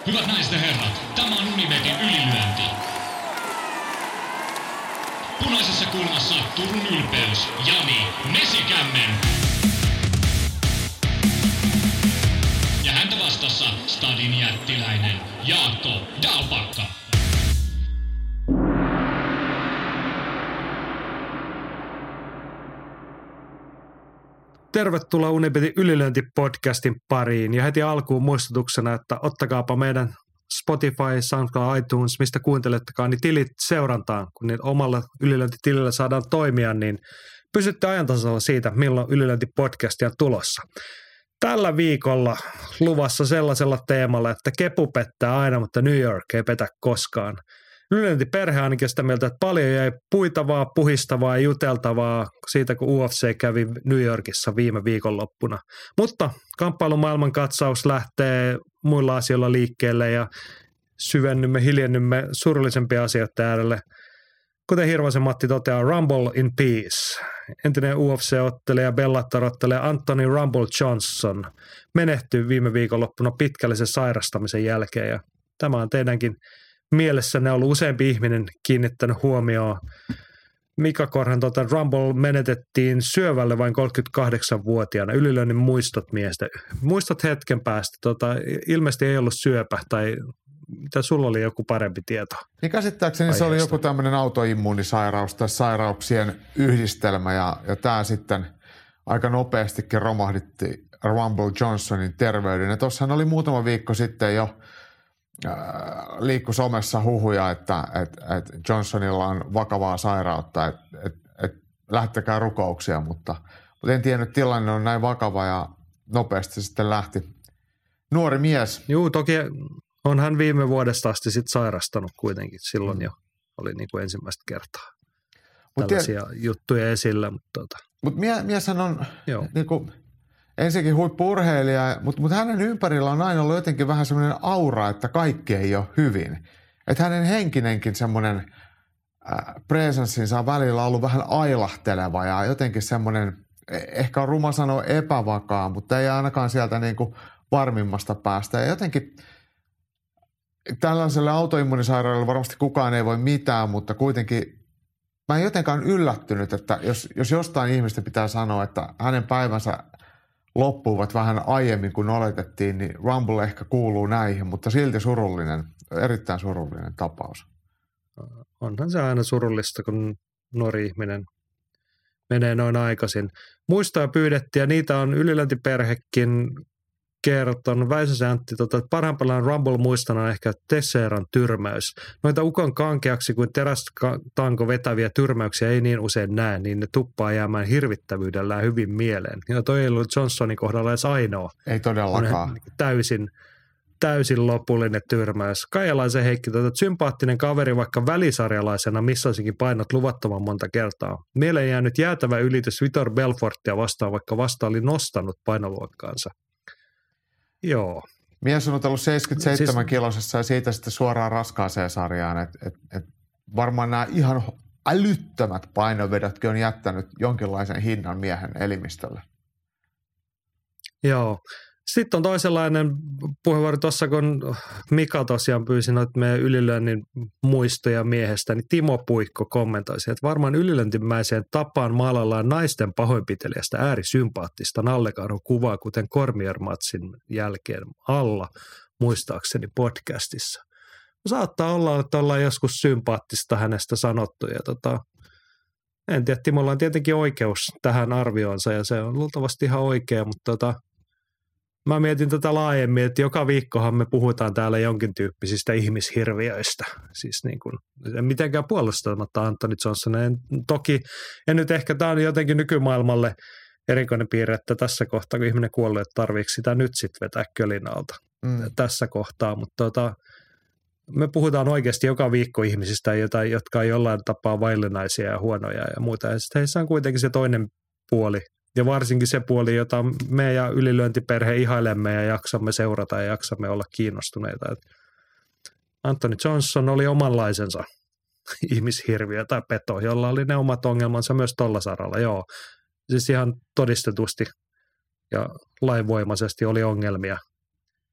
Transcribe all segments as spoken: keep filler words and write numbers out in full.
Hyvät naiset ja herrat, tämä on Unibetin ylilyönti. Punaisessa kulmassa Turun ylpeys, Jani Mesikämmen. Ja häntä vastassa Stadin jättiläinen Jaakko Dalpakka. Tervetuloa Unibetin ylilöintipodcastin pariin ja heti alkuun muistutuksena, että ottakaapa meidän Spotify, SoundCloud, iTunes, mistä kuuntelettekaan, niin tilit seurantaan. Kun niin omalla ylilöintitilillä saadaan toimia, niin pysytte ajantasalla siitä, milloin ylilöintipodcastia on tulossa. Tällä viikolla luvassa sellaisella teemalla, että kepu pettää aina, mutta New York ei petä koskaan. Ylilöintiperhe ainakin sitä mieltä, että paljon jäi puitavaa, puhistavaa ja juteltavaa siitä, kun U F C kävi New Yorkissa viime viikonloppuna. Mutta kamppailumaailman katsaus lähtee muilla asioilla liikkeelle ja syvennymme, hiljennymme surullisempia asioita äärelle. Kuten Hirvasen Matti toteaa, Rumble in Peace. Entinen U F C-ottelija, Bellator-ottelija Anthony Rumble Johnson menehtyi viime viikonloppuna pitkällisen sairastamisen jälkeen. Ja tämä on teidänkin mielessänne ollut useampi ihminen kiinnittänyt huomioon. Mika Korhan tuota, Rumble menetettiin syövälle vain kolmekymmentäkahdeksanvuotiaana. Ylilöinnin muistot miestä. Muistot hetken päästä. Tota, ilmeisesti ei ollut syöpä tai mitä sulla oli joku parempi tieto? Niin käsittääkseni aiheesta. Se oli joku tämmöinen autoimmuunisairaus tai sairauksien yhdistelmä ja, ja tämä sitten aika nopeastikin romahditti Rumble Johnsonin terveyden. Ja tuossahan oli muutama viikko sitten jo liikkui somessa huhuja, että, että, että Johnsonilla on vakavaa sairautta, että, että, että lähtekää rukouksia, mutta, mutta en tiennyt, että tilanne on näin vakava ja nopeasti sitten lähti nuori mies. Joo, toki on hän viime vuodesta asti sitten sairastanut kuitenkin, silloin jo oli niin kuin ensimmäistä kertaa Mut tällaisia tie... juttuja esillä. Mutta tota. Mut mie, mieshän on niin kuin ensinnäkin huippu-urheilija, mutta, mutta hänen ympärillä on aina ollut jotenkin vähän semmoinen aura, että kaikki ei ole hyvin. Että hänen henkinenkin semmoinen äh, presenssinsä on välillä ollut vähän ailahteleva ja jotenkin semmoinen, ehkä on ruma sanoa epävakaa, mutta ei ainakaan sieltä niin kuin varmimmasta päästä. Ja jotenkin tällaiselle autoimmunisairaudelle varmasti kukaan ei voi mitään, mutta kuitenkin mä en jotenkaan yllättynyt, että jos, jos jostain ihmistä pitää sanoa, että hänen päivänsä loppuvat vähän aiemmin kuin oletettiin, niin Rumble ehkä kuuluu näihin, mutta silti surullinen, erittäin surullinen tapaus. Onhan se aina surullista, kun nuori ihminen menee noin aikaisin. Muistoja pyydettiin ja niitä on ylilöintiperhekin kertonut. Väisäsen Antti, tota, että parhaimpillaan Rumble muistana on ehkä Teixeiran tyrmäys. Noita ukon kankeaksi kuin terästanko vetäviä tyrmäyksiä ei niin usein näe, niin ne tuppaa jäämään hirvittävyydellään hyvin mieleen. Ja toi ei ollut Johnsonin kohdalla edes ainoa. Ei todellakaan. On täysin, täysin lopullinen tyrmäys. Kaijalaisen Heikki, tota, sympaattinen kaveri vaikka välisarjalaisena missasikin painot luvattoman monta kertaa. Mieleen jäänyt jäätävä ylitys Vitor Belfortia vastaan, vaikka vasta oli nostanut painoluokkaansa. Joo. Mies on ollut seitsemänkymmentäseitsemän siis, kilosessa ja siitä sitten suoraan raskaaseen sarjaan. Et, et, et varmaan nämä ihan älyttömät painovedotkin on jättänyt jonkinlaisen hinnan miehen elimistölle. Joo. Sitten on toisenlainen puheenvuoro tuossa, kun Mika tosiaan pyysi noita meidän ylilöinnin muistoja miehestä, niin Timo Puikko kommentoi, että varmaan ylilöintimäiseen tapaan maalaillaan naisten pahoinpitelijästä äärisympaattista nallekarhun kuvaa, kuten Cormier-matsin jälkeen alla, muistaakseni podcastissa. Saattaa olla, että ollaan joskus sympaattista hänestä sanottu ja tota, en tiedä, Timolla on tietenkin oikeus tähän arvioonsa ja se on luultavasti ihan oikea, mutta tota, mä mietin tätä laajemmin, että joka viikkohan me puhutaan täällä jonkin tyyppisistä ihmishirviöistä. Siis niin kuin, en mitenkään puolustamatta Anthony Johnson. En, toki, en nyt ehkä tämä on jotenkin nykymaailmalle erikoinen piirre, että tässä kohtaa, kun ihminen kuollut, että tarviiko sitä nyt sitten vetää kölin alta mm. tässä kohtaa. Mutta tota, me puhutaan oikeasti joka viikko ihmisistä, jota, jotka on jollain tapaa vaillinaisia ja huonoja ja muuta. Ja sitten heissä on kuitenkin se toinen puoli. Ja varsinkin se puoli, jota me ja ylilöintiperhe ihailemme ja jaksamme seurata ja jaksamme olla kiinnostuneita. Et Anthony Johnson oli omanlaisensa ihmishirviö tai peto, jolla oli ne omat ongelmansa myös tuolla saralla. Joo, siis ihan todistetusti ja lainvoimaisesti oli ongelmia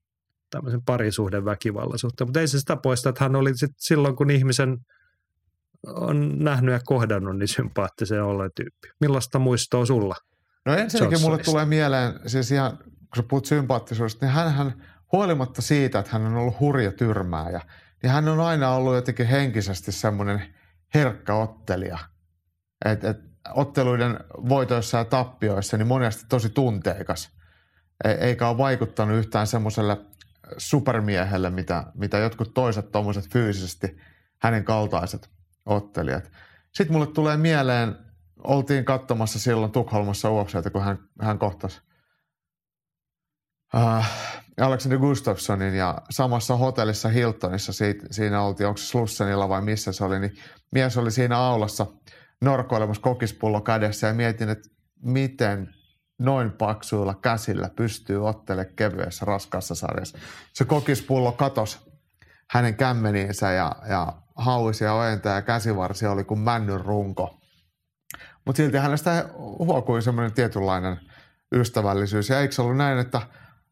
tämmöisen parisuhden väkivallan suhteen. Mutta ei se sitä poista, että hän oli sit silloin, kun ihmisen on nähnyt ja kohdannut, niin sympaattisen olleen tyyppi. Millaista muistoa sulla? No ensinnäkin mulle tulee mieleen, siis ihan kun sä puhut sympaattisuudesta, niin hänhän huolimatta siitä, että hän on ollut hurja tyrmääjä, niin hän on aina ollut jotenkin henkisesti semmoinen herkkä ottelija. Et, et, otteluiden voitoissa ja tappioissa niin monesti tosi tunteikas. Eikä ole vaikuttanut yhtään semmoiselle supermiehelle, mitä, mitä jotkut toiset tommoset fyysisesti hänen kaltaiset ottelijat. Sitten mulle tulee mieleen, oltiin katsomassa silloin Tukholmassa U F C:tä, kun hän, hän kohtasi äh, Alexander Gustafssonin ja samassa hotellissa Hiltonissa, siitä, siinä oltiin, onko se Slussenilla vai missä se oli, niin mies oli siinä aulassa norkoilemassa kokispullo kädessä ja mietin, että miten noin paksuilla käsillä pystyy ottelemaan kevyessä raskaassa sarjassa. Se kokispullo katosi hänen kämmeniinsä ja, ja hauisi ja ojentaa ja käsivarsi oli kuin männyn runko. Mutta silti hänestä huokui semmoinen tietynlainen ystävällisyys. Ja eikö se ollut näin, että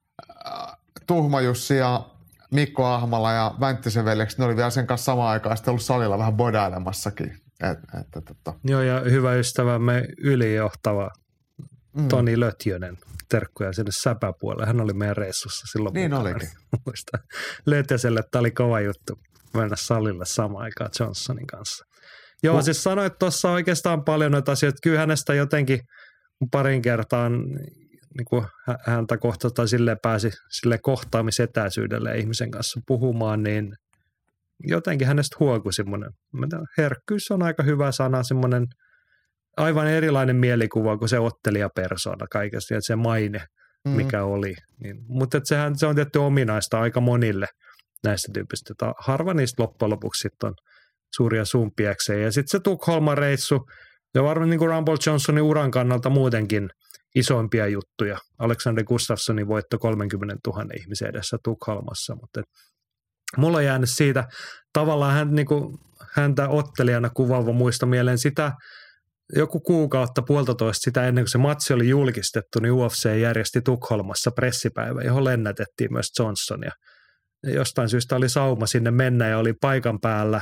Tuhma Jussi ja Mikko Ahmala ja Vänttisen veljeksi, ne oli vielä sen kanssa samaan aikaan sitten ollut salilla vähän bodailemassakin. Et, et, et, et. Joo, ja hyvä ystävämme ylijohtava mm. Toni Lötjönen, terkkuja sinne säpäpuolelle. Hän oli meidän reissussa silloin. Niin olikin. Muista. Lötjöselle, että oli kova juttu mennä salille samaan aikaan Johnsonin kanssa. Joo, no. Siis sanoit tuossa oikeastaan paljon noita asioita. Kyllä hänestä jotenkin parin kertaan niin kuin häntä kohtaa sille pääsi sille kohtaamisetäisyydelle ihmisen kanssa puhumaan, niin jotenkin hänestä huokui semmoinen, herkkyys on aika hyvä sana, semmoinen aivan erilainen mielikuva kuin se ottelijapersona kaikesta ja se maine, mikä mm. oli. Niin, mutta sehän se on tietty ominaista aika monille näistä tyypistä. Harva niistä loppujen lopuksi sitten on suuria sumpiakseen. Ja sitten se Tukholman reissu, ja varmaan niin kuin Rumble Johnsonin uran kannalta muutenkin isoimpia juttuja. Alexander Gustafssonin voitto kolmekymmentätuhatta ihmisen edessä Tukholmassa, mutta mulla on jäänyt siitä tavallaan hän, niin kuin, häntä ottelijana kuvaava muista mieleen sitä joku kuukautta, puolitoista sitä ennen kuin se matsi oli julkistettu, niin U F C järjesti Tukholmassa pressipäivä, johon lennätettiin myös Johnsonia. Ja jostain syystä oli sauma sinne mennä ja oli paikan päällä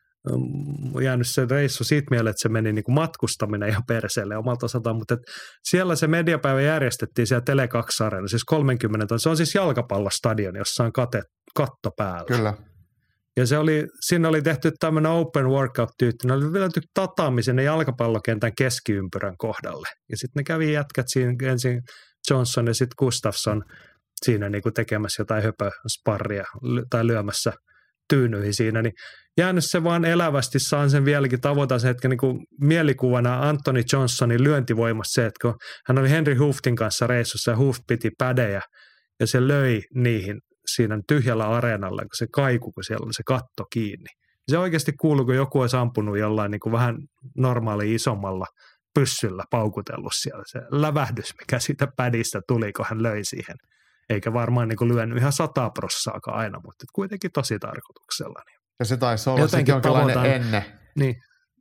jäänyt se reissu siitä mieleen, että se meni niin kuin matkustaminen ja perseelle omalta osaltaan, mutta siellä se mediapäivä järjestettiin siellä Tele kaksi -areena, siis kolmekymmentä, se on siis jalkapallostadion, jossa on kate, katto päällä. Kyllä. Ja se oli, siinä oli tehty tämmöinen open workout-tyytti, ne oli vedetty tataami sinne jalkapallokentän keskiympyrän kohdalle. Ja sitten ne kävi jätkät siinä ensin Johnson ja sitten Gustafsson siinä niin kuin tekemässä jotain höpösparria tai lyömässä tyynyihin siinä, niin jäänyt se vaan elävästi, saan sen vieläkin tavoitan sen hetken niin kuin mielikuvana Anthony Johnsonin lyöntivoimasta se, että kun hän oli Henry Hooftin kanssa reissussa ja Hooft piti pädejä ja se löi niihin siinä tyhjällä areenalla, kun se kaiku, kun siellä oli se katto kiinni. Se oikeasti kuului, kun joku olisi ampunut jollain niin kuin vähän normaali isommalla pyssyllä paukutellut siellä. Se lävähdys, mikä siitä pädistä tuli, kun hän löi siihen. Eikä varmaan niin kuin lyönyt ihan sata prossaakaan aina, mutta kuitenkin tosi tarkoituksella. Ja se taisi olla sitten jonkinlainen enne. Niin.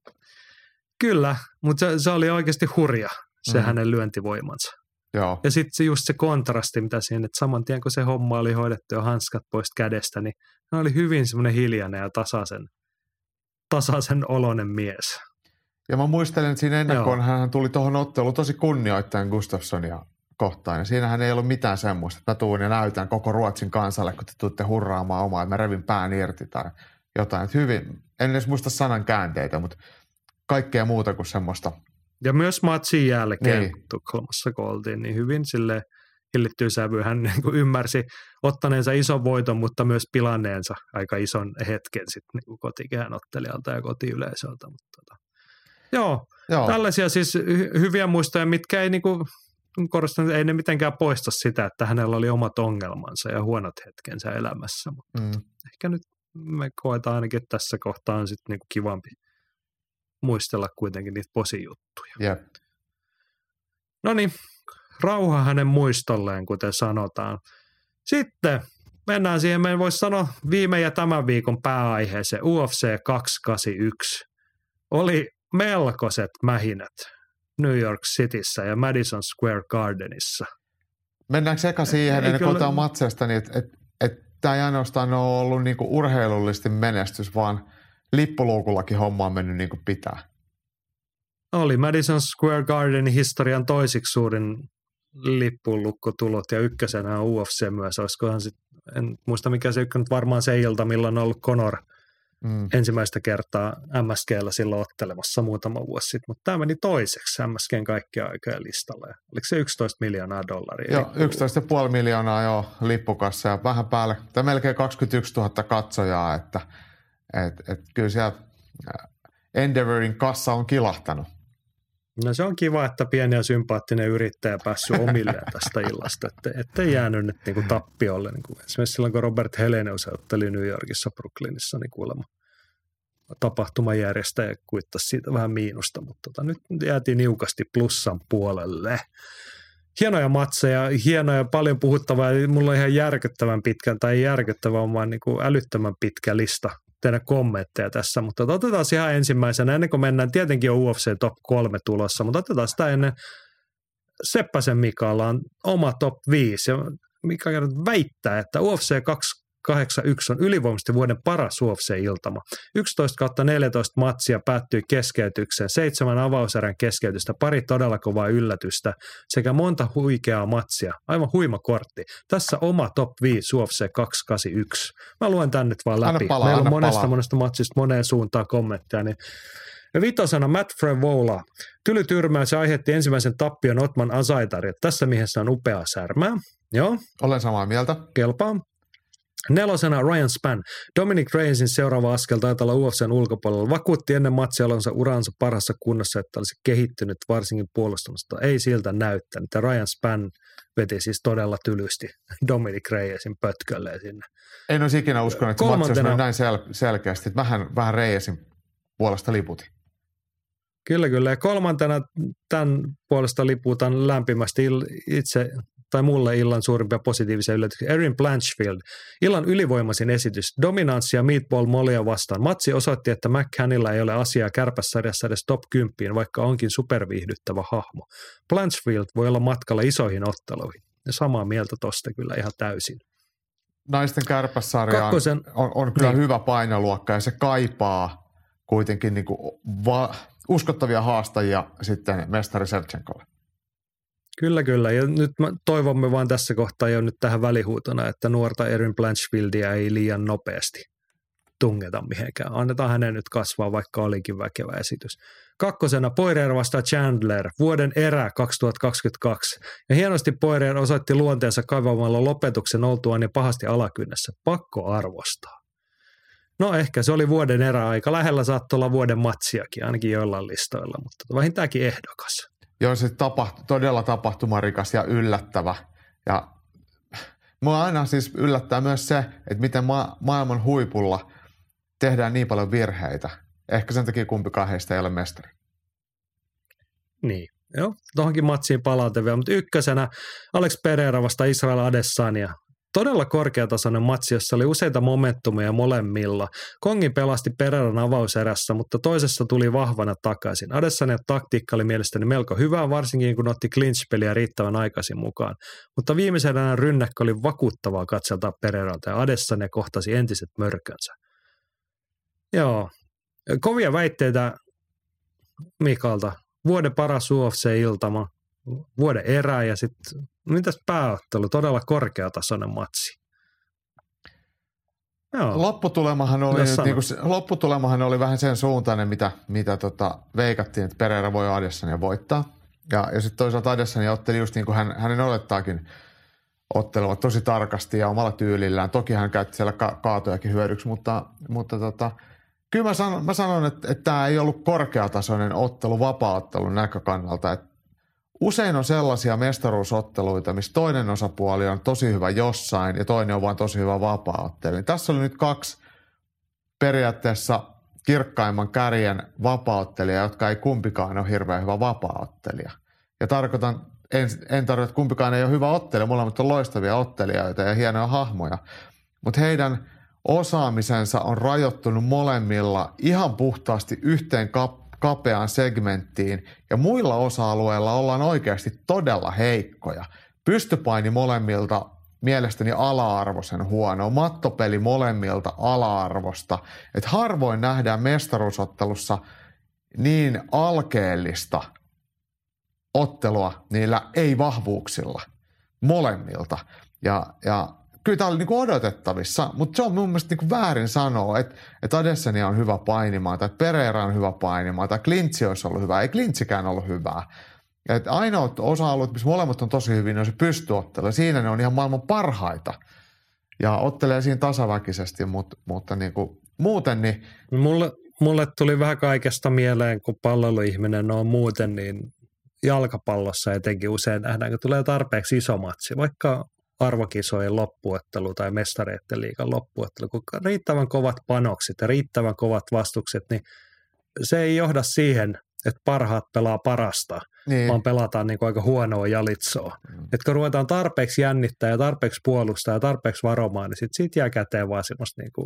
Kyllä, mutta se, se oli oikeasti hurja, se mm. hänen lyöntivoimansa. Joo. Ja sitten se, just se kontrasti, mitä siinä, että saman tien kun se homma oli hoidettu ja hanskat pois kädestä, niin hän oli hyvin semmoinen hiljainen ja tasaisen, tasaisen oloinen mies. Ja mä muistelen, että siinä ennakkoon hän tuli tuohon otteluun tosi kunnioittaen Gustafssonia kohtaan. Ja siinähän ei ollut mitään semmoista, että mä tuun ja näytän koko Ruotsin kansalle, kun te tuutte hurraamaan omaa, ja mä revin pään irti tai jotain. Että hyvin, en edes muista sanan käänteitä, mutta kaikkea muuta kuin semmoista. Ja myös matsin jälkeen niin. Tukholmassa kun oltiin, niin hyvin sille hillittyy sävy. Hän niin kuin ymmärsi ottaneensa ison voiton, mutta myös pilanneensa aika ison hetken sitten niin kotikehän ottelijalta ja kotiyleisöltä. Mutta tota. Joo, Joo, tällaisia siis hy- hyviä muistoja, mitkä ei niin kuin korostan, ei ne mitenkään poista sitä, että hänellä oli omat ongelmansa ja huonot hetkensä elämässä, mutta mm. ehkä nyt me koetaan ainakin tässä kohtaa on sitten niinku kivampi muistella kuitenkin niitä posijuttuja. Yep. No niin, rauha hänen muistolleen, kuten sanotaan. Sitten mennään siihen, me voisi sanoa viime ja tämän viikon pääaiheeseen, U F C kaksisataakahdeksankymmentäyksi. Oli melkoiset mähinät New York Cityssä ja Madison Square Gardenissa. Mennäänkö eka siihen, ennen kuin otetaan matseista, niin että et, että tämä ei ainoastaan ole ollut niinku urheilullisesti menestys, vaan lippuluukullakin homma on mennyt niin kuin pitää. Oli Madison Square Gardenin historian toisiksi suurin lippulukkotulot ja ykkösenä on U F C myös. Olisikohan sit, en muista mikä se ykkönen, varmaan se ilta, milloin on ollut Conor mm. ensimmäistä kertaa M S G:llä silloin ottelemassa muutama vuosi sitten. Mutta tämä meni toiseksi M S G:n kaikkia aikojen listalla. Oliko se yksitoista miljoonaa dollaria? Joo, yksitoista pilkku viisi miljoonaa jo lippukassa ja vähän päälle, tai melkein kaksikymmentäyksituhatta katsojaa, että et, et kyllä siellä Endeavorin kassa on kilahtanut. No se on kiva, että pieni ja sympaattinen yrittäjä päässyt omilleen tästä illasta, että ettei jäänyt nyt niin kuin tappiolle. Niin kuin esimerkiksi silloin, kun Robert Helenius otteli New Yorkissa, Brooklynissa, niin kuulemma tapahtumajärjestäjä kuittasi siitä vähän miinusta, mutta tota, nyt jäätiin niukasti plussan puolelle. Hienoja matseja, hienoja, paljon puhuttavaa, ja mulla on ihan järkyttävän pitkän, tai ei järkyttävän, vaan niin kuin älyttömän pitkä lista tehdä kommentteja tässä, mutta otetaan ihan ensimmäisenä, ennen kuin mennään, tietenkin on U F C top kolme tulossa, mutta otetaan sitä ennen Seppäsen Mikalla on oma top viisi, ja Mika väittää, että U F C kaksisataakahdeksankymmentäyksi on ylivoimaisesti vuoden paras U F C-iltama. yksitoista kautta neljätoista matsia päättyi keskeytykseen, seitsemän avauserän keskeytystä, pari todella kovaa yllätystä sekä monta huikeaa matsia. Aivan huima kortti. Tässä oma top viisi U F C kaksisataakahdeksankymmentäyksi. Mä luen tän nyt vaan läpi. Palaa, Meillä on monesta palaa. monesta matsista moneen suuntaan kommentteja. Niin ja vitosena Matt Frevola. Tyly tyrmäys aiheutti ensimmäisen tappion Otman Azaitaria. Tässä miehessä on upeaa särmää. Joo. Olen samaa mieltä. Kelpaa. Nelosena Ryan Spann. Dominic Reyesin seuraava askel taitaa olla U F C:n ulkopuolella. Vakuutti ennen matsialonsa uransa parhaassa kunnossa, että olisi kehittynyt varsinkin puolustamasta. Ei siltä näyttänyt. Ja Ryan Spann veti siis todella tylysti Dominic Reyesin pötkölleen sinne. En olisi ikinä uskonut, että matsi olisi näin sel- selkeästi. Vähän, vähän Reyesin puolesta liputin. Kyllä, kyllä. Ja kolmantena tämän puolesta liputan lämpimästi itse tai mulle illan suurimpia positiivisia yllätyksiä. Erin Blanchfield. Illan ylivoimaisin esitys. Dominanssi ja Meatball Mollia vastaan. Matsi osoitti, että McCannilla ei ole asiaa kärpässarjassa edes top kymmenen, vaikka onkin superviihdyttävä hahmo. Blanchfield voi olla matkalla isoihin otteluihin. Ja samaa mieltä tosta kyllä ihan täysin. Naisten kärpässarja on, on, on kyllä niin. Hyvä painoluokka ja se kaipaa kuitenkin niin kuin va- uskottavia haastajia sitten mestari Sevchenkolle. Kyllä, kyllä. Ja nyt toivomme vaan tässä kohtaa jo nyt tähän välihuutona, että nuorta Erin Blanchfieldia ei liian nopeasti tungeta mihinkään. Annetaan hänen nyt kasvaa, vaikka olikin väkevä esitys. Kakkosena Poirier vastaa Chandler, vuoden erä kaksituhattakaksikymmentäkaksi. Ja hienosti Poirier osoitti luonteensa kaivamalla lopetuksen oltuaan ja pahasti alakynnessä. Pakko arvostaa. No ehkä se oli vuoden erä aika lähellä, saattoi olla vuoden matsiakin, ainakin joillain listoilla, mutta vähintäänkin ehdokas. Joo, se tapahtui, todella tapahtumarikas ja yllättävä. Ja mua aina siis yllättää myös se, että miten ma- maailman huipulla tehdään niin paljon virheitä. Ehkä sen takia kumpikaan heistä ei ole mestari. Niin, joo. Tuohonkin matsiin palauten vielä, mutta ykkösenä Alex Pereira vasta Israel Adesanya. Todella korkeatasoinen matsi, jossa oli useita momentumia molemmilla. Kongin pelasti Pereiran avauserässä, mutta toisessa tuli vahvana takaisin. Adesanyan taktiikka oli mielestäni melko hyvä, varsinkin kun otti clinch-peliä riittävän aikaisin mukaan. Mutta viimeisen erän rynnäkkö oli vakuuttavaa katseltaa Pereiralta ja Adesanya kohtasi entiset mörkönsä. Joo, kovia väitteitä Mikalta. Vuoden paras U F C-iltama. Vuoden erä ja sitten, mitäs pääottelu, todella korkeatasoinen matsi. Joo. Lopputulemahan oli, nyt, niin kuin, lopputulemahan oli vähän sen suuntainen, mitä, mitä tota, veikattiin, että Pereira voi Adesanya voittaa. Ja, ja sitten toisaalta Adesanya otteli just niin kuin hän, hänen olettaakin ottelevat tosi tarkasti ja omalla tyylillään. Toki hän käytti siellä ka- kaatojakin hyödyksi, mutta, mutta tota, kyllä mä sanon, mä sanon että, että tämä ei ollut korkeatasoinen ottelu vapaa-ottelun näkökannalta. Että usein on sellaisia mestaruusotteluita, missä toinen osapuoli on tosi hyvä jossain ja toinen on vaan tosi hyvä vapaa-ottelu. Tässä oli nyt kaksi periaatteessa kirkkaimman kärjen vapaa-ottelijaa, jotka ei kumpikaan ole hirveän hyvä vapaa-ottelija. Ja tarkoitan, en, en tarkoita, että kumpikaan ei ole hyvä ottelija, molemmat on loistavia ottelijoita ja hienoja hahmoja. Mutta heidän osaamisensa on rajoittunut molemmilla ihan puhtaasti yhteen kap- kapeaan segmenttiin ja muilla osa-alueilla ollaan oikeasti todella heikkoja. Pystypaini molemmilta mielestäni ala-arvoisen huono. Mattopeli molemmilta ala-arvosta. Että harvoin nähdään mestaruusottelussa niin alkeellista ottelua niillä ei-vahvuuksilla molemmilta. Ja, ja kyllä tämä oli niinku odotettavissa, mutta se on mun mielestä niinku väärin sanoa, että, että Adesanya on hyvä painimaan, tai Pereira on hyvä painimaan, tai Klintsi olisi ollut hyvä. Ei Klintsikään ollut hyvää. Et ainoat osa-alueet, missä molemmat on tosi hyvin, on se pystyottelu. Siinä ne on ihan maailman parhaita. Ja ottelee siinä tasaväkisesti, mutta, mutta niinku, muuten niin... Mulle, mulle tuli vähän kaikesta mieleen, kun palloiluihminen on muuten, niin jalkapallossa etenkin usein nähdään, kun tulee tarpeeksi iso matsi, vaikka arvokisojen loppuottelu tai mestareiden liigan loppuottelu, kun riittävän kovat panokset ja riittävän kovat vastukset, niin se ei johda siihen, että parhaat pelaa parasta, niin. vaan pelataan niin kuin aika huonoa jalitsoa. Mm. Että kun ruvetaan tarpeeksi jännittää ja tarpeeksi puolustaa ja tarpeeksi varomaan, niin sitten siitä jää käteen vaan semmoista niin kuin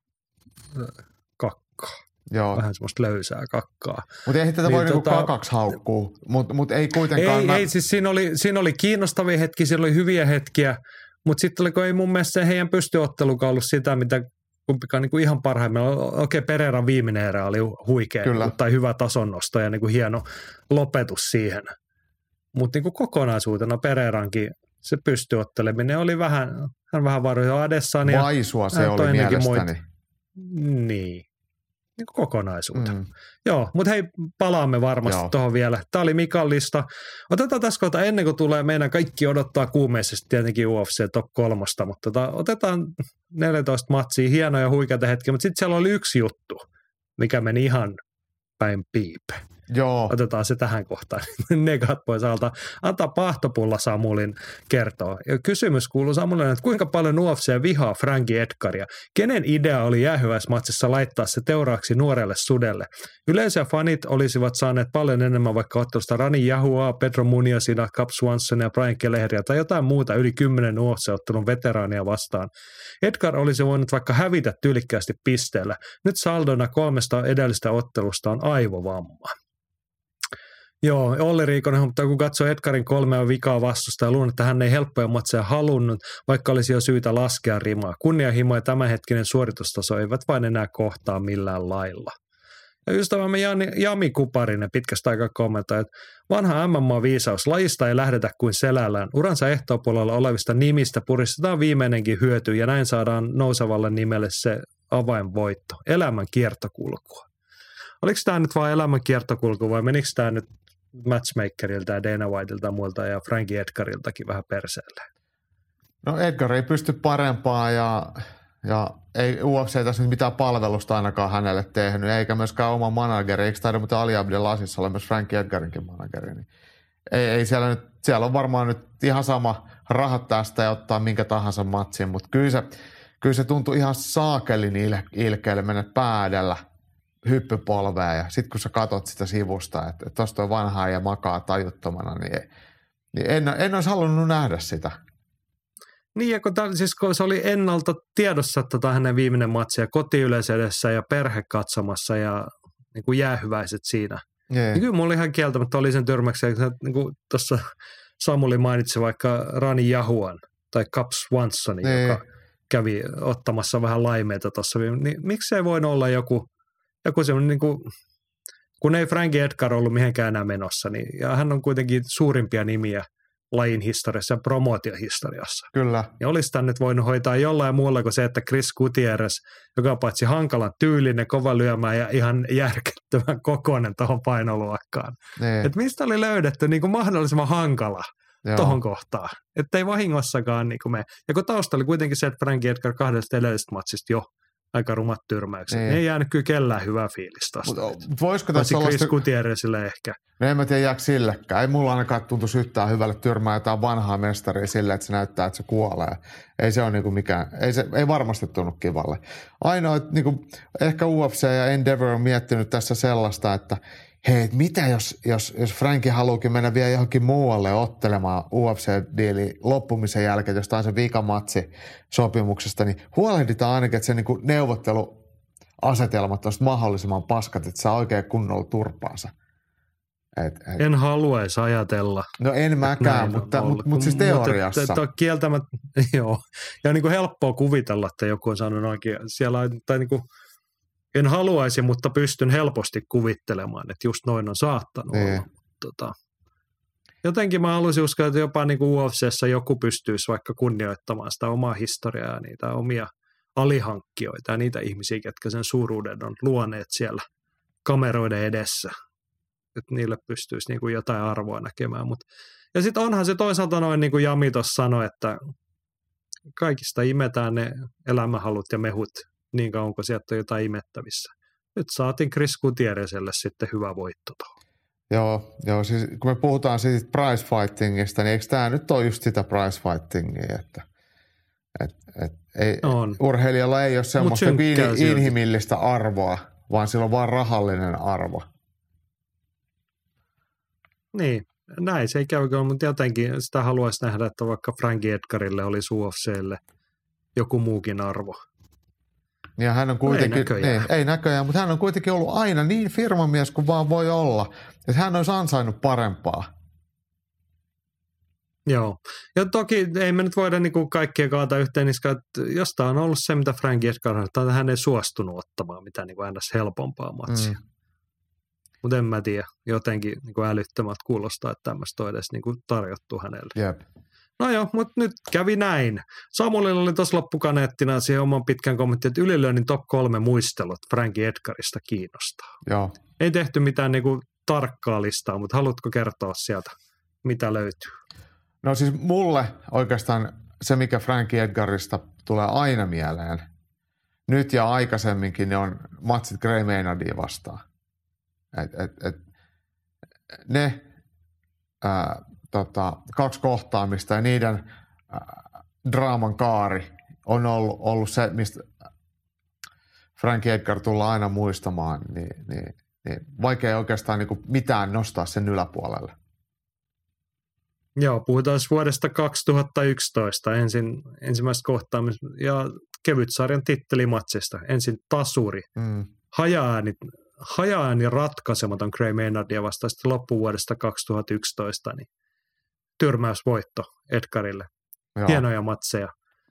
kakkaa. Joo. Vähän semmoista löysää kakkaa. Mutta ei tätä niin, voi tota, niinku kakaksi haukkua, mutta mut ei kuitenkaan... Ei, mä... ei siis siinä oli, siinä oli kiinnostavia hetkiä, siinä oli hyviä hetkiä, mutta sitten oliko ei mun mielestä se heidän pystyottelukaan ollut sitä, mitä kumpikaan niin kuin ihan parhaimmillaan. Okei, okay, Pereiran viimeinen erä oli huikea Kyllä. tai hyvä tasonnosto ja niin kuin hieno lopetus siihen. Mutta niin kuin kokonaisuutena Pereirankin se pystyotteleminen oli vähän, hän vähän varoja Adesanya. Vaisua se oli mielestäni. Moit... Niin. Niin kuin kokonaisuutena. Mm. Joo, mutta hei, palaamme varmasti tuohon vielä. Tämä oli Mikan lista. Otetaan tässä kohta ennen kuin tulee, meidän kaikki odottaa kuumeisesti tietenkin U F C top kolmosta, mutta tota, otetaan neljätoista matsia, hienoja huikeita hetkiä, mutta sitten siellä oli yksi juttu, mikä meni ihan päin piipe. Joo. Otetaan se tähän kohtaan. Negat pois alta. Antaa Pahtopulla Samulin kertoa. Ja kysymys kuuluu Samulille, että kuinka paljon U F C vihaa Frankie Edgaria? Kenen idea oli jäähyväismatsissa laittaa se teuraaksi nuorelle sudelle? Yleisö ja fanit olisivat saaneet paljon enemmän vaikka ottelusta Rani Yahua, Pedro Muñozia, Cap Swanson ja Brian Kelleheria tai jotain muuta yli kymmenen U F C-ottelun veteraania vastaan. Edgar olisi voinut vaikka hävitä tyylikkäästi pisteellä. Nyt saldona kolmesta edellistä ottelusta on aivovamma. Joo, Olli Riikonen, mutta kun katsoo Edgarin kolmea vikaa vastusta ja luulen, että hän ei helppoja matseja halunnut, vaikka olisi jo syytä laskea rimaa. Kunnianhimo ja tämänhetkinen suoritustaso eivät vain enää kohtaa millään lailla. Ja ystävämme Jani, Jami Kuparinen pitkästä aikaa kommentoi, että vanha M M A-viisaus, lajista ei lähdetä kuin selällään. Uransa ehtoopuolella olevista nimistä puristetaan viimeinenkin hyöty ja näin saadaan nousevalle nimelle se avainvoitto, elämän kiertokulkua. Oliko tämä nyt vain elämän kiertokulku vai menikö tämä nyt matchmakerilta ja Dana Whiteilta ja muilta ja Frankie Edgariltakin vähän perseelle? No Edgar ei pysty parempaa ja, ja ei U F C tässä nyt mitään palvelusta ainakaan hänelle tehnyt, eikä myöskään oma manageri. Eikö taida muuten Ali Abdelasissa ole myös Frankie Edgarinkin manageri? Niin ei, ei siellä nyt, siellä on varmaan nyt ihan sama rahat tästä ja ottaa minkä tahansa matsin, mutta kyllä se, kyllä se tuntui ihan saakelin il, ilkeelle mennä päädellä hyppypolvea ja sitten kun sä katot sitä sivusta, että tuosta on vanhaa ja makaa tajuttomana, niin, niin en, en olisi halunnut nähdä sitä. Niin ja kun, tämän, siis kun se oli ennalta tiedossa tota hänen viimeinen matsi ja kotiyleisö edessä ja perhe katsomassa ja niin kuin jäähyväiset siinä. Niin kyllä mulla ihan kieltämättä oli sen tyrmäksi, että niin kuin tuossa Samuli mainitsi vaikka Rani Yahuan tai Cap Swansonin, nee. joka kävi ottamassa vähän laimeita tuossa. Niin miksei voinut olla joku Joku semmoinen, niin kuin, kun ei Frankie Edgar ollut mihinkään enää menossa, niin ja hän on kuitenkin suurimpia nimiä lajin historiassa ja promootiohistoriassa. Kyllä. Ja olisi tämän nyt voinut hoitaa jollain muulla kuin se, että Chris Gutierrez, joka on paitsi hankalan tyylinen, kova lyömään ja ihan järkyttävän kokoinen tuohon painoluokkaan. Niin. Että mistä oli löydetty niin kuin mahdollisimman hankala tuohon kohtaan. Että ei vahingossakaan niin kuin me. Ja kun tausta oli kuitenkin se, että Frankie Edgar kahdesta edellisestä matsista jo aika rumat tyrmäykset. Niin. Ei jäänyt kyllä kellään hyvä fiilis tosta. Mut, voisiko tässä olla... Chris Gutierrezille ehkä. No en mä tiedä, jääkö sillekään. Ei mulla ainakaan tuntuisi yhtään hyvälle tyrmää jotain vanhaa mestaria silleen, että se näyttää, että se kuolee. Ei se ole niinku mikään, ei, se, ei varmasti tunnu kivalle. Ainoa, että niinku, ehkä U F C ja Endeavor on miettinyt tässä sellaista, että hei, mitä jos, jos, jos Frankie haluukin mennä vielä johonkin muualle ottelemaan U F C-diili loppumisen jälkeen, jos tämä on se vikamatsi sopimuksesta, niin huolehditaan ainakin, että se niin kuin neuvotteluasetelmat olisi mahdollisimman paskat, että saa oikein kunnolla turpaansa. Et, et. En haluaisi ajatella. No en mäkään, mutta, mutta, mutta siis teoriassa. Mutta, että kieltämättä, joo. Ja on niin kuin helppoa kuvitella, että joku on sanonut oikein. Siellä on, tai niin kuin, en haluaisi, mutta pystyn helposti kuvittelemaan, että just noin on saattanut niin. olla. Tota, jotenkin mä haluaisin uskoa, että jopa niin kuin U F C:ssä joku pystyisi vaikka kunnioittamaan sitä omaa historiaa ja niitä omia alihankkijoita ja niitä ihmisiä, ketkä sen suuruuden on luoneet siellä kameroiden edessä. Että niille pystyisi niin kuin jotain arvoa näkemään. Mut, ja sitten onhan se toisaalta noin, niin kuin Jami tuossa sanoi, että kaikista imetään ne elämänhalut ja mehut niin kauan, kun sieltä on jotain imettävissä. Nyt saatiin Chris Gutierrezelle sitten hyvä voitto tuohon. Joo, joo, siis kun me puhutaan siitä prize fightingista, niin eikö tämä nyt ole just sitä prize fightingia, että et, et, ei, urheilijalla ei ole semmoista in, inhimillistä arvoa, vaan sillä on vaan rahallinen arvo. Niin, näin se ei käy, mutta jotenkin sitä haluaisi nähdä, että vaikka Frankie Edgarille oli U F C:lle joku muukin arvo. Ja hän on kuitenkin, no ei näköjään. Niin, ei näköjään, mutta hän on kuitenkin ollut aina niin firmamies kuin vaan voi olla, että hän olisi ansainnut parempaa. Joo, ja toki ei me nyt voida niinku kaikkia kaata yhteen, että jos tämä on ollut se, mitä Frankie Edgar on, hän ei suostunut ottamaan mitään niinku ns. Helpompaa matsia. Mm. Mutta en mä tiedä, jotenkin niinku älyttömät kuulostaa, että tämmöistä on edes niinku tarjottu hänelle. Jep. No joo, mutta nyt kävi näin. Samuelilla oli tuossa loppukaneettina siihen oman pitkän kommentin, että ylilyönnin top kolme muistelut Frankie Edgarista kiinnostaa. Joo. Ei tehty mitään niinku tarkkaa listaa, mutta haluatko kertoa sieltä, mitä löytyy? No siis mulle oikeastaan se, mikä Frankie Edgarista tulee aina mieleen, nyt ja aikaisemminkin, ne on matsit Gray Maynardia vastaan. Et, et, et, ne ää, tota, kaksi kohtaamista ja niiden ää, draaman kaari on ollut, ollut se, mistä Frankie Edgar tullaan aina muistamaan, niin, niin, niin vaikea oikeastaan niin kuin mitään nostaa sen yläpuolelle. Joo, puhutaan vuodesta kaksituhattayksitoista ensin, ensimmäistä kohtaamista ja kevytsarjan tittelimatsista. Ensin tasuri, mm. haja-ääni, haja-ääni ratkaisematon Gray Maynardia vastaan, sitten loppuvuodesta kaksituhattayksitoista, niin tyrmäysvoitto Edgarille. Joo. Hienoja matseja.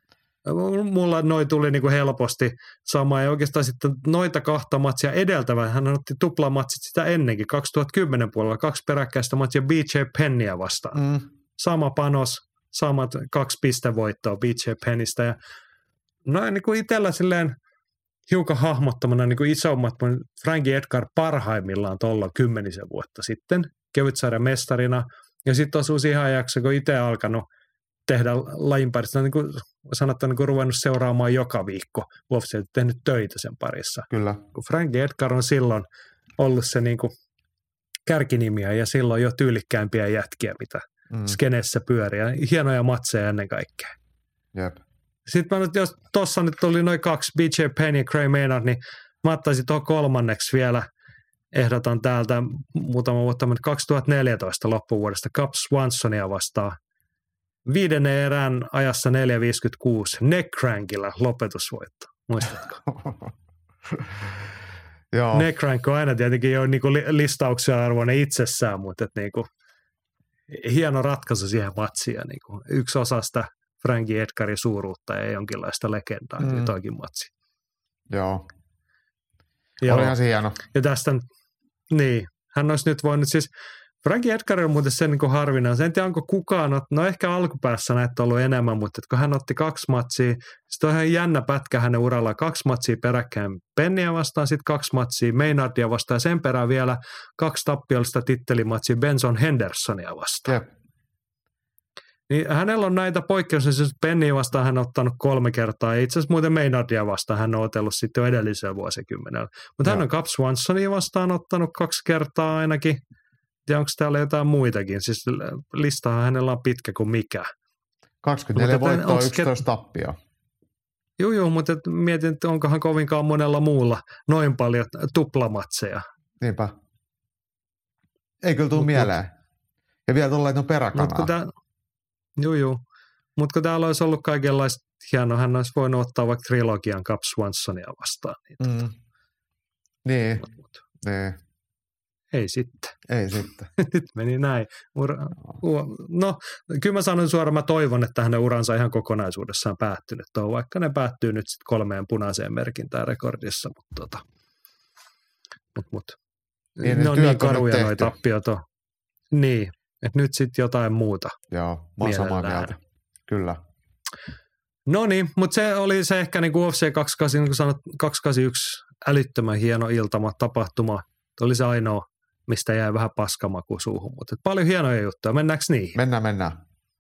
Mulla noi tuli niinku helposti sama ja oikeastaan sitten noita kahta matsia edeltävä, hän otti tuplamatsit sitä ennenkin, kaksituhattakymmenen puolella kaksi peräkkäistä matsia B J Pennyä vastaan. Mm. Sama panos, samat kaksi pistevoittoa B J Pennystä ja noin niinku itsellä silleen hiukan hahmottamana niinku isommat, Frankie Edgar parhaimmillaan tuolla kymmenisen vuotta sitten kevytsarjan mestarina ja sitten osuu siihen ajaksi, kun itse alkanut tehdä lajin parissa, niin kuin sanottu, niin kuin ruvennut seuraamaan joka viikko. U F C tehnyt töitä sen parissa. Kyllä. Kun Frankie Edgar on silloin ollut se niin kuin kärkinimiä ja silloin jo tyylikkäämpiä jätkiä, mitä mm. skenessä pyörii. Hienoja matseja ennen kaikkea. Jep. Sitten mä nyt, jos tossa nyt tuli noin kaksi, B J Penn ja Gray Maynard, niin mä ottaisin tuohon kolmanneksi vielä, ehdotan täältä muutama vuotta, kaksituhattaneljätoista loppuvuodesta Cub Swansonia vastaan. Viidennen erään ajassa neljä viisikymmentäkuusi neckcrankilla lopetusvoitto. Muistatko? Joo. Neckcrank on aina tietenkin jo niinku listauksia arvoinen itsessään, mutta et niinku, hieno ratkaisu siihen matsiin. Niinku, yksi osa sitä Frankie Edgarin suuruutta ja jonkinlaista legendaa mm. toikin matsi. Joo. Joo. Olihan se hieno. Ja tästä, niin, hän olisi nyt voinut siis, Frankie Edgar on muuten sen niin harvinainen. En tiedä, onko kukaan, no ehkä alkupäässä näitä ollut enemmän, mutta kun hän otti kaksi matsia, sitten on ihan jännä pätkä hänen urallaan, kaksi matsia peräkkäin Penniä vastaan, sitten kaksi matsia Maynardia vastaan ja sen perään vielä kaksi tappiollista tittelimatsia Benson Hendersonia vastaan. Jep. Niin hänellä on näitä poikkeuksia, siis Penniä vastaan hän on ottanut kolme kertaa, ja itse asiassa muuten Maynardia vastaan hän on otellut sitten jo edellisellä vuosikymmenellä. Mutta hän on Cub Swansonia vastaan ottanut kaksi kertaa ainakin. Ja onko täällä jotain muitakin? Siis listahan hänellä on pitkä kuin mikä. kaksikymmentäneljä voittoa, yksitoista tappia. Joo, joo, mutta mietin, että onkohan kovinkaan monella muulla noin paljon tuplamatseja. Niinpä. Ei kyllä tule mut, mieleen. Ja vielä tulee, että on peräkanaa. Tää, joo, joo. Mutta kun täällä olisi ollut kaikenlaista hienoa, hän olisi voinut ottaa vaikka trilogian Cub Swansonia vastaan. Niin, mm. tota. niin. Mut, mut. niin. Ei sitten. Ei sitten. Nyt meni näin. Ura, no, kyllä mä sanon suoraan, mä toivon, että hänen uransa ihan kokonaisuudessaan päättynyt on, vaikka ne päättyy nyt sitten kolmeen punaiseen merkintään rekordissa, mutta tota, mut, mut. Niin, ne on niin karuja noi tappiot on. Niin, että nyt sitten jotain muuta. Joo, mä oon samaa mieltä. Kyllä. No niin, mutta se oli se ehkä niin kuin U F C kaksikymmentäkahdeksan, niin kuin sanot, kaksisataakahdeksankymmentäyksi älyttömän hieno iltama, tapahtuma. Se oli se ainoa, mistä jäi vähän paskamaku suuhun, mutta paljon hienoja juttuja. Mennäänkö niihin? Mennään, mennään.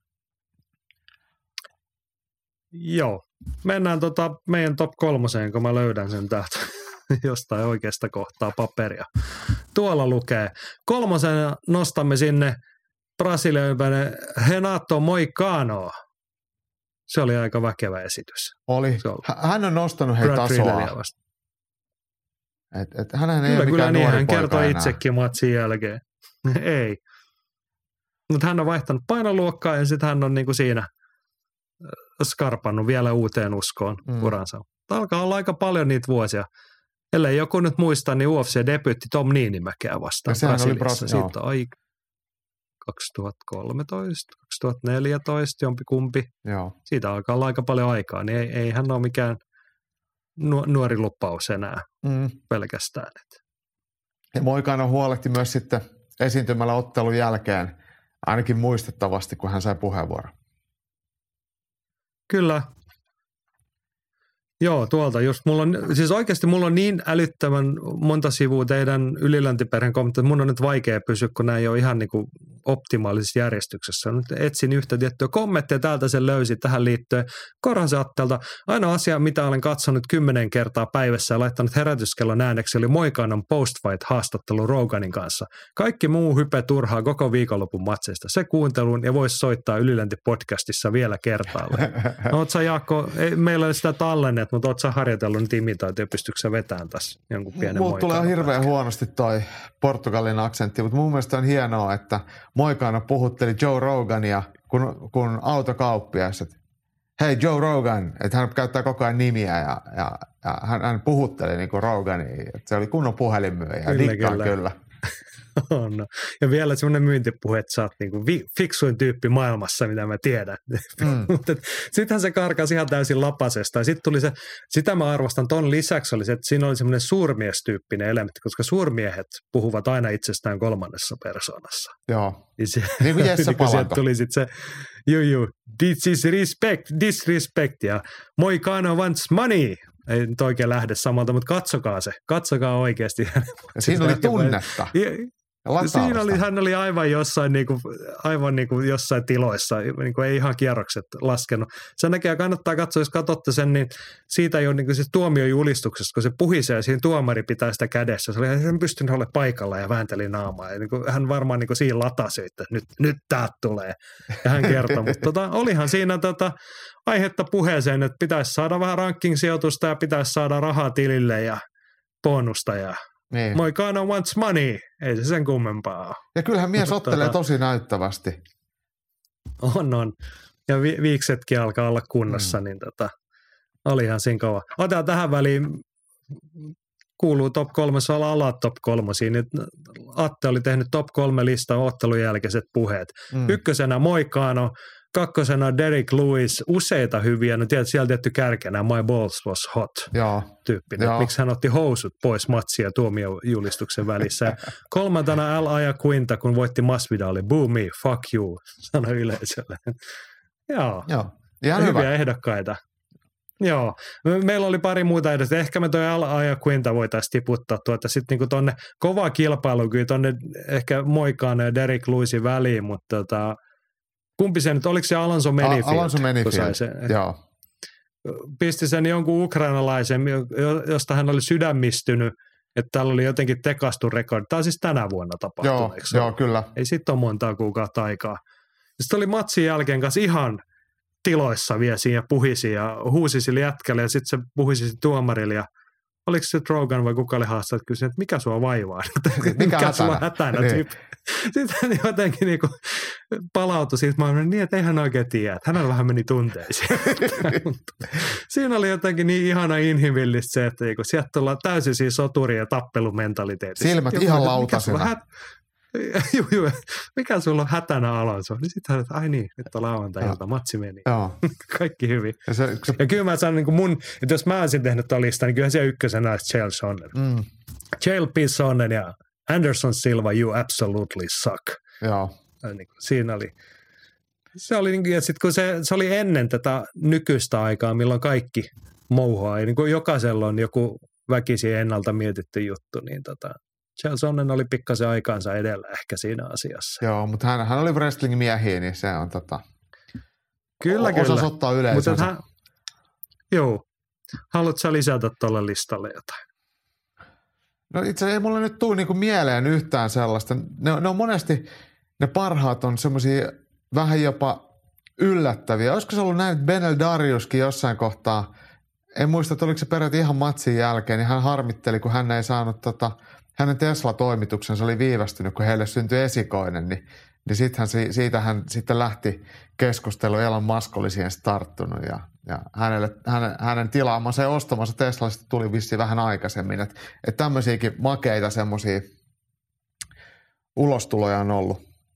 Joo, mennään tota meidän top kolmoseen, kun mä löydän sen täältä jostain oikeasta kohtaa paperia. Tuolla lukee. Kolmosena nostamme sinne brasilialainen Renato Moicano. Se oli aika väkevä esitys. Oli. Hän on nostanut hei tasoa. Et, et hänhän ei kyllä, ole kyllä mikään niin, nuori hän poika kertoi enää. itsekin matsin jälkeen. Ei. Mutta hän on vaihtanut painoluokkaa ja sitten hän on niinku siinä skarpannut vielä uuteen uskoon mm. uransa. Alkaa olla aika paljon niitä vuosia. Ellei joku nyt muista, niin U F C-debyytti Tom Niinimäkeä vastaan Brasiliassa. Siitä ai kaksituhattakolmetoista, kaksituhattaneljätoista, jompikumpi. Joo. Siitä alkaa olla aika paljon aikaa, niin ei, ei hän ole mikään nuori lupaus enää mm. pelkästään. Ja Moicano huolehti myös sitten esiintymällä ottelun jälkeen, ainakin muistettavasti, kun hän sai puheenvuoron. Kyllä. Joo, tuolta just mulla on, siis oikeasti mulla on niin älyttömän monta sivua teidän yliläntiperheen kommentteja, että mun on nyt vaikea pysyä, kun nämä ei ole ihan niin kuin optimaalisessa järjestyksessä. Nyt etsin yhtä tiettyä kommentteja, täältä sen löysin tähän liittyen. Korhosen Attelta, aina asia, mitä olen katsonut kymmenen kertaa päivässä ja laittanut herätyskellon ääneksi, oli Moicanon post-fight-haastattelu Roganin kanssa. Kaikki muu hype turhaa koko viikonlopun matseista. Se kuunteluun ja voisi soittaa Ylilänti-podcastissa vielä kertaalleen. No oot sä Jaakko, ei, meillä ei sitä tallennet, mutta oot sä harjoitellut nyt imitaatio, pystytkö sä vetämään tässä jonkun pienen Mulla tulee hirveän pätkän. huonosti toi Portugalin aksentti, mutta mun mielestä on hienoa, että Moicano puhutteli Joe Rogania, kun, kun autokauppias, että hei Joe Rogan, että hän käyttää koko ajan nimiä ja, ja, ja hän, hän puhutteli niin kuin Rogania, että se oli kunnon puhelinmyyjä. Kyllä, Dikkaan kyllä. kyllä. On. Ja vielä semmoinen myyntipuhe, että sä oot niinku vi- fiksuin tyyppi maailmassa, mitä mä tiedän. Mm. Mutta sittenhän se karkasi ihan täysin lapasesta. Ja sitten tuli se, sitä mä arvostan ton lisäksi oli se, että siinä oli semmoinen suurmiestyyppinen elementti, koska suurmiehet puhuvat aina itsestään kolmannessa persoonassa. Joo. Ja se, niin kuin Jesse Palanto. tuli sitten se, juu juu, this is respect, disrespect ja Moicano wants money. Ei nyt oikein lähde samalta, mutta katsokaa se. Katsokaa oikeasti. Ja siinä oli tunnetta. Siinä oli, hän oli aivan jossain, niin kuin, aivan niin kuin jossain tiloissa, niin kuin ei ihan kierrokset laskenut. Sen näkee, kannattaa katsoa, jos katsotte sen, niin siitä ei ole niin kuin siis tuomiojulistuksesta, kun se puhisee ja siinä tuomari pitää sitä kädessä. Se oli, hän pystynyt olla paikalla ja väänteli naamaa. Ja niin kuin, hän varmaan niin kuin siinä latasi, että nyt, nyt täältä tulee. Ja hän kertoi, mutta tota, olihan siinä tota, aihetta puheeseen, että pitäisi saada vähän ranking-sijoitusta ja pitäisi saada rahaa tilille ja bonusta ja niin. Moicano wants money. Ei se sen kummempaa. Ja kyllähän mies ottelee tosi näyttävästi. On, on. Ja vi- viiksetkin alkaa olla kunnossa, mm. niin tota, olihan siinä kova. Otetaan tähän väliin, kuuluu top kolmessa olla ala top kolmosiin. Nyt Atte oli tehnyt top kolme listan ottelun jälkeiset puheet. Mm. Ykkösenä Moicano, kakkosena Derek Lewis, useita hyviä, no tiedät, siellä tietty kärkenä My Balls Was Hot tyyppinen. Miksi hän otti housut pois matsia tuomiojulistuksen välissä. Ja kolmantena Al Iaquinta, kun voitti Masvidalin, boo me, fuck you, sanoi yleisölle. Joo, Joo. Ihan hyviä hyvä. Ehdokkaita. Joo, meillä oli pari muuta edes. Ehkä me toi Al Iaquinta voitaisiin tiputtaa tuota sitten niinku tonne kova kilpailu kyllä tonne ehkä Moicano ja Derek Lewisin väliin, mutta tota, kumpi se nyt, oliko se Alonso Menifield? Alonso Menifield, se, joo. Pisti sen jonkun ukrainalaisen, josta hän oli sydämistynyt, että täällä oli jotenkin tekastu rekordi. Tämä on siis tänä vuonna tapahtunut, eikö Joo, joo kyllä. Ei sitten ole montaa kuukautta aikaa. Sitten oli matsin jälkeen kanssa ihan tiloissa vielä siinä puhisi ja huusi sille jätkälle ja sitten se puhisi tuomarille ja oliko se Rogan vai kuka oli haastaa, että kysyi, että mikä sua vaivaa? Mikä, mikä hätänä? sulla hätänä? Niin. Sitten jotenkin niin palautui siitä, mä olin niin, että eihän oikein tiedä, että hänellä vähän meni tunteisiin. Siinä oli jotenkin niin ihana inhimillistä se, että niinku, sieltä tullaan täysin siinä soturi- ja tappelumentaliteetissa. Silmät joku, ihan että lautasina. Hät... Juu, juu, mikä sulla on hätänä Alonso? Niin sitten hän, että ai niin, nyt on lauantai-ilta, matsi meni. Joo. Kaikki hyvin. Ja, se, se... ja kyllä mä sanon niin kuin mun, että jos mä olisin tehnyt tuon listan, niin kyllähän siellä ykkösenä olisi Chael Sonnen. Mm. Chael P. Sonnen ja Anderson Silva, you absolutely suck. Joo. Niin kuin, siinä oli. Se oli, niin kuin, ja sitten kun se, se oli ennen tätä nykyistä aikaa, milloin kaikki mouhoaa, ja niin kuin jokaisella on joku väkisin ennalta mietitty juttu, niin tota, Chael Sonnen oli pikkasen aikaansa edellä ehkä siinä asiassa. Joo, mutta hän, hän oli wrestling-miehiä, niin se on tota, kyllä, osasi kyllä. ottaa yleisönsä. Hän, joo. Haluatko sä lisätä tuolle listalle jotain? No itse ei mulle nyt tule niinku mieleen yhtään sellaista. Ne, ne on monesti, ne parhaat on semmoisia vähän jopa yllättäviä. Olisiko se ollut näin, että Benel Dariuskin jossain kohtaa, en muista, että oliko se peräti ihan matsin jälkeen, niin hän harmitteli, kun hän ei saanut tota, hänen Tesla-toimituksensa oli viivästynyt, kun heille syntyi esikoinen, niin, niin sittenhän, siitä hän sitten lähti keskustelu, Elon Musk oli siihen starttunut ja, ja hänelle, hänen, hänen tilaamansa ja ostamansa Tesla tuli vissiin vähän aikaisemmin, että et tämmöisiäkin makeita semmoisia ulostuloja on ollut.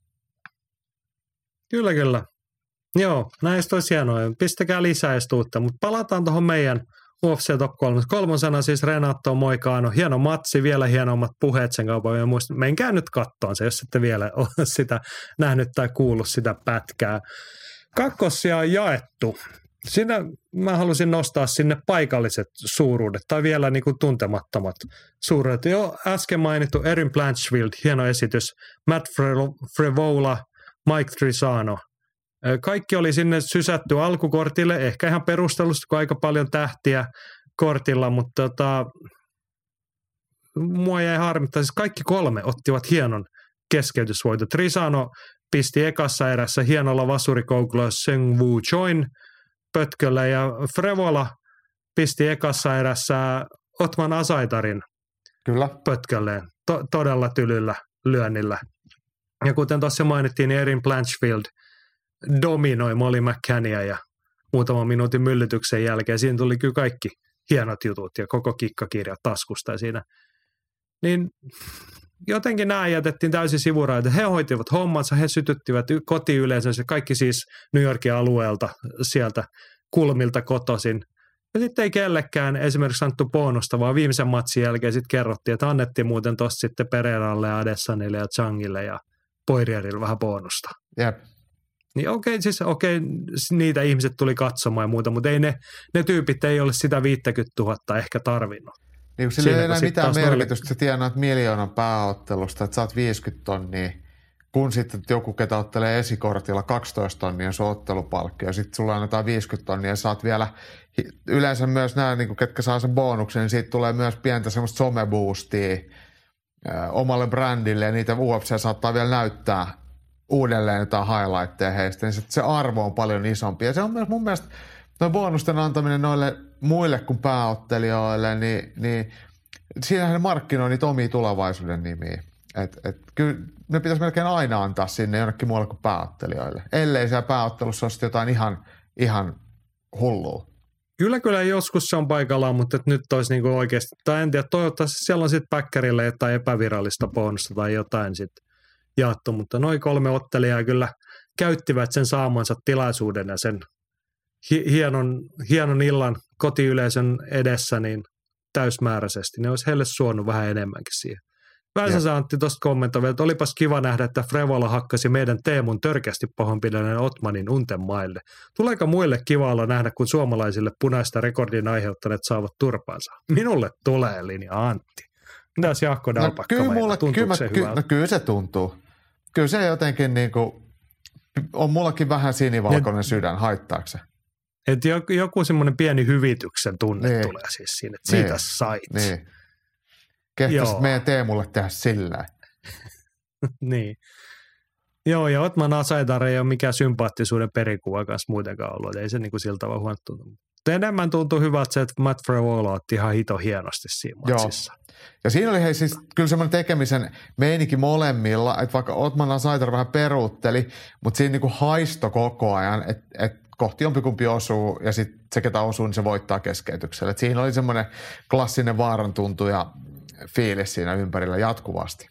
Kyllä, kyllä. Joo, näistä olisi hienoa. Pistäkää lisää uutta, mutta palataan tuohon meidän U F C Top kolme. Kolmosena siis Renato Moicano. Hieno matsi, vielä hienommat puheet sen kaupan. Menkää nyt kattoon se, jos ette vielä ole sitä nähnyt tai kuullut sitä pätkää. Kakkosia on jaettu. Siinä mä halusin nostaa sinne paikalliset suuruudet tai vielä niin kuin tuntemattomat suuruudet. Jo äsken mainittu Erin Blanchfield, hieno esitys. Matt Frevola, Mike Trisano. Kaikki oli sinne sysätty alkukortille, ehkä ihan perustelusta, kun aika paljon tähtiä kortilla, mutta tota, mua jäi harmittaa. Siis kaikki kolme ottivat hienon keskeytysvoiton. Trisano pisti ekassa erässä hienolla vasurikoukulla Seung-Woo Choin pötköllä ja Frevola pisti ekassa erässä Otman Asaitarin Kyllä. pötkölleen to- todella tylyllä lyönnillä. Ja kuten tuossa mainittiin, niin Erin Blanchfield dominoi Molly McCannia ja muutaman minuutin myllytyksen jälkeen. Siinä tuli kyllä kaikki hienot jutut ja koko kikkakirja taskusta ja siinä. Niin jotenkin nämä jätettiin täysin sivuraita. He hoitivat hommansa, he sytyttivät kotiyleisönsä, kaikki siis New Yorkin alueelta sieltä kulmilta kotoisin. Ja sitten ei kellekään esimerkiksi annettu bonusta, vaan viimeisen matsin jälkeen sitten kerrottiin, että annettiin muuten tuosta sitten Pereiralle ja Adesanille ja Changille ja Poirierille vähän bonusta. Jep. Niin okei, siis okei, niitä ihmiset tuli katsomaan ja muuta, mutta ei ne, ne tyypit ei ole sitä viisikymmentätuhatta ehkä tarvinnut. Niin sillä ei enää mitään merkitystä, että tienaat miljoonan pääottelusta, että saat viisikymmentä tonnia, kun sitten joku, ketä ottelee esikortilla kaksitoista tonnia sun ottelupalkki, ja sitten sulla annetaan viisikymmentä tonnia, ja saat vielä, yleensä myös nämä, niin ketkä saa sen bonuksen, niin siitä tulee myös pientä semmoista someboostia omalle brändille, ja niitä U F C saattaa vielä näyttää uudelleen jotain highlightteja heistä, niin se arvo on paljon isompi. Ja se on myös mun mielestä noin bonusten antaminen noille muille kuin pääottelijoille, niin, niin siinähän ne markkinoi niitä omia tulevaisuuden nimiä. Et, et, kyllä ne pitäisi melkein aina antaa sinne jonnekin muualle kuin pääottelijoille. Ellei siellä pääottelussa ole jotain ihan, ihan hullua. Kyllä, kyllä joskus se on paikallaan, mutta nyt olisi niin oikeasti, tai en tiedä, toivottavasti siellä on sitten päkkärille jotain epävirallista bonusta tai jotain sitten jaettu, mutta noin kolme ottelijaa kyllä käyttivät sen saamansa tilaisuuden ja sen hi- hienon, hienon illan kotiyleisön edessä niin täysmääräisesti. Ne olisi heille suonut vähän enemmänkin siihen. Väisänsä Antti tuosta kommentoi, että olipas kiva nähdä, että Frevola hakkasi meidän Teemun törkeästi pahoinpidellinen Otmanin Untenmaille. Tuleeko muille kiva olla nähdä, kun suomalaisille punaista rekordin aiheuttaneet saavat turpaansa? Minulle tulee, linja Antti. Mitäs Jaakko Dalpakka? No, kyllä, mulle, kyllä, mä, ky, no, kyllä se tuntuu. Kyllä se jotenkin niin kuin, on mullakin vähän sinivalkoinen et, sydän, haittaako se? Että joku, joku semmoinen pieni hyvityksen tunne niin. tulee siis siinä, että siitä niin. sait. Niin. Kehtäisit meidän Teemulle tehdä sillä. Niin. Joo, ja Otman Asaitar ei ole mikään sympaattisuuden perikuva kanssa muutenkaan ollut. Ei se niin kuin siltä vaan huono tuntunut. enemmän tuntui hyvältä se, että Matt Frevola otti ihan hito hienosti siinä matsissa. Joo. Ja siinä oli hei siis kyllä semmoinen tekemisen meininki molemmilla, että vaikka Otman Saitar vähän peruutteli, mutta siinä niinku haisto koko ajan, että et kohti jompikumpi osuu ja sitten se, ketä osuu, niin se voittaa keskeytyksellä. Et siinä oli semmoinen klassinen vaaran tuntu ja fiilis siinä ympärillä jatkuvasti.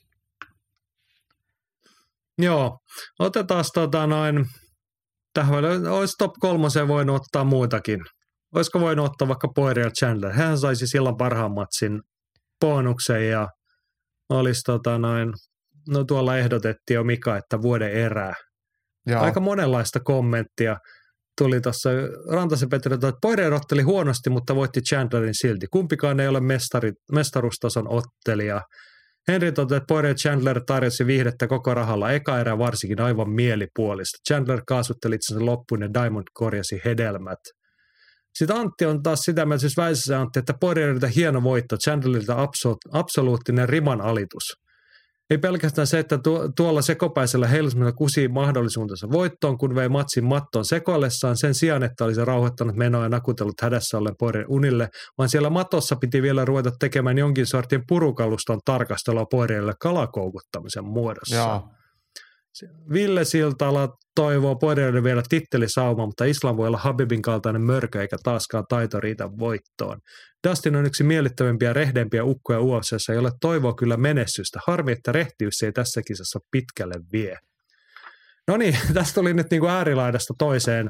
Joo, otetaan tota noin, tähän olisi top kolmoseen voinut ottaa muutakin. Olisiko voinut ottaa vaikka Poirier Chandler? Hän saisi silloin parhaan matsin bonuksen ja olisi tota noin, no tuolla ehdotettiin jo Mika, että vuoden erää. Joo. Aika monenlaista kommenttia tuli tuossa. Rantasen Petri, että Poirier otteli huonosti, mutta voitti Chandlerin silti. Kumpikaan ei ole mestari, mestaruustason ottelija. Henry totesi, että Poirier Chandler tarjosi viihdettä koko rahalla. Eka erä varsinkin aivan mielipuolista. Chandler kaasutteli itsensä loppuun ja Diamond korjasi hedelmät. Sitten Antti on taas sitä mieltä, siis Väisässä Antti, että Poirierilta hieno voitto, Chandlerilta absoluuttinen riman alitus. Ei pelkästään se, että tuolla sekopäisellä Hellsmanilla kusi mahdollisuutensa voittoon, kun vei matsin mattoon sekoillessaan sen sijaan, että olisi rauhoittanut menoa ja nakutellut hädässä ollen Poirierin unille, vaan siellä matossa piti vielä ruveta tekemään jonkin sortin purukaluston tarkastelua Poirierille kalakoukuttamisen muodossa. Joo. Ville Siltala toivoo Poirierille vielä tittelisauma, mutta Islam voi olla Habibin kaltainen mörkö eikä taaskaan taito riitä voittoon. Dustin on yksi miellyttävimpiä ja rehdempiä ukkoja U F C:ssä, jolle toivoo kyllä menestystä. Harmi, että rehtiys ei tässä kisassa pitkälle vie. No niin, tästä tuli nyt niinku äärilaidasta toiseen.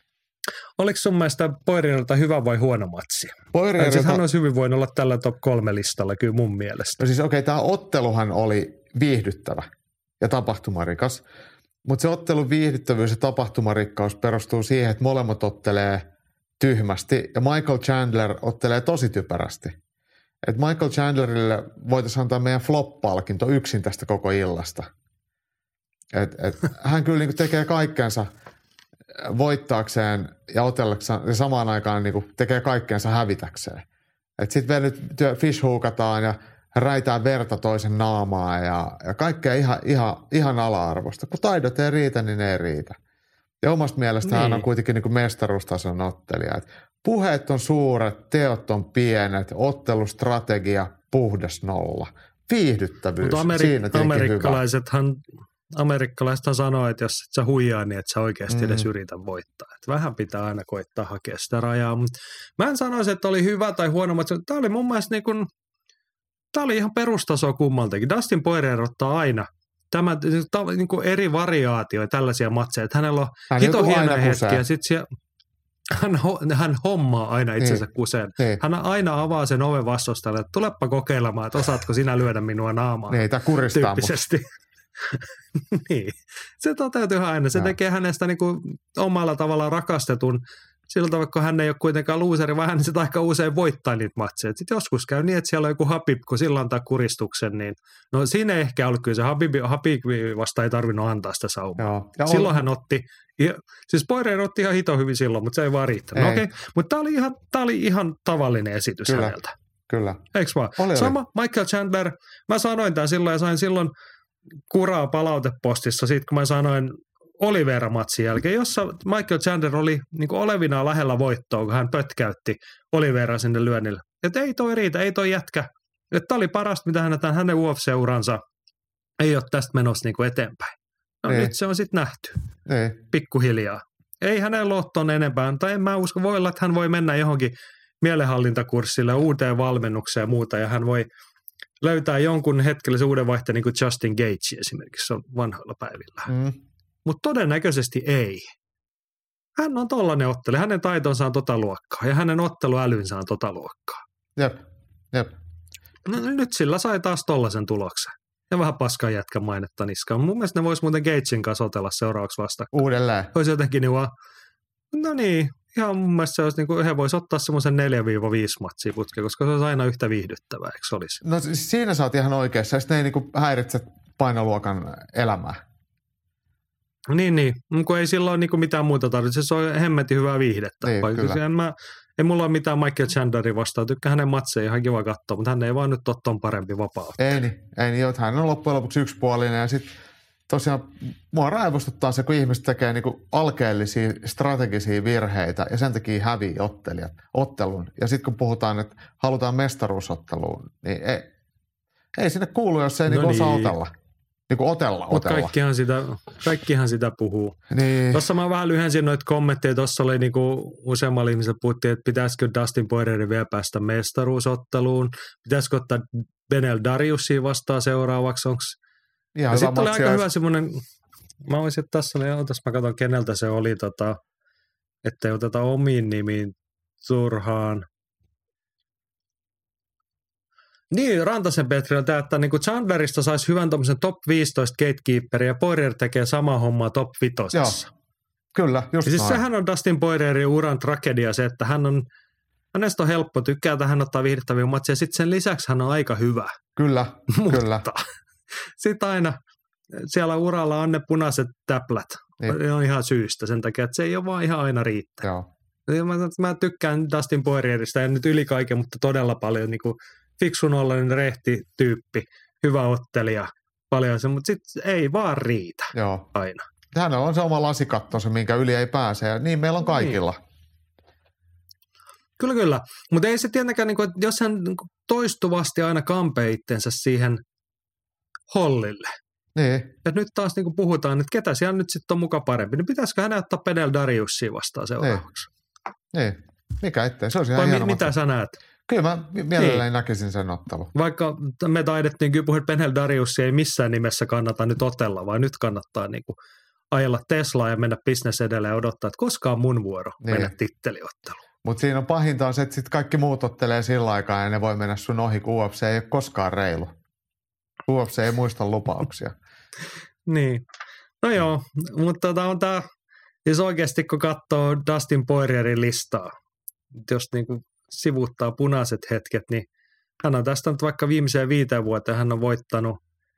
Oliko sun mielestä Poirierilta hyvä vai huono matsi? Poirierilta... Siis hän olisi hyvin voinut olla tällä top kolme listalla kyllä mun mielestä. No siis okei, okay, tämä otteluhan oli viihdyttävä ja tapahtumarikas, mutta se ottelun viihdyttävyys ja tapahtumarikkaus perustuu siihen, että molemmat ottelee tyhmästi ja Michael Chandler ottelee tosi typerästi. Et Michael Chandlerille voitaisiin antaa meidän flop-palkinto yksin tästä koko illasta. Et, et, hän kyllä niinku tekee kaikkeensa voittaakseen ja otellakseen ja samaan aikaan niinku tekee kaikkeensa hävitäkseen. Sitten vielä nyt fishhookataan ja räitään verta toisen naamaa ja, ja kaikkea ihan, ihan, ihan ala-arvosta. Kun taidot ei riitä, niin ne ei riitä. Ja omasta mielestä niin. Hän on kuitenkin niin kuin mestaruustason ottelija. Et puheet on suuret, teot on pienet, ottelustrategia puhdas nolla. Viihdyttävyys, Ameri- siinä amerikkalaisethan, amerikkalaisethan sanoo, että jos et sä huijaa, niin et sä oikeasti mm. edes yritä voittaa. Et vähän pitää aina koittaa hakea sitä rajaa. Mut mä en sanoisi, että oli hyvä tai huono, mutta tämä oli mun mielestä niin kuin, tämä oli ihan perustasoa kummaltakin. Dustin Poirier ottaa aina tämä, niin kuin eri variaatioita, tällaisia matseja, että hänellä on hän hito hienoja hetkiä, sitten hän, hän hommaa aina itsensä niin. kuseen. Niin. Hän aina avaa sen oven vastustajalle, että tulepa kokeilemaan, että osaatko sinä lyödä minua naamaan. Niin, tämä kuristaa tyyppisesti. Niin, se toteutuu aina. Se ja. tekee hänestä niin kuin omalla tavallaan rakastetun, siltä vaikka hän ei ole kuitenkaan luuseri, vaan hän sitten aika usein voittaa niitä matseja. Sitten joskus käy niin, että siellä on joku Habib, kun sillä antaa kuristuksen, niin no siinä ei ehkä ollut kyllä se Habib, Habib vasta ei tarvinnut antaa sitä saumaa. Silloin on... hän otti, siis Poirier otti ihan hito hyvin silloin, mutta se ei vaan riittänyt. No, okei, okay. Mutta tämä oli, ihan, oli ihan tavallinen esitys kyllä, häneltä. Kyllä. Eikö vaan? Oli, Sama oli. Michael Chandler, mä sanoin tämän silloin ja sain silloin kuraa palautepostissa siitä, kun mä sanoin Oliveira-matsin jälkeen, jossa Michael Chandler oli niin kuin olevinaan lähellä voittoa, kun hän pötkäytti Oliveira sinne lyönnille. Että ei toi riitä, ei toi jätkä. Että tämä oli parasta, mitä hän tämän hänen U F C-uransa ei ole tästä menossa niin kuin eteenpäin. No ei. Nyt se on sitten nähty. Ei. Pikkuhiljaa. Ei hänellä ole tuonne enempää, tai en mä usko, voi olla, että hän voi mennä johonkin mielenhallintakurssille, uuteen valmennukseen ja muuta, ja hän voi löytää jonkun hetkellisen uuden vaihteen, niin kuin Justin Gage esimerkiksi on vanhoilla päivillä. Mm. Mutta todennäköisesti ei. Hän on tollainen ottelija. Hänen taitonsa on tota luokkaa ja hänen otteluälynsä on tota luokkaa. Jep, jep. No, nyt sillä sai taas tollaisen tuloksen. Ja vähän paskan jätkän mainetta niskaan. Mun mielestä ne vois muuten Gagein kanssa otella seuraavaksi vastakkain. Uudelleen. Olisi jotenkin niin vaan, no niin, ihan mun mielestä se olisi niin kuin, he vois ottaa semmoisen neljä viisi matsia putkeen, koska se olisi aina yhtä viihdyttävää, eikö se olisi? No siinä sä oot ihan oikeassa. Ja sitten ne ei niin kuin häiritse painoluokan elämää. Niin, niin. Kun ei sillä ole niin mitään muuta tarvitse. Se on hemmetin hyvää viihdettä. Niin, en mä, ei mulla ole mitään Michael Chandlerin vastaan. Tykkää hänen matseja, ihan kiva katsoa, mutta hän ei vaan nyt ole ton parempi vapaa. Ei niin, ei niin. Hän on loppujen lopuksi yksipuolinen ja sitten tosiaan mua raivostuttaa se, kun ihmiset tekee niinku alkeellisia strategisia virheitä ja sen takia hävii ottelijat, ottelun. Ja sitten kun puhutaan, että halutaan mestaruusotteluun, niin ei, ei sinne kuulu, jos ei no niinku niin. osaa otella. Niinku otella, Mutta otella. kaikkihan sitä, kaikkihan sitä puhuu. Niin. Tuossa mä vähän lyhensin noita kommentteja. Tuossa oli niinku useammalla ihmisellä puhuttiin, että pitäisikö Dustin Poirierin vielä päästä mestaruusotteluun. Pitäisikö ottaa Benel Dariusia vastaan seuraavaksi. Onks... Ja sitten oli aika hyvä semmoinen, mä voisin, että tässä oli, otas mä katson keneltä se oli, tota, ettei oteta omiin nimiin turhaan. Niin, Rantasen Petriltä, että niin kuin Chandlerista saisi hyvän tommosen top viisitoista gatekeeperia ja Poirier tekee samaa hommaa top vitosessa. Joo, kyllä, just ja siis noin. sehän on Dustin Poirierin uran tragedia se, että hän on, hänestä on helppo, tykkää tähän ottaa viihdyttäviä matseja, ja sitten sen lisäksi hän on aika hyvä. Kyllä, Mutta kyllä. sitten aina siellä uralla on ne punaiset täplät. Niin. Ne on ihan syystä sen takia, että se ei ole vaan ihan aina riittää. Joo. Mä, mä tykkään Dustin Poirierista ja nyt yli kaiken, mutta todella paljon niin kuin fiksun ollainen rehti tyyppi, hyvä ottelija, paljon se, mutta sitten ei vaan riitä Joo. aina. Hänellä on se oma lasikattonsa, minkä yli ei pääse ja niin meillä on kaikilla. Niin. Kyllä, kyllä. Mutta ei se tietenkään, niin kuin, että jos hän toistuvasti aina kampee itsensä siihen hollille. Niin. Ja nyt taas niin kuin puhutaan, että ketä siellä nyt sitten on muka parempi, niin pitäisikö hän ottaa Benel Dariusia vastaan seuraavaksi? Niin. niin. Mikä ettei? Se olisi ihan Vai hieno mi- mitä matsi. sä näet? Kyllä mä mielelläni niin. näkisin sen ottelun. Vaikka me taidettiin kyllä puhua, että Benel Dariusia ei missään nimessä kannata nyt otella, vaan nyt kannattaa niin kuin ajella Teslaa ja mennä business edelle ja odottaa, että koska on mun vuoro niin. mennä titteliotteluun. Mutta siinä on pahinta on se, että sitten kaikki muut ottelee sillä aikaa ja ne voi mennä sun ohi, kun U F C ei ole koskaan reilu. U F C ei muista lupauksia. Niin. No joo, mutta tota on tämä, jos oikeasti kun katsoo Dustin Poirierin listaa, jos niinku sivuuttaa punaiset hetket, niin hän on tästä nyt vaikka viimeiseen viiteen vuoteen, hän on voittanut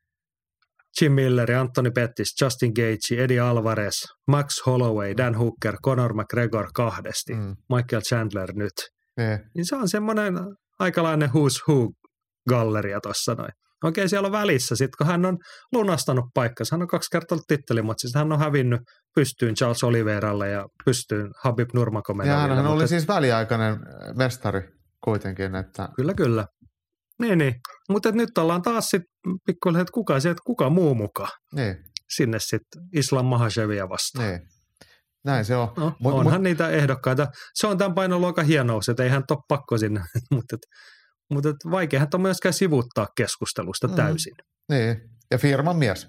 Jim Miller, Anthony Pettis, Justin Gaethje, Eddie Alvarez, Max Holloway, Dan Hooker, Conor McGregor kahdesti, mm. Michael Chandler nyt. Ne. Niin se on semmoinen aikalainen who's who-galleria tuossa noin. Okei, siellä on välissä, sitten kun hän on lunastanut paikkansa, hän on kaksi kertaa ollut tittelimatsissa, hän on hävinnyt pystyyn Charles Oliveiralle ja pystyyn Habib Nurmagomedoville. Ja hän oli siis väliaikainen mestari kuitenkin. Että... Kyllä, kyllä. Niin, niin. Mutta nyt ollaan taas sitten pikkuhiljaa, että kuka, sieltä, kuka muu mukaan niin. sinne sitten Islam Mahashevia vastaan. Niin. Näin se on. No, mut, onhan mut... niitä ehdokkaita. Se on tämän painoluokan hienous, että eihän ole pakko sinne, mutta Mutta vaikeahan on myöskään sivuuttaa keskustelusta mm. täysin. Niin, ja firman mies.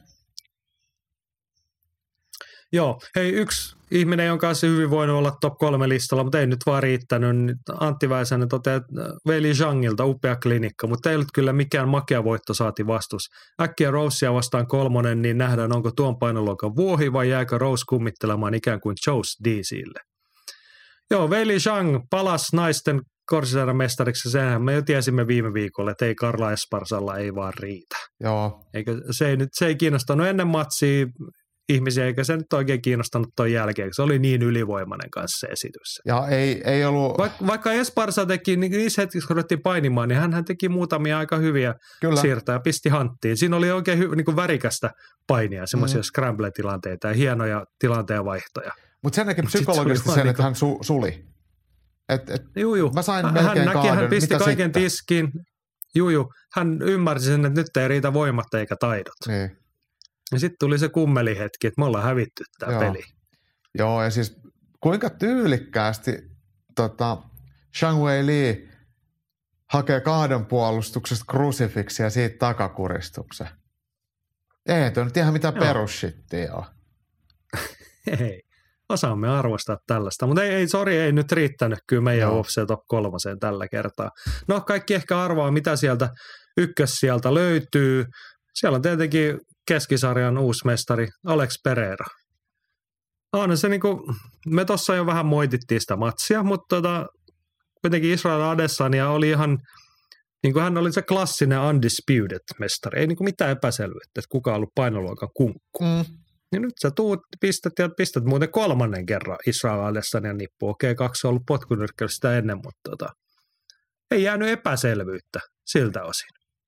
Joo, hei yksi ihminen, jonka kanssa hyvin voinut olla top kolme listalla, mutta ei nyt vaan riittänyt. Antti Väisänen toteaa, että Weili Zhangilta upea klinikka, mutta ei ollut kyllä mikään makea voitto saati vastus. Äkkiä Rosea vastaan kolmonen, niin nähdään onko tuon painoluokan vuohi vai jääkö Rose kummittelemaan ikään kuin Joe's D C:lle. Joo, Weili Zhang palasi naisten Korsisaaren mestariksi, senhän me jo tiesimme viime viikolla, että ei Karla Esparsalla ei vaan riitä. Joo. Eikä, se, ei nyt, se ei kiinnostanut ennen matsia ihmisiä, eikä se nyt oikein kiinnostanut tuon jälkeen, se oli niin ylivoimainen kanssa se esitys. Ja ei, ei ollut... Vaik, vaikka Esparsa teki, niin niissä hetkissä, kun ruvettiin painimaan, niin hän teki muutamia aika hyviä Kyllä. siirtoja ja pisti hanttiin. Siinä oli oikein hy, niin kuin värikästä painia, semmoisia mm. scramble-tilanteita ja hienoja tilanteenvaihtoja. Mutta sen näki psykologisesti sen, että hän su, suli. Et, et juu, juu. Mä sain hän melkein näki, kaadon. hän pisti Mitä kaiken sitten? tiskiin. Juu, juu. Hän ymmärsi sen, että nyt ei riitä voimat eikä taidot. Niin. Ja sitten tuli se kummelihetki, että me ollaan hävitty tämä peli. Joo, ja siis kuinka tyylikkäästi tota, Zhang Weili hakee kaadon puolustuksesta krusifiksi ja siitä takakuristuksen. Ei toi nyt ihan mitään perusshittia ole. Ei. Osaamme arvostaa tällaista, mutta ei, ei sori, ei nyt riittänyt kyllä meidän Joo. U F C Top kolmoseen tällä kertaa. No kaikki ehkä arvaa, mitä sieltä ykkös sieltä löytyy. Siellä on tietenkin keskisarjan uusi mestari Alex Pereira. On se niin kuin, me tuossa jo vähän moitittiin sitä matsia, mutta tota, kuitenkin Israel Adesanya oli ihan, niin kuin hän oli se klassinen undisputed mestari. Ei niin kuin mitään epäselvyyttä, että kuka on ollut painoluokan kunkku. Mm. Niin nyt sä tuut, pistät ja pistät muuten kolmannen kerran Israel Adesanyan nippuun. Okei, kaksi on ollut potkunyrkkäys sitä ennen, mutta tota, ei jäänyt epäselvyyttä siltä osin.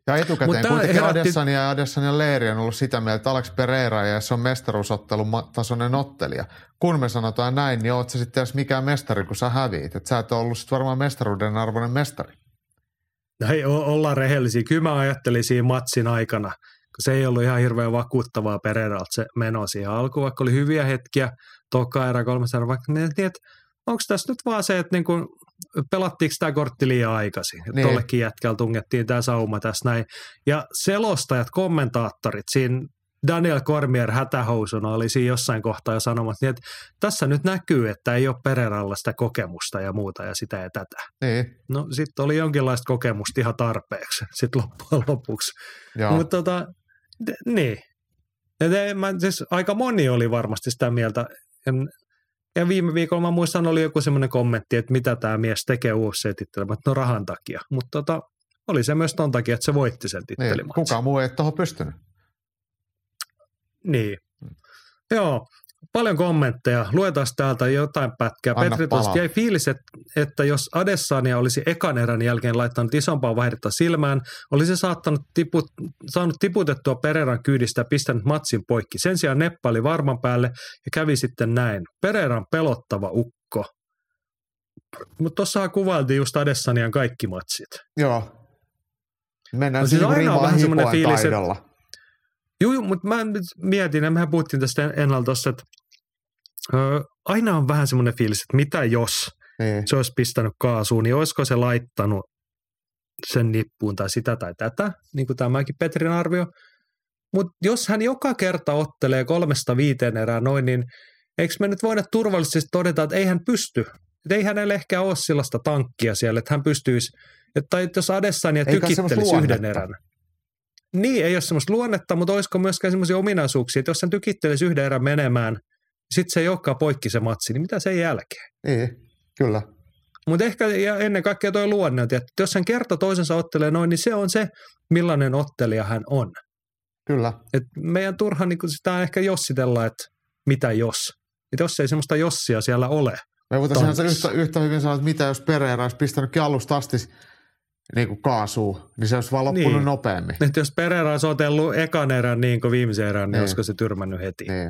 Ja etukäteen Mutta kuitenkin herätti... Adesanya ja Adesanya leiri on ollut sitä mieltä, että Alex Pereira ja se on mestaruusottelun tasoinen ottelija. Kun me sanotaan näin, niin oot sä sitten edes mikään mestari, kun sä häviit. Että sä et ole ollut sitten varmaan mestaruuden arvoinen mestari. No ei, ollaan rehellisiä. Kyllä mä ajattelin siinä matsin aikana, kun se ei ollut ihan hirveän vakuuttavaa Pereiralta se meno siihen alkuun, vaikka oli hyviä hetkiä, toka erä, kolmas erä, vaikka niin, että onko tässä nyt vaan se, että niin kun, pelattiinko tämä kortti liian aikaisin, että niin. Tollekin jätkällä tungettiin tämä sauma tässä näin. Ja selostajat, kommentaattorit siinä Daniel Cormier hätähousuna oli siinä jossain kohtaa jo sanomassa, niin että tässä nyt näkyy, että ei ole Pereiralla sitä kokemusta ja muuta ja sitä ja tätä. Niin. No sitten oli jonkinlaista kokemusta ihan tarpeeksi sitten loppujen lopuksi. Mutta tota, d- niin. Et mä, siis aika moni oli varmasti sitä mieltä. Ja, ja viime viikolla mä muistan, oli joku semmoinen kommentti, että mitä tämä mies tekee U F C-tittelematta, no rahan takia. Mutta tota, oli se myös ton takia, että se voitti sen tittelimatsin. Niin, kukaan muu ei tuohon pystynyt. Niin. Hmm. Joo, paljon kommentteja. Luetaan täältä jotain pätkää. Anna Petri tuosta jäi fiilis, että, että jos Adesanya olisi ekan erän jälkeen laittanut isompaa vaihdetta silmään, olisi se saattanut tiput, saanut tiputettua Pereiran kyydistä ja pistänyt matsin poikki. Sen sijaan neppaili varman päälle ja kävi sitten näin. Pereiran pelottava ukko. Mutta tuossahan kuvailtiin just Adesanyan kaikki matsit. Joo. Mennään no, siis niin aina on vähän semmoinen fiilis, taidolla. että Joo, mutta mä mietin, ja mehän puhuttiin tästä ennalta tuossa, että ö, aina on vähän semmoinen fiilis, että mitä jos niin. se olisi pistänyt kaasuun, niin olisiko se laittanut sen nippuun tai sitä tai tätä, niin kuin tämäkin Petrin arvio. Mutta jos hän joka kerta ottelee kolmesta viiteen erää noin, niin eikö me nyt voida turvallisesti todeta, että ei hän pysty. Että ei hänellä ehkä ole sellaista tankkia siellä, että hän pystyisi, että, tai jos Adesanya tykittelisi yhden erän. Niin, ei ole semmoista luonnetta, mutta olisiko myöskään semmoisia ominaisuuksia, että jos sen tykittelisi yhden erän menemään, sitten se ei olekaan poikki se matsi, niin mitä sen jälkeen? Niin, kyllä. Mutta ehkä ja ennen kaikkea tuo luonne, että jos hän kerta toisensa ottelee noin, niin se on se, millainen ottelija hän on. Kyllä. Et meidän turha niin sitä ehkä jossitella, että mitä jos. Että jos ei semmoista jossia siellä ole. Me voitaisiin se yhtä, yhtä hyvin sanoa, että mitä jos Pereira olisi pistänytkin alusta asti niin kuin kaasuu, niin se olisi vaan loppunut niin. nopeammin. Että jos Pereira olisi otellut ekan erän niin kuin viimeisen erän, niin, niin olisiko se tyrmännyt heti. Niin.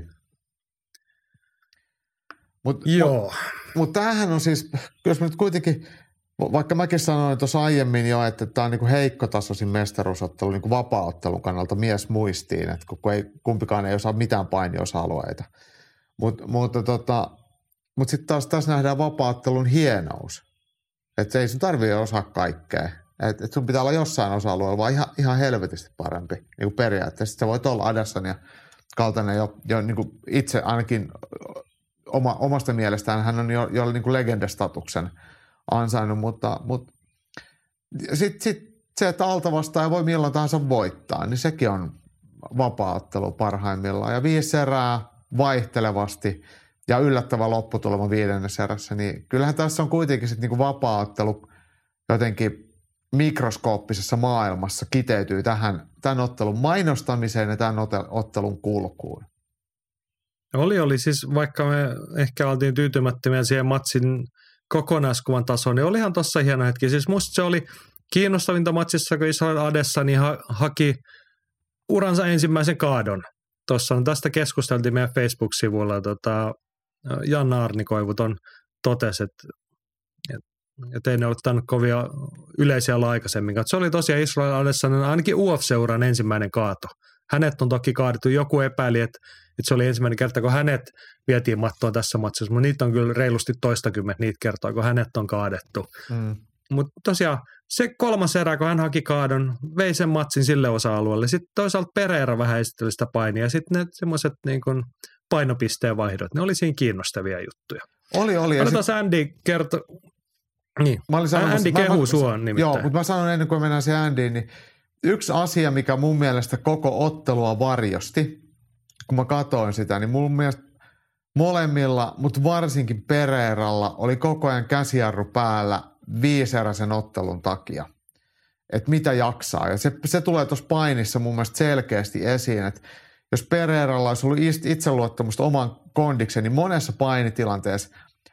Mutta mut, mut tämähän on siis, jos nyt kuitenkin, vaikka mäkin sanoin tuossa aiemmin jo, että tämä on niin kuin heikkotasoisin mestaruusottelu niin kuin vapaa-ottelun kannalta mies muistiin, että kun ei, kumpikaan ei osaa mitään painiosa-alueita. Mut, mutta tota, mut sitten taas tässä nähdään vapaa-ottelun hienous. Että ei sun tarvitse osaa kaikkea. Että et sun pitää olla jossain osa-alueella vaan ihan, ihan helvetisti parempi niin kuin periaatteessa. Sitten sä voit olla Adesanya kaltainen jo, jo niin kuin itse ainakin oma, omasta mielestään hän on jo, jo niin kuin legendastatuksen ansainnut, mutta, mutta sitten sit se, että altavastaaja voi milloin tahansa voittaa, niin sekin on vapaa-ottelu parhaimmillaan. Ja viisi erää vaihtelevasti ja yllättävä lopputulema viidennessä erässä, niin kyllähän tässä on kuitenkin sitten niin kuin vapaa-ottelu jotenkin mikroskooppisessa maailmassa kiteytyy tähän, tämän ottelun mainostamiseen ja tämän ottelun kulkuun. Oli, oli siis, vaikka me ehkä oltiin tyytymättömiä siihen matsin kokonaiskuvan tasoon, niin olihan tuossa hieno hetki. Siis musta se oli kiinnostavinta matsissa, kun Israel Adesanya ha- haki uransa ensimmäisen kaadon. Tuossa on tästä keskusteltiin meidän Facebook-sivuilla. Tota, Janna Arnikoivuton totesi, että, että ei ne ollut tainnut kovia yleisiä olla aikaisemmin. Se oli tosiaan Israel Adesanya ainakin U F C-uran ensimmäinen kaato. Hänet on toki kaadettu. Joku epäili, että, että se oli ensimmäinen kerta, kun hänet vietiin mattoon tässä matsissa. Mutta niitä on kyllä reilusti toistakymmentä niitä kertaa, kun hänet on kaadettu. Mm. Mutta tosiaan se kolmas erä, kun hän haki kaadon, vei sen matsin sille osa-alueelle. Sitten toisaalta Pereira vähän esitteli sitä painia. Ja sitten ne semmoiset niin kuin painopisteen vaihdot, ne oli siinä kiinnostavia juttuja. Oli, oli. Otetaan sit... Andy kertoo. Niin, Andy kehuu sua nimittäin. Joo, mutta mä sanon ennen kuin mennään siihen Andyin, niin yksi asia, mikä mun mielestä koko ottelua varjosti, kun mä katsoin sitä, niin mun mielestä molemmilla, mutta varsinkin Pereiralla oli koko ajan käsijarru päällä viiseräisen ottelun takia. Että mitä jaksaa. Ja se, se tulee tuossa painissa mun mielestä selkeästi esiin, että jos Pereiralla olisi ollut itseluottamusta oman kondiksen, niin monessa painitilanteessa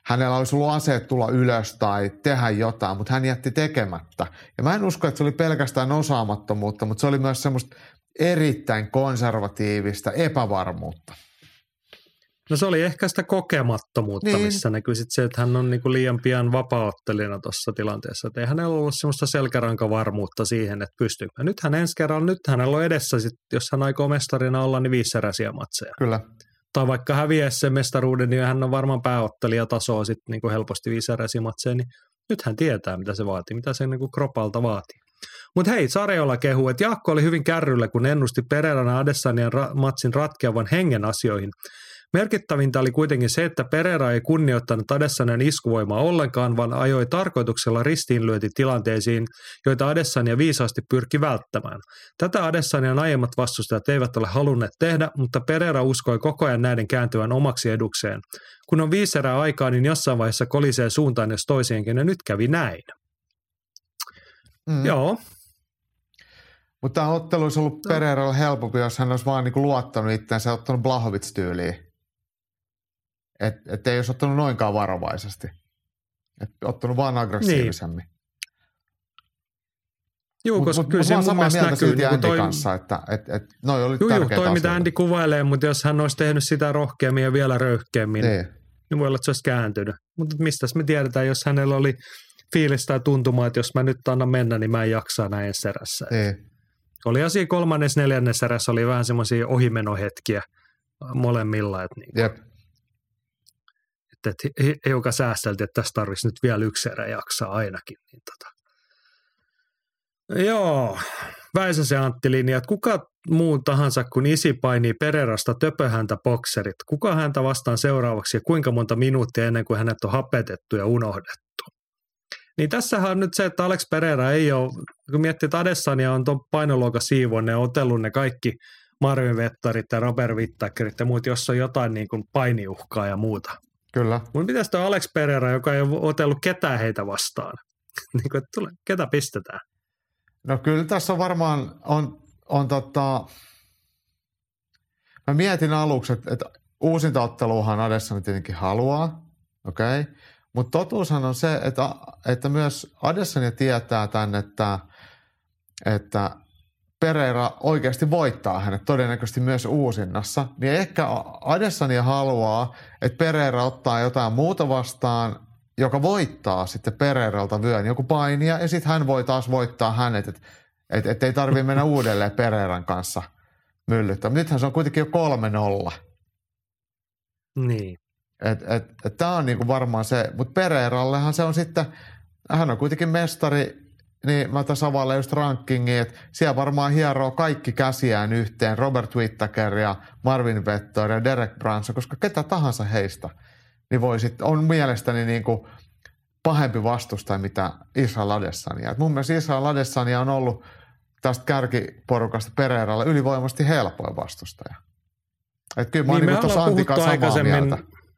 hänellä olisi ollut aseet tulla ylös tai tehdä jotain, mutta hän jätti tekemättä. Ja mä en usko, että se oli pelkästään osaamattomuutta, mutta se oli myös semmoista erittäin konservatiivista epävarmuutta. No se oli ehkä sitä kokemattomuutta, niin. Missä näkyy sitten se, että hän on niinku liian pian vapaa-ottelijana tuossa tilanteessa. Että ei hänellä ollut semmoista selkärankavarmuutta siihen, että pystyykö. Nythän ensi kerralla, nyt hänellä on edessä, sit, jos hän aikoo mestarina olla, niin viisiseräisiä matseja. Kyllä. Tai vaikka häviää sen mestaruuden, niin hän on varmaan pääottelijatasoa sitten niinku helposti viisiseräisiä matseja, niin nyt hän tietää, mitä se vaatii, mitä se niinku kropalta vaatii. Mutta hei, Sarjola kehuu, että Jaakko oli hyvin kärryllä, kun ennusti Pereiran ja Adesanian ra- matsin ratkeavan hengen asioihin. Merkittävintä oli kuitenkin se, että Pereira ei kunnioittanut Adesanian iskuvoimaa ollenkaan, vaan ajoi tarkoituksella ristiinlyöntitilanteisiin, joita Adesania viisaasti pyrki välttämään. Tätä Adesanian aiemmat vastustajat eivät ole halunneet tehdä, mutta Pereira uskoi koko ajan näiden kääntyvän omaksi edukseen. Kun on viisi erää aikaa, niin jossain vaiheessa kolisee suuntaan jos toisiinkin, ja nyt kävi näin. Mm. Joo. Mutta tämä ottelu olisi ollut Pereiralla helpompi, jos hän olisi vaan niinku luottanut itseänsä ja ottanut Blachowicz-tyyliin. Että et ei olisi ottanut noinkaan varovaisesti. Että ottanut vaan aggressiivisemmin. Niin. Joo, koska mut, kyllä se mun mielestä näkyy. Niin Andy toi... kanssa, että et, et, noi oli juu, tärkeitä toi, asioita. mitä Andy kuvailee, mutta jos hän olisi tehnyt sitä rohkeammin ja vielä röyhkeämmin, niin, niin voi olla, että se olisi kääntynyt. Mutta mistä me tiedetään, jos hänellä oli fiilistä ja tuntumaa, että jos mä nyt annan mennä, niin mä en jaksaa näin ensi erässä. Niin. Oli asia kolmannes, neljännes erässä, oli vähän semmoisia ohimenohetkiä molemmilla. Että niin Jep. Että et hiukan säästeltiin, että tässä tarvitsisi nyt vielä yksi erä jaksaa ainakin. Niin tota. Joo, Väisäsen Antti linja, että kuka muu tahansa kuin isi painii Pereirasta töpöhäntä bokserit. Kuka häntä vastaan seuraavaksi ja kuinka monta minuuttia ennen kuin hänet on hapetettu ja unohdettu. Niin tässähän on nyt se, että Alex Pereira ei ole, kun miettii, että Adesanya on tuon painoluokan siivoon, ne on otellut ne kaikki Marvin Vettarit ja Robert Whittakerit ja muut, jossa on jotain niin kuin painiuhkaa ja muuta. Kyllä. Mutta mitäs tuo Alex Pereira, joka ei ole otellut ketään heitä vastaan? niin kuin, tule, ketä pistetään? No kyllä tässä on varmaan, on, on tota, mä mietin aluksi, että, että uusinta otteluahan Adesanya tietenkin haluaa, okei, okay. Mutta totuushan on se, että, että myös Adesanya tietää tämän, että, että Pereira oikeasti voittaa hänet todennäköisesti myös uusinnassa, niin ehkä Adesanya haluaa, että Pereira ottaa jotain muuta vastaan, joka voittaa sitten Pereiralta vyön, joku painia, ja sitten hän voi taas voittaa hänet, että et, et ei tarvitse mennä uudelleen Pereiran kanssa myllyttää. Nythän se on kuitenkin jo kolme nolla. Niin. Että et, et tämä on niinku varmaan se, mutta Pereirallehan se on sitten, hän on kuitenkin mestari, niin mä tässä availen just rankingin, että siellä varmaan hieroo kaikki käsiään yhteen, Robert Whittaker ja Marvin Vettori ja Derek Brunson, koska ketä tahansa heistä, niin voi sitten, on mielestäni niinku pahempi vastustaja, mitä Israel Adesanya. Et mun mielestä Israel Adesanya on ollut tästä kärkiporukasta Pereiralle ylivoimaisesti helpoin vastustaja. Että kyllä mä oon niin niinku tuossa Antikaan samaa mieltä.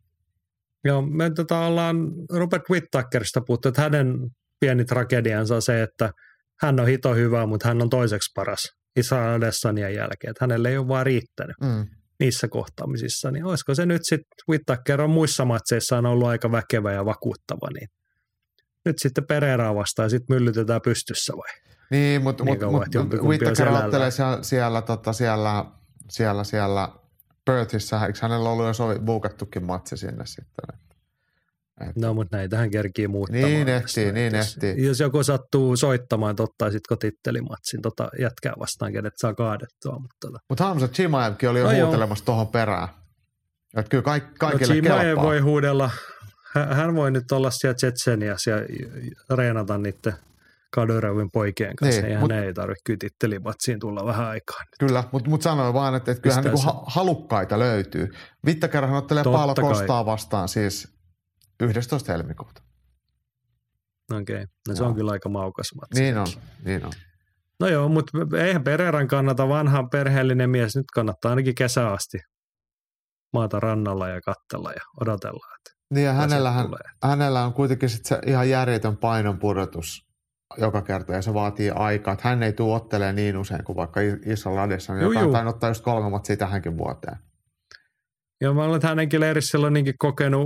Joo, me tota ollaan Robert Whittakerista puhuttu, että hänen pieni tragediansa on se, että hän on hito hyvä, mutta hän on toiseksi paras Israel Adesanyan jälkeen. Että hänelle ei ole vaan riittänyt mm. niissä kohtaamisissa. Niin olisiko se nyt sitten, Whittaker on muissa matseissa on ollut aika väkevä ja vakuuttava, niin nyt sitten Pereiraa vastaan ja sitten myllytetään pystyssä vai? Niin, mutta mut, mut, mut, Whittaker ottelee siellä, siellä, tota, siellä, siellä, siellä Perthissä, eikö hänellä ollut jo sovi, buukattukin matsi sinne sitten? Et. No, mutta näitähän kerkii muuttamaan. Niin ehtii, niin ehtii. Jos joku sattuu soittamaan, että ottaisitko tittelimatsin tota jätkää vastaan, kenet saa kaadettua. Mutta tota. Mut Hamza Chimaevkin oli jo no huutelemassa tuohon perään. Että kyllä kaik, kaikille no, kelpaa. Chimaev voi huudella. Hän voi nyt olla siellä Tsetseniassa ja reenata niiden Kadyrevin poikien kanssa. Niin, ja mut, hän ei tarvitse kyllä tittelimatsiin tulla vähän aikaa. Kyllä, mutta mut sanoin vaan, että, että kyllähän niinku ha- halukkaita löytyy. Whittakerhan ottelee Paolo Costaa vastaan siis yhdestoista helmikuuta. Okei, okay. No se on kyllä aika maukas matsi. Niin on, niin on. No joo, mutta eihän Pereiran kannata, vanha perheellinen mies, nyt kannattaa ainakin kesä asti maata rannalla ja katsella ja odotella. Että niin ja hänellähän, hänellä on kuitenkin sit se ihan järjetön painonpudotus joka kerta ja se vaatii aikaa, että hän ei tule ottelemaan niin usein kuin vaikka Israel Adesanya, joka on tainnut ottaa just kolme matsia tähänkin vuoteen. Joo, mä olen, että hänenkin leirissä on niinkin kokenut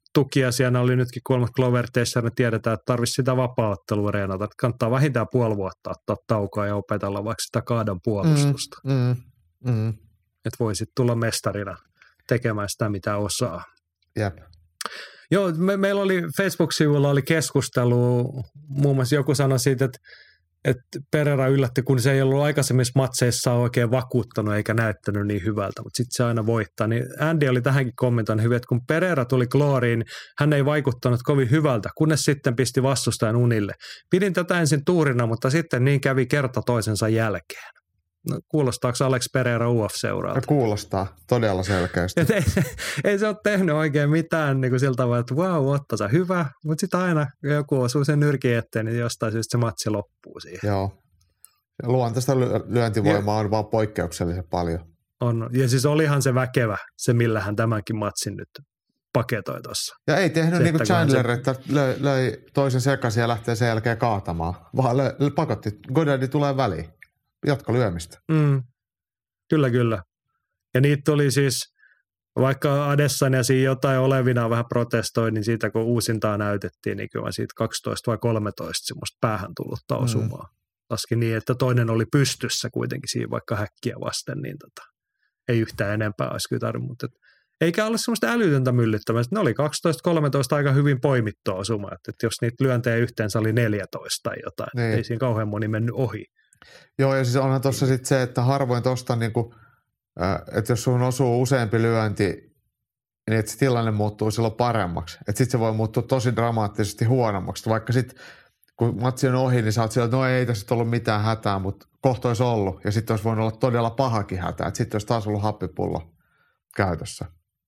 tukia siellä oli nytkin kolme Glover Teixeira, ne tiedetään, että tarvitsisi sitä vapaa-ottelua reenata, että kannattaa vähintään puoli vuotta ottaa taukoa ja opetella vaikka sitä kaadan puolustusta. Mm, mm, mm. Että voisit tulla mestarina tekemään sitä, mitä osaa. Jep. Joo, me, meillä oli Facebook-sivulla oli keskustelu, muun muassa joku sanoi siitä, että, että Pereira yllätti, kun se ei ollut aikaisemmissa matseissa oikein vakuuttanut eikä näyttänyt niin hyvältä, mutta sitten se aina voittaa. Niin Andy oli tähänkin kommentoinut hyvin, että kun Pereira tuli Gloriin, hän ei vaikuttanut kovin hyvältä, kunnes sitten pisti vastustajan unille. Pidin tätä ensin tuurina, mutta sitten niin kävi kerta toisensa jälkeen. No, kuulostaako Alex Pereira U F-seuraalta? Kuulostaa todella selkeästi. Ei, ei se ole tehnyt oikein mitään niin kuin sillä tavalla, että vau, wow, otta sä hyvä, mutta sitten aina joku osuu sen nyrkin eteen, niin jostain syystä se matsi loppuu siihen. Joo. Luontaista lyöntivoimaa ja on vaan poikkeuksellisen paljon. On, ja siis olihan se väkevä, se millä hän tämänkin matsin nyt paketoi tuossa. Ja ei tehnyt se, niin kuin Chandler, se... että löi, löi toisen sekaisin ja lähtee sen jälkeen kaatamaan, vaan löi, pakotti, Godardi tulee väliin. Jatko lyömistä. Mm. Kyllä, kyllä. Ja niitä tuli siis, vaikka Adesanya siinä jotain olevina vähän protestoi, niin siitä kun uusintaa näytettiin, niin kyllä siitä kaksitoista vai kolmetoista semmoista päähän tullutta osumaa. Mm. Laski niin, että toinen oli pystyssä kuitenkin siinä vaikka häkkiä vasten, niin tota, ei yhtään enempää olisi kyllä tarvinnut. Mutta et, eikä ole semmoista älytöntä myllyttämistä. Ne oli kaksitoista kolmetoista aika hyvin poimittua osumaa. Että et jos niitä lyöntejä yhteensä oli neljätoista tai jotain, niin. Ei siinä kauhean moni mennyt ohi. Joo, ja siis onhan tuossa sitten se, että harvoin tuosta, niinku, että jos sun osuu useampi lyönti, niin että se tilanne muuttuu silloin paremmaksi. Että sitten se voi muuttua tosi dramaattisesti huonommaksi. Vaikka sitten, kun matsi on ohi, niin sä oot siellä, että no ei tässä ollut mitään hätää, mutta kohta olisi ollut. Ja sitten olisi voinut olla todella pahakin hätä. Että sitten olisi taas ollut happipullo käytössä.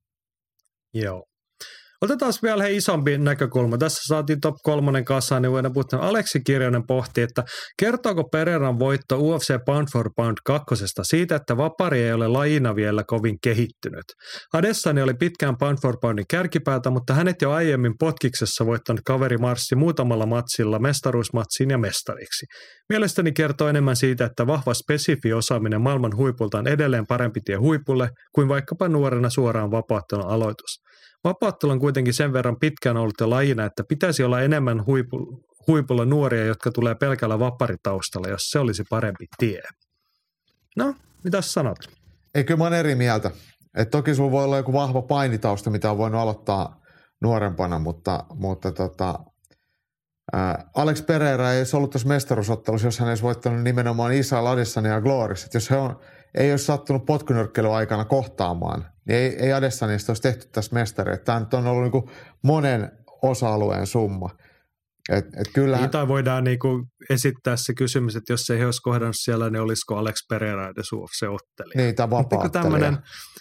Joo. Otetaan vielä he isompi näkökulma. Tässä saatiin top kolmonen kasaan, niin voidaan puhua. Aleksi Kirjonen pohti, että kertooko Pereiran voitto U F C Pound for Pound kakkosesta siitä, että vapari ei ole lajina vielä kovin kehittynyt. Adesanya oli pitkään Pound for Poundin kärkipäätä, mutta hänet jo aiemmin potkiksessa voittanut kaveri marssi muutamalla matsilla mestaruusmatsiin ja mestariksi. Mielestäni kertoo enemmän siitä, että vahva spesifi osaaminen maailman huipulta on edelleen parempi tie huipulle kuin vaikkapa nuorena suoraan vapaattelun aloitus. Vapaattelu on kuitenkin sen verran pitkään ollut jo lajina, että pitäisi olla enemmän huipulla, huipulla nuoria, jotka tulee pelkällä vaparitaustalla, jos se olisi parempi tie. No, mitäs sanot? Ei, kyllä mä oon eri mieltä. Et toki sulla voi olla joku vahva painitausta, mitä on voinut aloittaa nuorempana, mutta, mutta tota, ää, Alex Pereira ei olisi ollut tuossa mestaruusottelussa, jos hän ei olisi voittanut nimenomaan Israel Adesanya ja Glorissa. Et jos he on, ei olisi sattunut potkunyrkkelyn aikana kohtaamaan, niin ei, ei Adesanyasta olisi tehty tässä mestari. Tämä on ollut niin kuin monen osa-alueen summa. Et, et kyllähän... Niitä voidaan niin kuin esittää se kysymys, että jos ei he olisi kohdannut siellä, niin olisiko Alex Pereira edes U F C-ottelija. Niin, tämä vapaa-ottelija.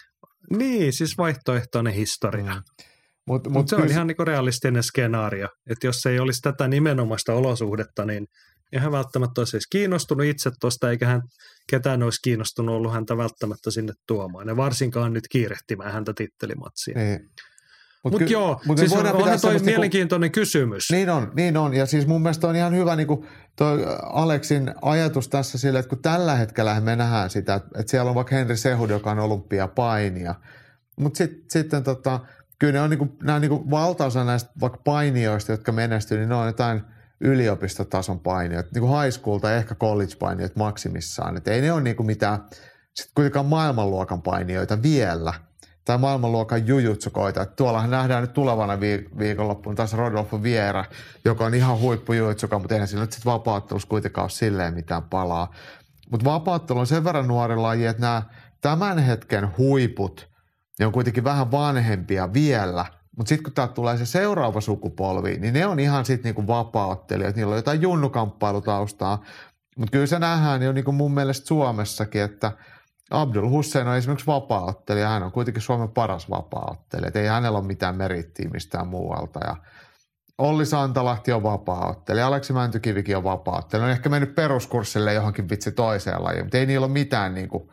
Niin, siis vaihtoehtoinen historia. Mm. Mutta mut mut se kyllä... on ihan niin kuin realistinen skenaario, että jos ei olisi tätä nimenomaista olosuhdetta, niin ei hän välttämättä olisi kiinnostunut itse tuosta, eikä hän ketään olisi kiinnostunut ollut häntä välttämättä sinne tuomaan. Ja varsinkaan nyt kiirehtimään häntä tittelimatsiin. Niin. Mutta mut joo, mut siis on, onhan toi mielenkiintoinen niinku, kysymys. Niin on, niin on. Ja siis mun mielestä on ihan hyvä niinku toi Aleksin ajatus tässä sille, että kun tällä hetkellä me nähdään sitä, että, että siellä on vaikka Henry Cejudo, joka on olympiapainija. Mutta sit, sitten tota, kyllä ne on niinku, nämä niinku valtaosa näistä vaikka painijoista, jotka menestyy, niin ne on jotain yliopistotason painijoita, niin kuin high school tai ehkä college painijoita maksimissaan. Et ei ne ole niinku mitään sit kuitenkaan maailmanluokan painijoita vielä, tai maailmanluokan jujutsukoita. Et tuollahan nähdään nyt tulevana viik- viikonloppuun taas Rodolfo Vieira, joka on ihan huippu jujutsuka, mutta eihän sillä nyt sitten vapaattelussa kuitenkaan ole silleen mitään palaa. Mutta vapaattelu on sen verran nuori laji, että nämä tämän hetken huiput, ne on kuitenkin vähän vanhempia vielä. Mutta sitten kun täältä tulee se seuraava sukupolvi, niin ne on ihan sitten niinku vapaa-ottelijoita. Niillä on jotain junnukamppailutaustaa. Mutta kyllä se nähdään jo niinku mun mielestä Suomessakin, että Abdul Hussein on esimerkiksi vapaa-ottelija. Hän on kuitenkin Suomen paras vapaa-ottelija. Ei hänellä ole mitään merittiä mistään muualta. Ja Olli Santalahti on vapaa-ottelija. Aleksi Mäntykivikin on vapaa-ottelija. On ehkä mennyt peruskurssille johonkin vitsi toiseen lajiin, mutta ei niillä ole mitään niinku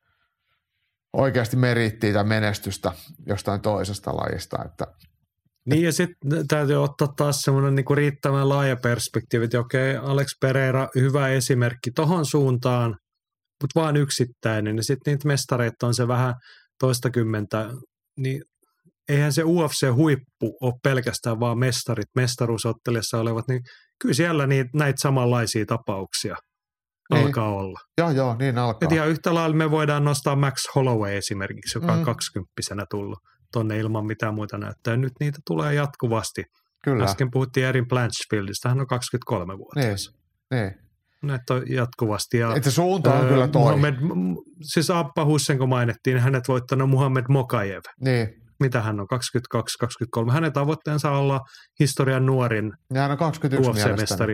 oikeasti merittiä tai menestystä jostain toisesta lajista. Että, niin ja sitten täytyy ottaa taas semmoinen niinku riittävän laaja perspektiivi, että okei, Alex Pereira, hyvä esimerkki tohon suuntaan, mutta vaan yksittäinen. Ja sitten niitä mestareita on se vähän toistakymmentä, niin eihän se U F C-huippu ole pelkästään vaan mestarit, mestaruusottelijassa olevat, niin kyllä siellä niitä, näitä samanlaisia tapauksia niin alkaa olla. Joo, joo, niin alkaa. Et ihan yhtä lailla me voidaan nostaa Max Holloway esimerkiksi, joka on mm. kaksikymppisenä tullut tonne ilman mitään muuta näyttää. Nyt niitä tulee jatkuvasti. Kyllä. Äsken puhuttiin Erin Blanchfieldista, hän on kaksikymmentäkolmevuotias. Niin, niin. Näitä on jatkuvasti. Ja, että suunta on äh, kyllä toi. Muhammed, siis Abba Hussein, kun mainittiin, niin hänet voittanut Muhammed Mokaev. Niin. Mitä hän on, kaksikymmentäkaksi kaksikymmentäkolme. Hänen tavoitteensa olla historian nuorin ja hän on kaksikymmentäyksi U F C-mestari.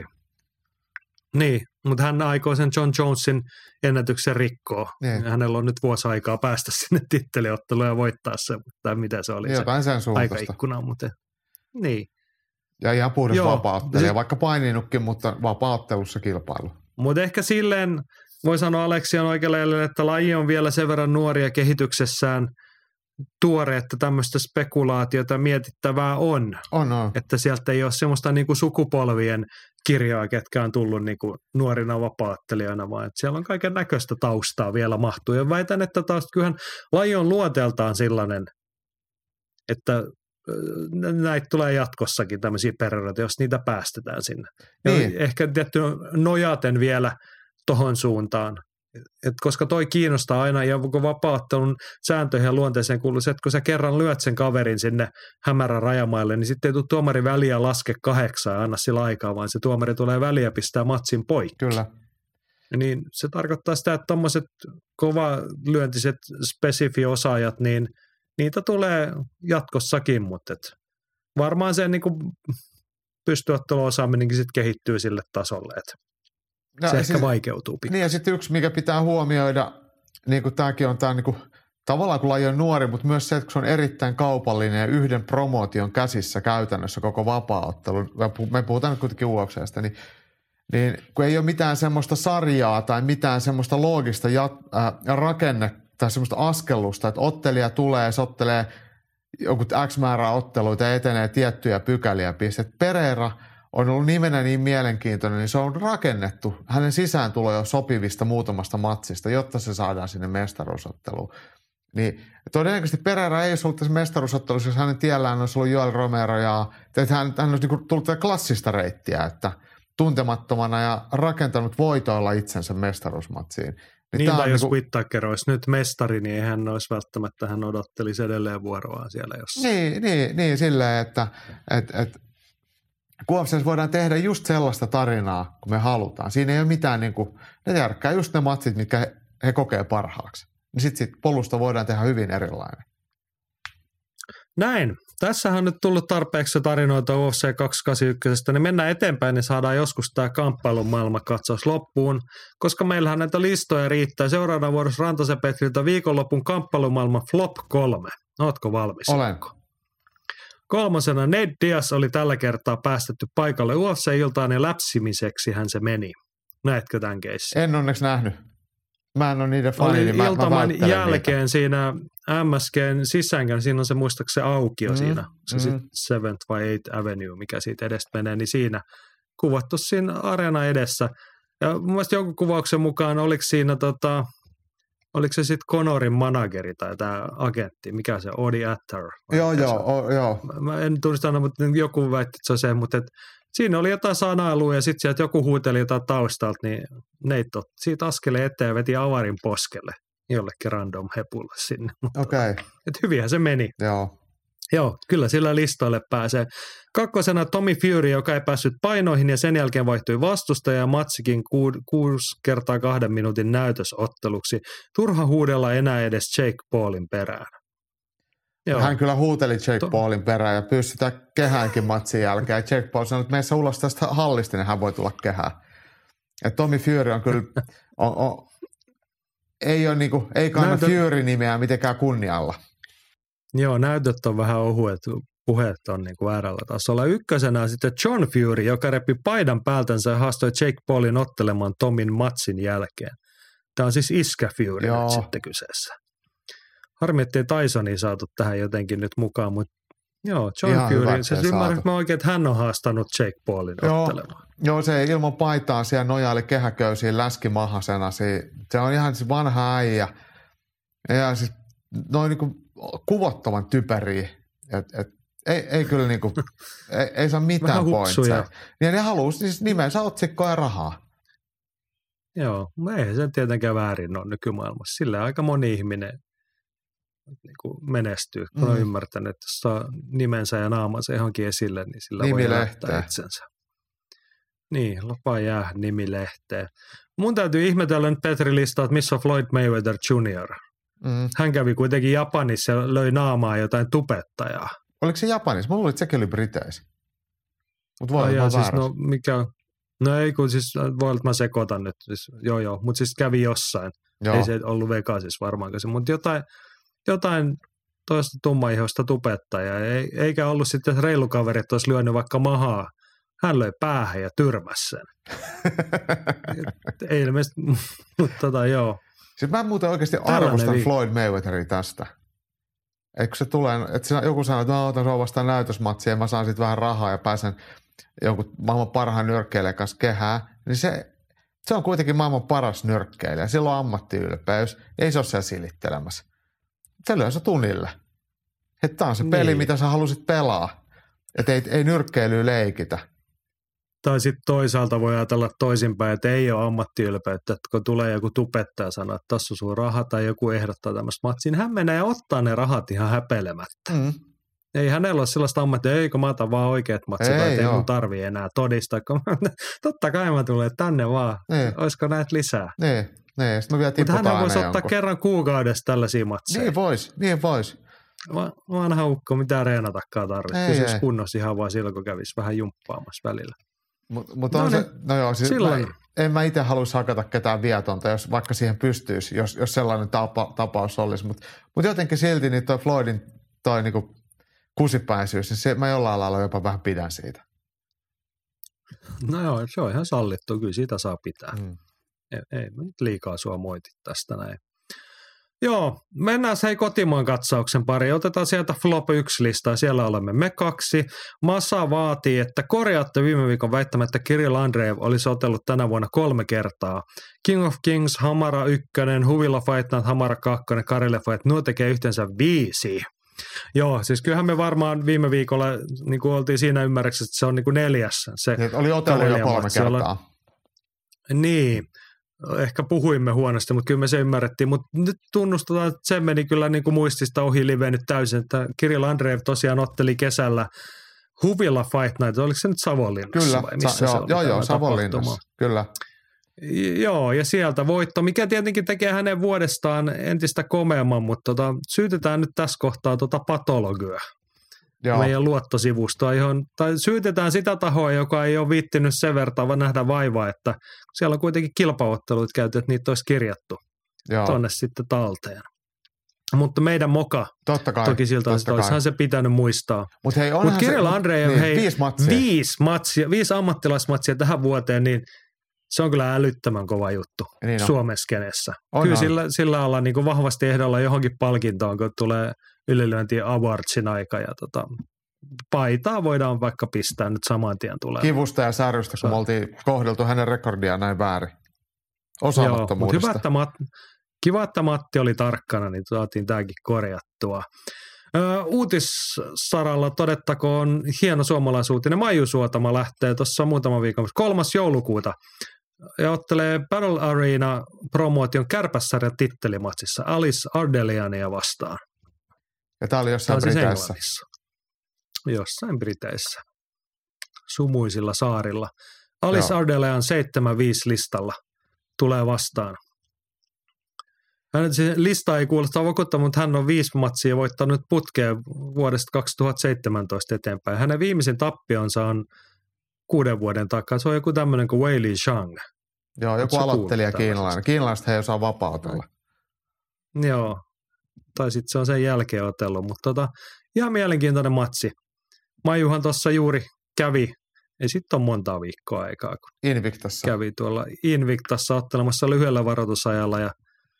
Niin, mutta hän aikoo sen John Jonesin ennätyksen rikkoa. Niin. Hänellä on nyt vuosi aikaa päästä sinne titteliotteluun ja voittaa se, tai mitä se oli jotain se sen suuntaista. aikaikkuna. Mutta, niin. Ja ihan puhdas vapaa-ottelija, vaikka paininutkin, mutta vapaa-ottelussa kilpailu. Mutta ehkä silleen voi sanoa Aleksian oikealle, että laji on vielä sen verran nuoria kehityksessään tuore, että tämmöistä spekulaatiota mietittävää on. On, on. Että sieltä ei ole semmoista niinku sukupolvien kirjaa, ketkä on tullut niinku nuorina vapaattelijoina, vaan että siellä on kaiken näköistä taustaa vielä mahtuu. Ja väitän, että taas kyllähän laji on luonteeltaan sellainen, että näitä tulee jatkossakin tämmöisiä periodisia, jos niitä päästetään sinne. Niin. Ja ehkä tietty nojaten vielä tohon suuntaan. Et koska toi kiinnostaa aina ja kun vapaattelun sääntöihin ja luonteeseen kuuluu se, että kun sä kerran lyöt sen kaverin sinne hämärän rajamaille, niin sitten ei tule tuomari väliä laske kahdeksaa ja anna sillä aikaa, vaan se tuomari tulee väliä pistää matsin poikki. Kyllä. Ja niin se tarkoittaa sitä, että tommoset kovalyöntiset spesifiosaajat, niin niitä tulee jatkossakin, mutta et varmaan se niin pystyotteluosaaminenkin sitten kehittyy sille tasolle, että no, se ehkä siis vaikeutuu pikkuisen. Niin ja sitten yksi, mikä pitää huomioida, niin kuin tämäkin on tämä niin kuin, tavallaan kun laji on nuori, mutta myös se, että se on erittäin kaupallinen ja yhden promootion käsissä käytännössä koko vapaa-ottelu, me puhutaan nyt kuitenkin U F C:stä, niin, niin kun ei ole mitään semmoista sarjaa tai mitään semmoista loogista jat, äh, rakennetta tai semmoista askellusta, että ottelija tulee, se ottelee joku X määrää otteluita ja etenee tiettyjä pykäliä pistet. Pereira on ollut nimenä niin mielenkiintoinen, niin se on rakennettu. Hänen sisään tulee jo sopivista muutamasta matsista, jotta se saadaan sinne mestaruusotteluun. Niin todennäköisesti Pereira ei olisi ollut tässä mestaruusottelussa, jos hänen tiellään olisi ollut Joel Romero ja että hän, hän olisi niin tullut tätä klassista reittiä, että tuntemattomana ja rakentanut voitoilla itsensä mestaruusmatsiin. Niin, niin tai jos niinku Whittaker olisi nyt mestari, niin hän olisi välttämättä, hän odottelisi edelleen vuoroaan siellä jossain. Niin, niin, niin silleen, että et, et, Q F C:ssä voidaan tehdä just sellaista tarinaa, kun me halutaan. Siinä ei ole mitään, niin kuin, ne järkkää just ne matsit, mitkä he, he kokee parhaaksi. Niin sitten sit polusta voidaan tehdä hyvin erilainen. Näin. Tässähän on nyt tullut tarpeeksi tarinoita U F C kaksisataakahdeksankymmentäyksi, niin mennään eteenpäin, niin saadaan joskus tämä kamppailun maailmankatsaus loppuun, koska meillähän näitä listoja riittää. Seuraavana vuorossa Rantasen Petriltä viikonlopun kamppailumaailman flop kolme. Ootko valmis? Olen. Kolmosena Nate Diaz oli tällä kertaa päästetty paikalle U F C-iltaan ja läpsimiseksi hän se meni. Näetkö tämän keissin? En onneksi nähnyt. Mä en ole niiden fani, niin mä, iltaman mä jälkeen niitä. Siinä M S G:n sisänkään, siinä on se muistaakseni aukio mm, siinä, se mm. sitten seventh vai eighth Avenue, mikä siitä edestä menee, niin siinä kuvattu siinä areena edessä. Ja mun mielestä jonkun kuvauksen mukaan, oliko siinä tota, oliko se sitten Conorin manageri tai tämä agentti, mikä se, Odi Atter? Joo, joo, o, joo. Mä en tunnista, mutta joku väitti, että se on se, mutta et, siinä oli jotain sanailua ja sitten sieltä joku huuteli jotain taustalta, niin Nate siitä askeleen eteen ja veti avarin poskelle jollekin random hepulle sinne. Okei. Okay. Että hyvinhän se meni. Joo. Joo, kyllä sillä listoille pääsee. Kakkosena Tommy Fury, joka ei päässyt painoihin ja sen jälkeen vaihtui vastustaja ja matsikin ku, kuusi kertaa kahden minuutin näytösotteluksi. Turha huudella enää edes Jake Paulin perään. Joo. Hän kyllä huuteli Jake to- Paulin perään ja pyysi sitä kehäänkin matsin jälkeen. Jake Paul sanoi, että meissä ulos tästä hallista, niin hän voi tulla kehään. Et Tommy Fury on kyllä, on, on, ei, ole niinku, ei kanna Näytö... Fury-nimeä mitenkään kunnialla. Joo, näytöt on vähän ohuet, puheet on niinku väärällä tasolla. Ykkösenä sitten John Fury, joka repi paidan päältänsä ja haastoi Jake Paulin ottelemaan Tomin matsin jälkeen. Tämä on siis Iskä Fury nyt sitten kyseessä. Harmi, ettei Tysonia saatu tähän jotenkin nyt mukaan, mutta joo, John ihan Fury, se ymmärrät mä oikein, että hän on haastanut Jake Paulin joo, ottelemaan. Joo, se ilman paitaa siellä nojaili kehäköysiin läskimahasena. Se on ihan siis vanha äijä. Ja siis noin niin kuin kuvottavan typeriä. Et, et, ei, ei kyllä niinku, ei, ei saa mitään pointseja. Ja ne haluaa siis nimensä otsikkoa ja rahaa. Joo, ei se tietenkään väärin ole nykymaailmassa. Sillä aika moni ihminen niin kuin menestyy, kun mm. on ymmärtänyt, että jos saa nimensä ja naamansa johonkin esille, niin sillä Nimi voi lähtää itsensä. Niin, lopa jää nimilehteen. Mun täytyy ihmetellä nyt Petri listaa, että missä on Floyd Mayweather junior Mm. Hän kävi kuitenkin Japanissa ja löi naamaa jotain tupettajaa. Oliko se Japanissa? Mä luulin, että sekin oli Briteissä. Mutta voi olla siis no, mikä, no ei kun siis, voi olla, että mä sekoitan nyt. Siis, joo joo, mutta siis kävi jossain. Joo. Ei se ollut Vegasissa varmaankaan se, mutta jotain, jotain toista tummaihoista tupettajaa. Ei, eikä ollut sitten reilu kaveri, että olisi lyönyt vaikka mahaa. Hän löi päähän ja tyrmäsi sen. Ei ilmeisesti, mutta tota joo. Sitten mä muuten oikeasti arvostan Floyd Mayweatheria tästä. Eikö se tulee, että joku sanoo, että mä otan sua vastaan näytösmatsia ja mä saan sitten vähän rahaa ja pääsen jonkun maailman parhaan nyrkkeilijän kanssa kehään, niin se, se on kuitenkin maailman paras nyrkkeilijä. Sillä on ammattiylpeys, ei se ole siellä silittelemässä. Se lyö se tunille. Että tämä on se peli, niin. Mitä sä halusit pelaa. Että ei, ei nyrkkeilyä leikitä. Tai sitten toisaalta voi ajatella toisinpäin, että ei ole ammattiylpeyttä, että kun tulee joku tubettaja ja sanoo, että tässä on sun raha tai joku ehdottaa tämmöistä matsia, niin hän menee ja ottaa ne rahat ihan häpeilemättä. Mm. Ei hänellä ole sellaista ammattia, ei kun mä otan vaan oikeat matsit, ei, ei mun tarvii enää todistaa. Totta kai mä tulen tänne vaan, niin. Olisiko näitä lisää? Niin, niin. Sitten mä vielä mutta hän voisi ottaa jonkun. kerran kuukaudessa tällaisia matseja. Niin vois, niin vois. Va- vanha ukko, mitä reenatakaan tarvitsisi. Pysyisi kunnossa ihan vaan silloin, kun kävisi vähän jumppaamassa välillä. Mutta mut on no, se, no joo, siis mä, en mä itse haluaisi hakata ketään vietonta, jos vaikka siihen pystyisi, jos, jos sellainen tapa, tapaus olisi. Mutta mut jotenkin silti niin toi Floydin toi niinku kusipäisyys, niin se, mä jollain lailla jopa vähän pidän siitä. No joo, se on ihan sallittu, kyllä siitä saa pitää. Mm. Ei, ei mä nyt liikaa sua moiti tästä näin. Joo, mennään hei kotimaan katsauksen pari. Otetaan sieltä Flop yksi listaa. Siellä olemme me kaksi. Masa vaatii, että korjaatte viime viikon väittämättä Kirill Andreev olisi otellut tänä vuonna kolme kertaa. King of Kings, Hamara ykkönen, Huvila Fight Night, Hamara kakkonen, Karille Fight. Nuo tekee yhteensä viisi. Joo, siis kyllähän me varmaan viime viikolla niin kuin oltiin siinä ymmärryksessä, että se on niin kuin neljäs. Se niin, oli otellut jo kolme kertaa. Niin. Ehkä puhuimme huonosti, mutta kyllä me se ymmärrettiin. Mutta nyt tunnustetaan, että se meni kyllä niin kuin muistista ohi live nyt täysin. Että Kirill Andreev tosiaan otteli kesällä Huvila Fight Night. Oliko se nyt Savonlinnassa kyllä, vai missä sa- se joo, oli? Joo, joo, Savonlinnassa, kyllä. Joo, ja sieltä voitto, mikä tietenkin tekee hänen vuodestaan entistä komeamman, mutta tota, syytetään nyt tässä kohtaa tota patologia. Joo. Meidän luottosivustoa, johon, tai syytetään sitä tahoa, joka ei ole viittinyt sen verran vaan nähdä vaivaa, että siellä on kuitenkin kilpaottelut käyty, että niitä olisi kirjattu tuonne sitten talteen. Mutta meidän moka, totta kai, toki siltä olisihan se pitänyt muistaa. Mutta hei, Mut Kirill Andreev, niin, hei, viisi matsia. Viisi, matsia, viisi ammattilaismatsia tähän vuoteen, niin se on kyllä älyttömän kova juttu niin Suomen skenessä. On, kyllä on. Sillä, sillä ollaan niin kuin vahvasti ehdolla johonkin palkintoon, kun tulee ylilyönti awardsin aika ja tota, paitaa voidaan vaikka pistää nyt saman tien tulemaan. Kivusta ja särystä, kun me oltiin kohdeltu hänen rekordiaan näin väärin. Osaamattomuudesta. Joo, hyvä, että Matti, kiva, että Matti oli tarkkana, niin saatiin tämäkin korjattua. Ö, uutissaralla todettakoon hieno suomalaisuutinen. Maiju Suotama lähtee tuossa muutama viikon, kolmas joulukuuta. Ja ottelee Battle Arena promotion kärpässarjan tittelimatsissa Alice Ardeliania vastaan. Ja tämä oli jossain tämä Briteissä. Siis jossain Briteissä. Sumuisilla saarilla. Alice Joo. Ardelian seitsemän viisi listalla tulee vastaan. Hän, se lista ei kuulosta vakuuttaa, mutta hän on viisi matsia voittanut putkeen vuodesta kaksituhattaseitsemäntoista eteenpäin. Hänen viimeisen tappionsa on kuuden vuoden takaa. Se on joku tämmöinen kuin Wei Li Shang. Joo, joku aloittelija kiinalainen. Kiinalaiset he ei osaa vapautella. Joo, tai sitten se on sen jälkeen otellut, mutta tota, ihan mielenkiintoinen matsi. Maijuhan tuossa juuri kävi, ei sitten ole montaa viikkoa aikaa, kun Invictassa. Kävi tuolla Invictassa ottelemassa lyhyellä varoitusajalla ja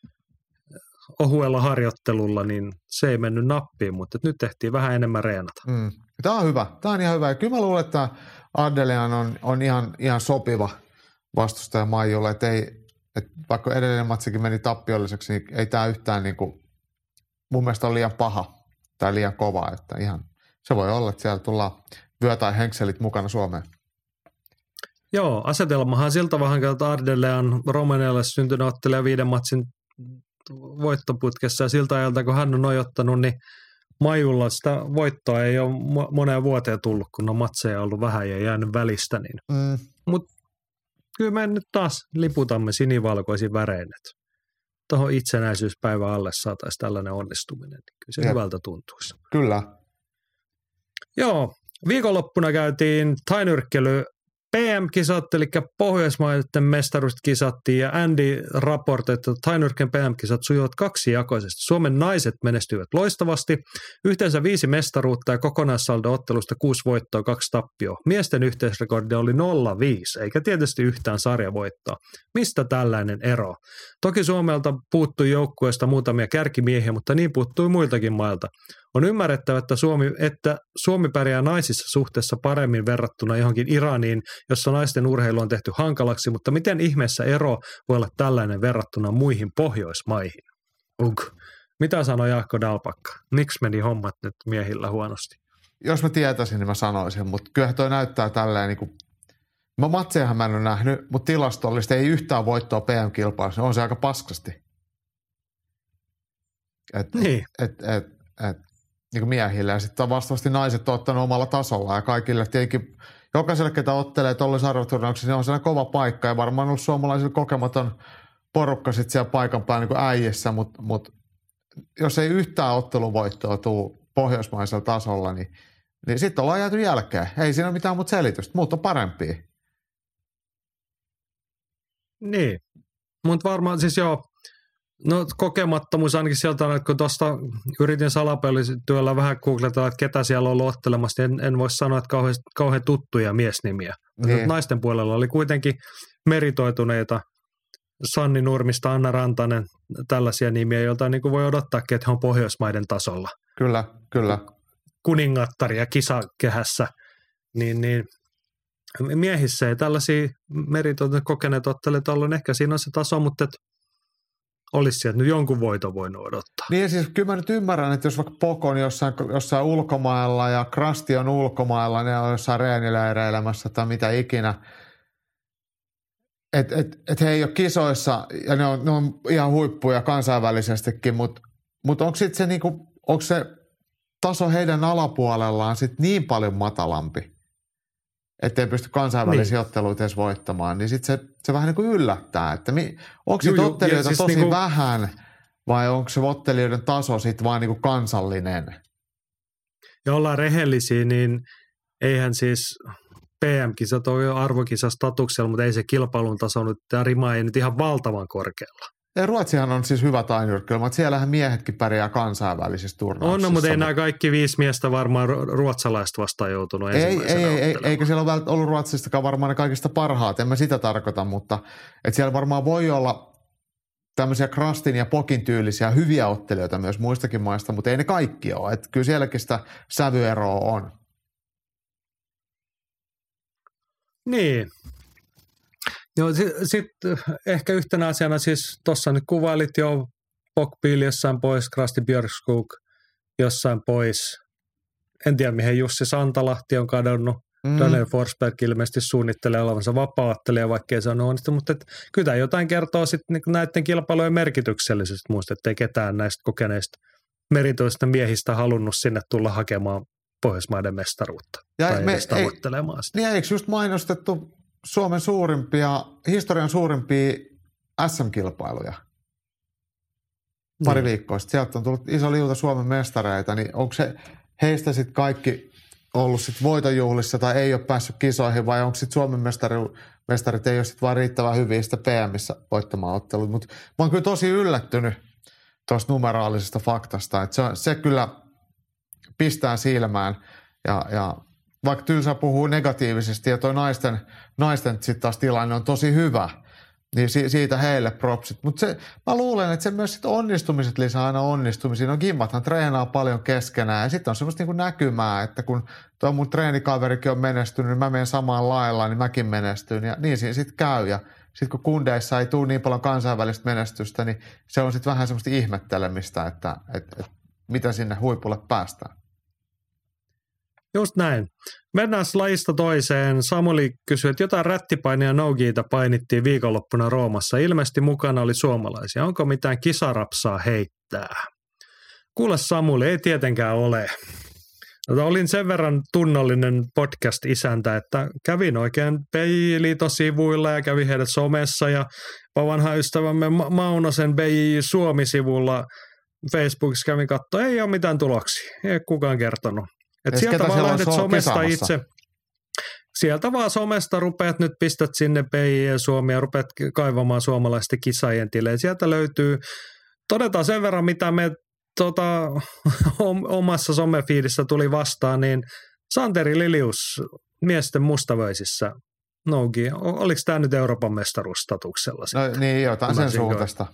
ohuella harjoittelulla, niin se ei mennyt nappiin, mutta nyt tehtiin vähän enemmän reenata. Mm. Tämä on hyvä. Tämä on ihan hyvä. Ja kyllä mä luulen, että Ardelian on, on ihan, ihan sopiva vastustaja Maijulle, että ei, että vaikka edellinen matsikin meni tappiolliseksi, niin ei tämä yhtään niin kuin, mun mielestä on liian paha tai liian kova, että ihan, Se voi olla, että siellä tullaan vyö tai henkselit mukana Suomeen. Joo, asetelmahan siltä vähän, että Ardelle on Romanialle syntynyt ottelija viiden matsin voittoputkessa ja siltä ajalta, kun hän on nojottanut, niin Majulla sitä voittoa ei ole moneen vuoteen tullut, kun on matseja ollut vähän ja jäänyt välistä. Niin. Mm. Mutta kyllä me nyt taas liputamme sinivalkoisin värein, että tuohon itsenäisyyspäivän alle saataisiin tällainen onnistuminen. Niin kyllä se Jep. hyvältä tuntuisi. Kyllä. Joo, viikonloppuna käytiin tainyrkkely P M-kisat, eli Pohjoismaiden mestaruudet kisattiin, ja Andy raportoi, että tainyrkken P M-kisat sujuvat kaksijakoisesti. Suomen naiset menestyivät loistavasti, yhteensä viisi mestaruutta ja kokonaissaldo ottelusta kuusi voittoa, kaksi tappioa. Miesten yhteisrekordi oli nolla viisi, eikä tietysti yhtään sarjavoittoa. Mistä tällainen ero? Toki Suomelta puuttui joukkueesta muutamia kärkimiehiä, mutta niin puuttui muiltakin mailta. On ymmärrettävä, että Suomi, että Suomi pärjää naisissa suhteessa paremmin verrattuna johonkin Iraniin, jossa naisten urheilu on tehty hankalaksi, mutta miten ihmeessä ero voi olla tällainen verrattuna muihin Pohjoismaihin? Ugh. Mitä sanoi Jaakko Dalpakka? Miksi meni hommat nyt miehillä huonosti? Jos mä tietäisin, niin mä sanoisin, mutta kyllähän toi näyttää tälleen niin kuin, mä matsejahan mä en ole nähnyt, mutta tilastollisesti ei yhtään voittoa P M-kilpailussa, on se aika paskasti. Et, niin. Et, et, et, niin kuin miehillä ja sitten vastaavasti naiset on ottanut omalla tasolla ja kaikille tietenkin jokaiselle, ketä ottelee tuollaisessa arvoturnauksessa, niin on sellainen kova paikka ja varmaan ollut suomalaisilla kokematon porukka sitten siellä paikan päällä niin kuin äijessä, mutta mut, jos ei yhtään otteluvoittoa tule pohjoismaisella tasolla, niin, niin sitten ollaan jääty jälkeen. Ei siinä ole mitään muuta selitystä, muut on parempia. Niin, mutta varmaan siis joo, no kokemattomuus ainakin sieltä, että kun tuosta yritin salapelityöllä vähän googletella, että ketä siellä on ollut ottelemassa, niin en, en voi sanoa, että kauhean, kauhean tuttuja miesnimiä. Niin. Naisten puolella oli kuitenkin meritoituneita, Sanni Nurmista, Anna Rantanen, tällaisia nimiä, joilta niin kuin voi odottaa, että he on Pohjoismaiden tasolla. Kyllä, kyllä. Kuningattaria kisakehässä, niin, niin miehissä ei tällaisia meritoituneita kokeneet ottelijat ollut, ehkä siinä on se taso, mutta et olisi sieltä nyt jonkun voiton voinut odottaa. Niin siis kyllä mä nyt ymmärrän, että jos vaikka Poko on jossain, jossain ulkomailla ja Krasti on ulkomailla, ne on jossain reenileireilemässä tai mitä ikinä, että et, et he ei ole kisoissa ja ne on, ne on ihan huippuja kansainvälisestikin, mutta mut onko sitten se, niinku, onko se taso heidän alapuolellaan sit niin paljon matalampi, ettei pysty kansainvälisiä niin. otteluita edes voittamaan, niin sitten se, se vähän niin kuin yllättää, että mi, onko se ottelijoita siis tosi niin kuin vähän vai onko se ottelijoiden taso sitten vaan niin kuin kansallinen? Ja ollaan rehellisiä, niin eihän siis P M-kisat ole jo arvokisastatuksella, mutta ei se kilpailun taso nyt, tämä rima ei nyt ihan valtavan korkealla. Ja Ruotsihan on siis hyvä tainyrkkelmä, mutta siellähän miehetkin pärjää kansainvälisissä turnauksissa. On, mutta ei nämä kaikki viisi miestä varmaan ruotsalaista vastaan joutunut ei, ei, ei, eikä siellä ole ollut Ruotsistakaan varmaan ne kaikista parhaat, en mä sitä tarkoita, mutta että siellä varmaan voi olla tämmöisiä Krastin ja Pokin tyylisiä hyviä ottelijoita myös muistakin maista, mutta ei ne kaikki ole. Että kyllä sielläkin sitä sävyeroa on. Niin. Joo, sitten sit ehkä yhtenä asiana siis tuossa nyt kuvailit jo Pokpiil jossain pois, Krasti Björkskog jossain pois. En tiedä, mihin Jussi Santalahti on kadonnut. Mm. Daniel Forsberg ilmeisesti suunnittelee olevansa vapaa-ottelija, vaikkei se on onnistunut. Mutta et, kyllä tämä jotain kertoo sitten näiden kilpailujen merkityksellisestä muista, ettei ketään näistä kokeneista meritoista miehistä halunnut sinne tulla hakemaan Pohjoismaiden mestaruutta ja tai me, edes tavoittelemaan sitä. Niin eikö just mainostettu Suomen suurimpia, historian suurimpia S M-kilpailuja pari mm. viikkoa sitten. Sieltä on tullut iso liuta Suomen mestareita, niin onko se heistä sitten kaikki ollut sitten voitonjuhlissa tai ei ole päässyt kisoihin vai onko sitten Suomen mestari, mestarit ei ole sitten vaan riittävän hyviä sitä P M:ssä voittamaan ottelut. Mutta mä oon kyllä tosi yllättynyt tuosta numeraalisesta faktasta, että se, se kyllä pistää silmään ja, ja vaikka tylsä puhuu negatiivisesti ja toi naisten, naisten sitten taas tilanne on tosi hyvä, niin si, siitä heille propsit. Mutta mä luulen, että se myös sit onnistumiset lisää aina onnistumisia. No gimmathan treenaa paljon keskenään ja sitten on semmoista niinku näkymää, että kun tuo mun treenikaverikin on menestynyt, niin mä menen samaan lailla, niin mäkin menestyn ja niin siinä sitten käy. Ja sitten kun kundeissa ei tule niin paljon kansainvälistä menestystä, niin se on sitten vähän semmoista ihmettelemistä, että et, et, miten sinne huipulle päästään. Just näin. Mennään lajista toiseen. Samuli kysyi, että jotain rättipainia Nogiita painittiin viikonloppuna Roomassa. Ilmeisesti mukana oli suomalaisia. Onko mitään kisarapsaa heittää? Kuule Samuli, ei tietenkään ole. Olin sen verran tunnollinen podcast-isäntä, että kävin oikein P J-liiton sivuilla ja kävin heidät somessa ja vanha ystävämme Maunosen B J Suomi-sivulla Facebookissa kävin katsoa, ei ole mitään tuloksia, ei kukaan kertonut. Et sieltä vaan lähdet somesta itse, sieltä vaan somesta rupeat nyt pistät sinne P J Suomi ja rupeat kaivamaan suomalaisten kisaajien tilejä. Sieltä löytyy, todetaan sen verran mitä me Tota, omassa somefiidissä tuli vastaan, niin Santeri Lilius miesten mustavöisissä Nogi. Oliko tämä nyt Euroopan mestaruusstatuksella? No niin, jotain sen suuntaista.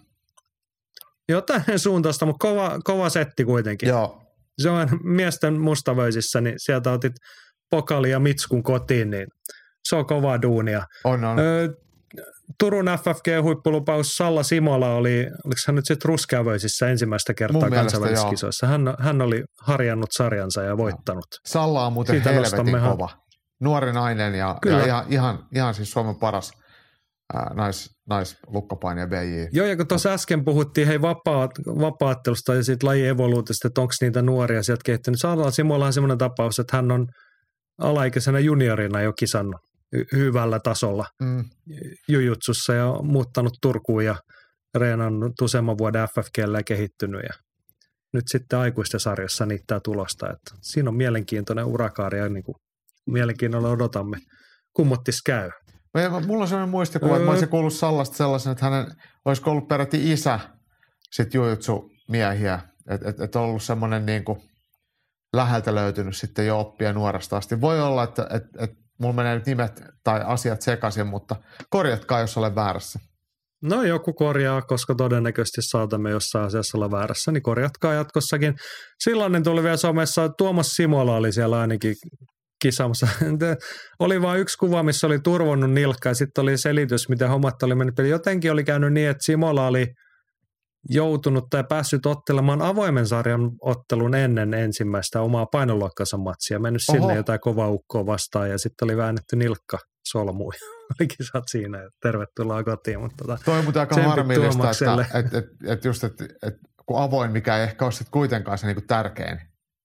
Jotain sen suuntaista, mutta kova, kova setti kuitenkin. Joo. Se on miesten mustavöisissä, niin sieltä otit Pokali ja Mitskun kotiin, niin se on kovaa duunia. On, on. Öö, Turun F F G-huippulupaus Salla Simola oli, oliko hän nyt sitten ruskeavöisissä ensimmäistä kertaa kansainvälisissä kisoissa. Hän, hän oli harjannut sarjansa ja voittanut. Salla on muuten Siitä helvetin kova. Nuori nainen ja, ja ihan, ihan, ihan siis Suomen paras ää, nais, naislukkopainija B J. Joo, ja kun tuossa äsken puhuttiin hei vapaat, vapaattelusta ja siitä lajin evoluutista, että onko niitä nuoria sieltä kehittynyt. Salla Simola on semmoinen tapaus, että hän on alaikäisenä juniorina jo kisannut hyvällä tasolla mm. jujutsussa ja muuttanut Turkuun ja reenannut useamman vuoden F F G:llä ja kehittynyt ja nyt sitten aikuisten sarjassa niittää tulosta. Että siinä on mielenkiintoinen urakaari ja niin kuin mielenkiinnolla odotamme, kummottis käy. Mulla on sellainen muistikuva, että mä olisin kuullut Sallasta sellaisen, että hänen olisiko ollut peräti isä sitten jujutsu-miehiä, että et, et on ollut semmoinen niin kuin läheltä löytynyt sitten jo oppia nuoresta asti. Voi olla, että et, et mulla menee nyt nimet tai asiat sekaisin, mutta korjatkaa, jos olen väärässä. No joku korjaa, koska todennäköisesti saatamme jossain asiassa olla väärässä, niin korjatkaa jatkossakin. Silloin tuli vielä somessa, Tuomas Simola oli siellä ainakin kisaamassa. Oli vain yksi kuva, missä oli turvonnut nilkka ja sitten oli selitys, miten hommat oli mennyt. Jotenkin oli käynyt niin, että Simola oli joutunut tai päässyt ottelemaan avoimen sarjan ottelun ennen ensimmäistä omaa painoluokkansa matsia. Mennyt Oho. sinne jotain kovaa ukkoa vastaan ja sitten oli väännetty nilkka solmuun. Oli kisat siinä ja tervetuloa kotiin. Mutta tota, toi on muuten aika harmillista, että et, et, et just, että et, kun avoin, mikä ei ehkä ole sitten kuitenkaan se niinku tärkein,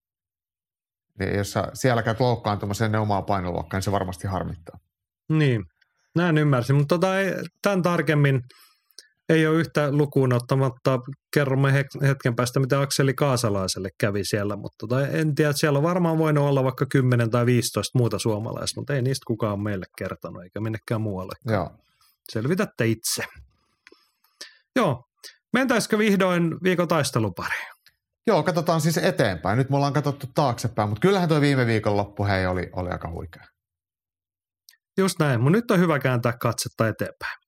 niin jos sä siellä käyt loukkaantumassa ennen omaa painoluokkaa, niin se varmasti harmittaa. Niin, näin ymmärsin, mutta tota, ei, tämän tarkemmin ei ole yhtä lukuun ottamatta. Kerromme hetken päästä, mitä Akseli Kaasalaiselle kävi siellä, mutta tota, en tiedä, siellä on varmaan voinut olla vaikka kymmenen tai viisitoista muuta suomalaista, mutta ei niistä kukaan meille kertonut, eikä minnekään muualle. Joo. Selvitätte itse. Joo, mentäisikö vihdoin viikon taistelupariin? Joo, katsotaan siis eteenpäin. Nyt me ollaan katsottu taaksepäin, mutta kyllähän tuo viime viikon loppu hei oli, oli aika huikea. Just näin, mutta nyt on hyvä kääntää katsetta eteenpäin.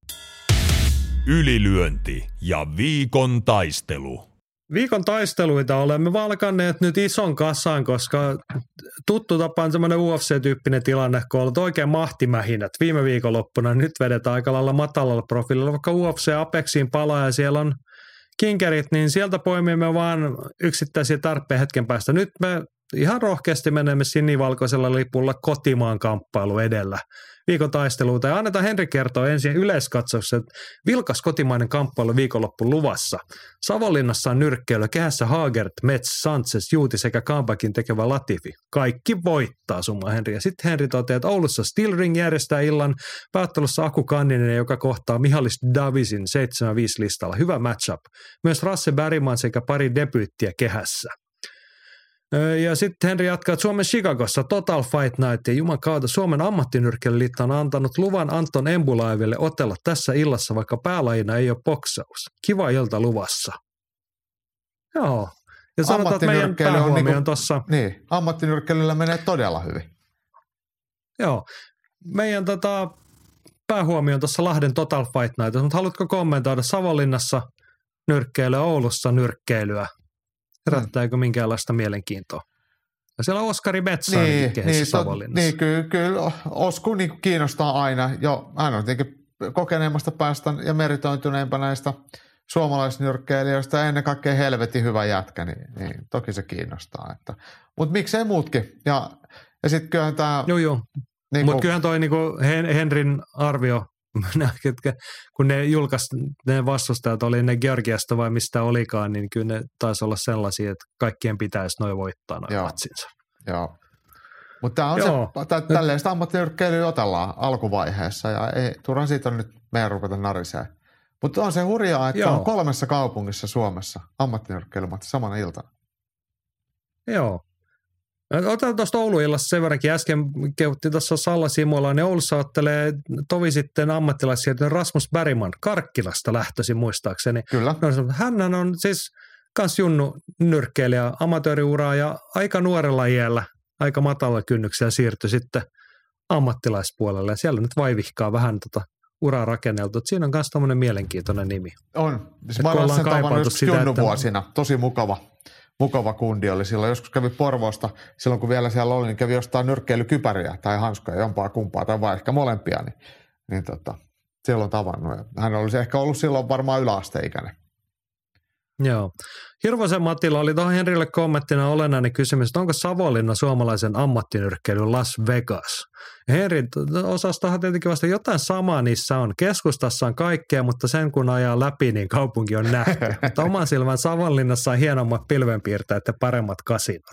Ylilyönti ja viikon taistelu. Viikon taisteluita olemme valkanneet nyt ison kassaan, koska tuttu tapa on semmoinen U F C-tyyppinen tilanne, kun on ollut oikein mahtimähinät viime viikonloppuna. Nyt vedetään aika lailla matalalla profiililla, vaikka U F C Apexiin palaa ja siellä on kinkerit, niin sieltä poimimme vaan yksittäisiä tarpeen hetken päästä. Nyt me ihan rohkeasti menemme sinivalkoisella lipulla kotimaan kamppailu edellä viikon taisteluita. Ja annetaan Henri kertoa ensin yleiskatsauksen, että vilkas kotimainen kamppailu viikonloppu luvassa. Savonlinnassa on nyrkkeily, kehässä Hagert, Metz, Sanchez, Juuti sekä comebackin tekevä Latifi. Kaikki voittaa, summa Henri. Ja sitten Henri toteaa, että Oulussa Steel Ring järjestää illan päättelussa Aku Kanninen, joka kohtaa Mihalis Davisin seitsemän viisi listalla. Hyvä matchup. Myös Rasse Bergman sekä pari debyyttiä kehässä. Ja sitten Henri jatkaa, että Suomen Chicagossa Total Fight Night ja jumakauta Suomen ammattinyrkkeiliitto on antanut luvan Anton Embulaeville otella tässä illassa, vaikka päälajina ei ole boksaus. Kiva ilta luvassa. Joo. Ja sanotaan, että meidän päähuomio on niinku, tuossa. Niin, ammattinyrkkeilyllä menee todella hyvin. Joo. Meidän tota, päähuomio on tuossa Lahden Total Fight Night, mutta haluatko kommentoida Savonlinnassa nyrkkeilyä, Oulussa nyrkkeilyä? Herättääkö minkäänlaista mielenkiintoa? Ja siellä on Oskari Metsä niin, niin, Savonlinnassa. Niin, kyllä, kyllä Osku niin kiinnostaa aina. Jo, hän on tietenkin kokeneemmasta päästä ja meritointuneempana näistä suomalaisnyrkkeilijöistä ja ennen kaikkea helvetin hyvä jätkä, niin, niin toki se kiinnostaa. Mutta miksei muutkin. Ja, ja sitten kyllähän tämä... Joo, joo. Niin Mutta kyllähän toi niinku Henrin arvio, kun ne julkaisi, ne vastustajat oli ne Georgiasta vai mistä olikaan, niin kyllä ne taisi olla sellaisia, että kaikkien pitäisi noin voittaa noin matsinsa. Joo. Mutta tämä on Joo. se, tälleen sitä ammattinyrkkeilyä otellaan alkuvaiheessa ja ei, turhan siitä on nyt meidän rupeta nariseen. Mutta on se hurjaa, että Joo. on kolmessa kaupungissa Suomessa ammattinyrkkeilymatsi samana iltana. Joo. Otetaan tuosta Oulu-illassa sen verrankin. Äsken kehuttiin tuossa Salla Simola, ne Oulussa ottelee tovi sitten ammattilaisia, Rasmus Bergman Karkkilasta lähtöisin muistaakseni. Kyllä. Hän on siis kans junnu nyrkkeilijä, amatööriuraa ja aika nuorella iällä, aika matalalla kynnyksellä siirtyi sitten ammattilaispuolelle. Ja siellä nyt vaivihkaa vähän tota uraa rakenneltu. Siinä on myös tämmöinen mielenkiintoinen nimi. On. Siis mä olen sen tavannut joskus junnuvuosina. Että... Tosi mukava. Mukava kundi oli silloin. Joskus kävi Porvoosta, silloin kun vielä siellä oli, niin kävi jostain nyrkkeilykypäriä tai hanskoja, jompaa kumpaa tai vai ehkä molempia, niin, niin tota, silloin tavannut. Ja hän olisi ehkä ollut silloin varmaan yläasteikäinen. Joo. Hirvosen Matilla oli tuohon Henrille kommenttina olennainen kysymys, että onko Savonlinna suomalaisen ammattinyrkkeilyn Las Vegas? Ja Henri osasi tuohon tietenkin vasta jotain samaa niissä on. Keskustassa on kaikkea, mutta sen kun ajaa läpi, niin kaupunki on nähty. Mutta oman silmän Savonlinnassa on hienommat pilvenpiirtäjät ja paremmat kasinot.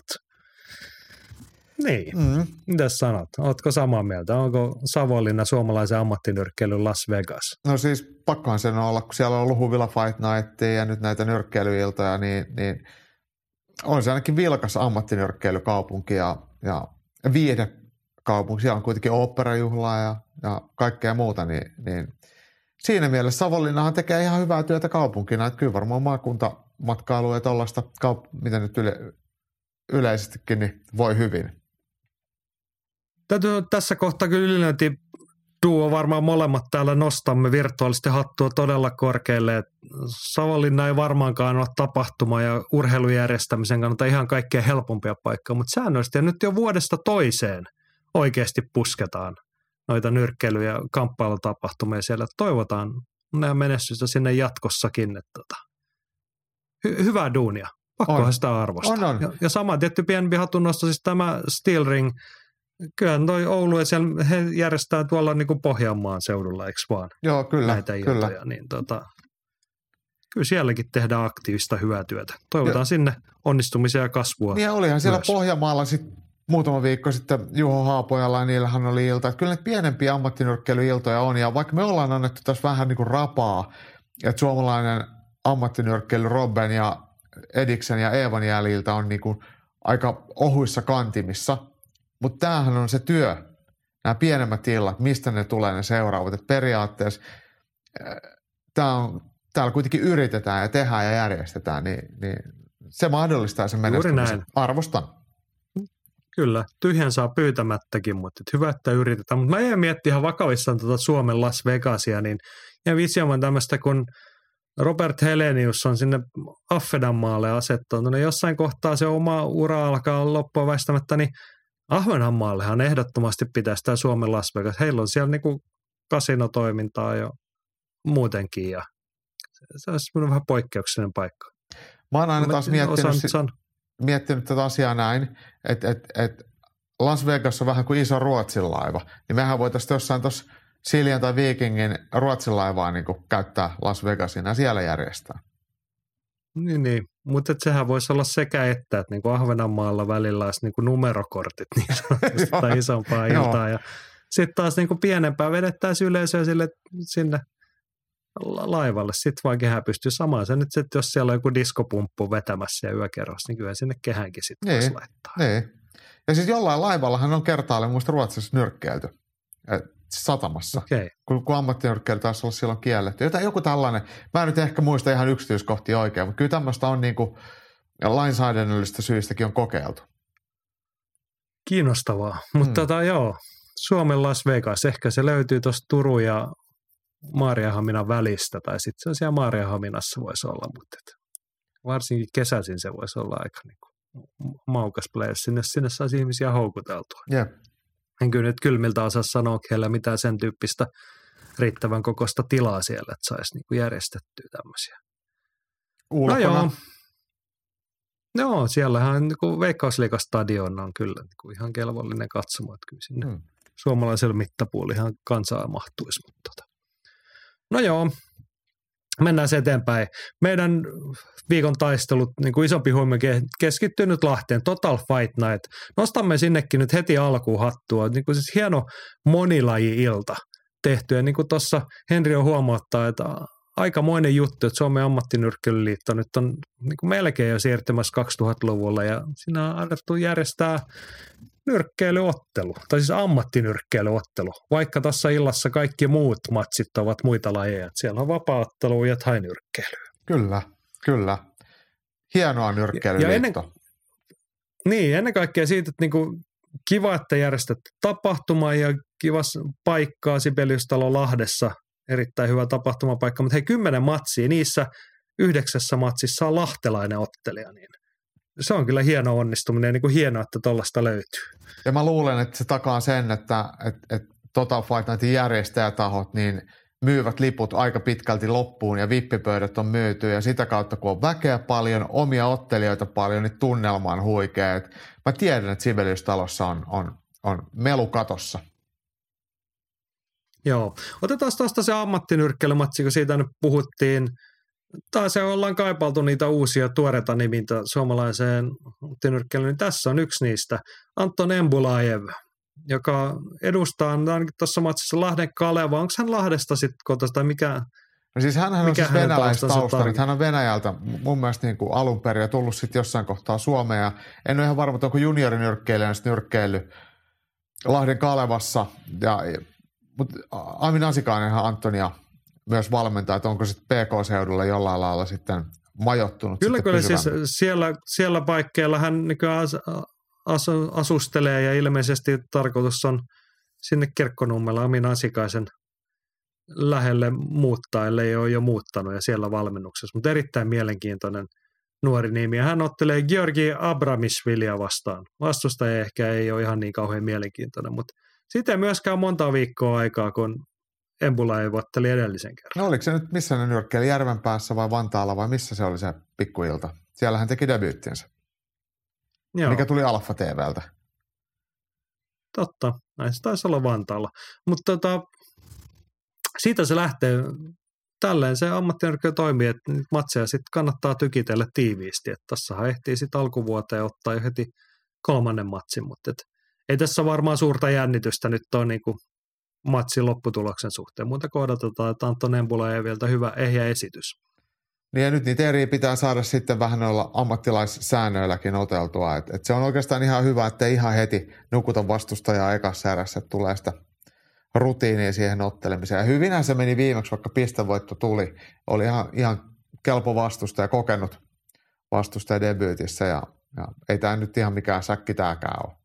Niin, mm. Mitäs sanot? Ootko samaa mieltä? Onko Savonlinna suomalaisen ammattinyrkkeilyn Las Vegas? No siis pakkohan sen olla, kun siellä on ollut Huvila Fight Night ja nyt näitä nyrkkeilyiltoja, niin, niin on se ainakin vilkas ammattinyrkkeilykaupunki ja, ja viihdekaupunki. Siellä on kuitenkin oopperajuhlaa ja, ja kaikkea muuta, niin, niin siinä mielessä Savonlinnahan tekee ihan hyvää työtä kaupunkina. Että kyllä varmaan maakuntamatkailu ja tuollaista, kaup- mitä nyt yle, yleisestikin, niin voi hyvin. Täytyy tässä kohtaa kyllä ylilöinti duo varmaan molemmat täällä nostamme virtuaalisesti hattua todella korkealle. Savonlinna ei varmaankaan ole tapahtuma- ja urheilujärjestämisen kannalta ihan kaikkein helpompia paikkaa, mutta säännöllisesti ja nyt jo vuodesta toiseen oikeasti pusketaan noita nyrkkeily- ja kamppailutapahtumia siellä. Toivotaan menestystä sinne jatkossakin. Että tota, hy- hyvää duunia. Pakkohan sitä arvostaa. On, on. Ja, ja sama tietty pienempi hatunnosto, siis tämä Steel Ring. Kyllähän toi Oulu ja siellä he järjestää tuolla niin kuin Pohjanmaan seudulla, eikö vaan? Joo, kyllä. Näitä iltoja, kyllä. Niin tota, kyllä sielläkin tehdään aktiivista hyvää työtä. Toivotaan ja, sinne onnistumisia ja kasvua. Niin ja olihan siellä myös Pohjanmaalla sitten muutama viikko sitten Juho Haapojalla ja niillähän oli ilta. Että kyllä ne pienempiä ammattinyrkkeilyiltoja on ja vaikka me ollaan annettu tässä vähän niin kuin rapaa, että suomalainen ammattinyrkkeily Robben ja Ediksen ja Eevan jäljiltä on niin kuin aika ohuissa kantimissa. Mutta tämähän on se työ, nämä pienemmät illat, mistä ne tulee ne seuraavat. Et periaatteessa tää on, täällä kuitenkin yritetään ja tehdään ja järjestetään, niin, niin se mahdollistaa sen menestymisen. Arvostan. Kyllä, tyhjän saa pyytämättäkin, mutta hyvä, että yritetään. Mutta mä jäin miettimään ihan vakavissaan tuota Suomen Las Vegasia, niin ja visioimaan tämmöistä, kun Robert Helenius on sinne Ahvenanmaalle asettunut. Jossain kohtaa se oma ura alkaa loppua väistämättä, niin Ahvenanmaallehan ehdottomasti pitäisi tämä Suomen Las Vegas. Heillä on siellä niinku kasinotoimintaa jo muutenkin ja se olisi vähän poikkeuksellinen paikka. Mä oon aina taas miettinyt, osan, miettinyt tätä asiaa näin, että et, et Las Vegas on vähän kuin iso Ruotsin laiva. Niin mehän voitaisiin jossain tuossa Siljan tai Vikingin Ruotsin laivaa niin kuin käyttää Las Vegasina ja siellä järjestää. Niin, niin. Mutta sehän voisi olla sekä että, että niin kuin Ahvenanmaalla välillä olisi niin kuin numerokortit niin sanotusti tai isompaa iltaa. Ja sitten taas niin kuin pienempää vedettäisiin yleisöä sille, sinne laivalle. Sitten vaan kehä pystyy samaan. Se nyt sitten, jos siellä on joku diskopumppu vetämässä ja yökerros, niin kyllä sinne kehänkin sitten niin, voisi laittaa. Niin. Ja siis jollain laivallahan on kertaalleen muista Ruotsissa nyrkkeilty. Satamassa, okay. kun, kun ammattinyrkkeily taisi olla silloin kielletty. Jotain, joku tällainen, mä en nyt ehkä muista ihan yksityiskohtia oikein, mutta kyllä tämmöistä on niin kuin lainsäädännöllistä syistäkin on kokeiltu. Kiinnostavaa, mutta hmm. tota, joo, Suomen Las Vegas, ehkä se löytyy tuosta Turun ja Maarianhaminan välistä, tai sitten se on siellä Maarianhaminassa voisi olla, mutta et, varsinkin kesäisin se voisi olla aika niin kuin maukas place, sinne, sinne saisi ihmisiä houkuteltua. Yeah. En kyllä nyt kylmiltä osaa sanoa heillä mitään sen tyyppistä riittävän kokoista tilaa siellä, että saisi niinku järjestettyä tämmöisiä ulkona. No joo. Joo, siellähän niin Veikkausliigastadion on kyllä niin kuin ihan kelvollinen katsomo, että kyllä sinne hmm. suomalaisella mittapuolella ihan kansaa mahtuisi. Mutta tota. No joo, mennään se eteenpäin. Meidän viikon taistelut, niin kuin isompi huomio keskittyy nyt Lahteen, Total Fight Night. Nostamme sinnekin nyt heti alkuun hattua. Niin kuin siis hieno monilaji-ilta tehty. Ja niin kuin tuossa Henri on huomauttaa, että aikamoinen juttu, että Suomen ammattinyrkkeilyliitto nyt on niin kuin melkein jo siirtymässä kaksituhattaluvulla ja siinä on annettu järjestää nyrkkeilyottelu, tai siis ammattinyrkkeilyottelu, vaikka tuossa illassa kaikki muut matsit ovat muita lajeja. Siellä on vapaa-ottelu ja thainyrkkeilyä. Kyllä, kyllä. Hienoa nyrkkeilyliitto. Ennen, niin, ennen kaikkea siitä, että niinku kiva, että järjestät tapahtumaa ja kivas paikkaa Sibeliustalo Lahdessa. Erittäin hyvä tapahtumapaikka, mutta hei, kymmenen matsia, niissä yhdeksässä matsissa on lahtelainen ottelija, niin se on kyllä hieno onnistuminen ja niin kuin hienoa, että tuollaista löytyy. Ja mä luulen, että se takaa sen, että, että, että Total Fight Nightin järjestäjätahot niin myyvät liput aika pitkälti loppuun ja vippipöydät on myyty ja sitä kautta, kun on väkeä paljon, omia ottelijoita paljon, niin tunnelma on huikea. Et mä tiedän, että Sibeliustalossa on, on, on melu katossa. Joo. Otetaan tuosta se ammattinyrkkeilymatsi, kun siitä nyt puhuttiin. Taas se ollaan kaipaltu niitä uusia tuoreita nimintä suomalaiseen ammattinyrkkeilyyn. Niin tässä on yksi niistä. Anton Embulaev, joka edustaa ainakin tuossa matsissa Lahden Kaleva. Onko hän Lahdesta sitten, tai mikä? No siis hänhän on siis venäläistausta. Hän on Venäjältä mun mielestä niin kuin alun perin ja tullut sitten jossain kohtaa Suomeen. Ja en ole ihan varma, onko juniorinyrkkeilijä nyrkkeily Lahden Kalevassa. Ja mutta Amin Asikainenhan Antonia myös valmentaa, että onko sitten P K-seudulla jollain lailla sitten majoittunut. Kyllä, kyllä siis siellä, siellä paikkeilla hän nykyään as, as, asustelee ja ilmeisesti tarkoitus on sinne Kirkkonummella Amin Asikaisen lähelle muuttaa, ellei ole jo muuttanut ja siellä valmennuksessa. Mutta erittäin mielenkiintoinen nuori nimi. Ja hän ottelee Georgi Abramishvilia vastaan. Vastustaja ehkä ei ole ihan niin kauhean mielenkiintoinen, mutta siitä ei myöskään monta viikkoa aikaa, kun Embulaev otteli edellisen kerran. No oliko se nyt missä ne nyrkkeili, Järvenpäässä vai Vantaalla vai missä se oli se pikkuilta? Siellä hän teki debyyttinsä, Joo. mikä tuli Alfa T V:ltä. Totta, näin se taisi olla Vantaalla. Mutta tota, siitä se lähtee, tälleen se ammattinyrkkeily toimii, että matseja sitten kannattaa tykitellä tiiviisti. Että tossahan ehtii sitten alkuvuoteen ottaa jo heti kolmannen matsin, mutta et ei tässä varmaan suurta jännitystä nyt ole niin kuin matsin lopputuloksen suhteen. Muuta kuin odotetaan, että Anton Embulaevilta hyvä ehjä esitys. Niin ja nyt niitä eri pitää saada sitten vähän olla ammattilaissäännöilläkin oteltua. Et, et se on oikeastaan ihan hyvä, että ei ihan heti nukuta vastustajaa ekassa erässä, että tulee sitä rutiinia siihen ottelemiseen. Ja hyvinhän se meni viimeksi, vaikka pistevoitto tuli. Oli ihan, ihan kelpo vastustaja, kokenut vastustaja debyytissä ja, ja ei tämä nyt ihan mikään säkki tämäkään ole.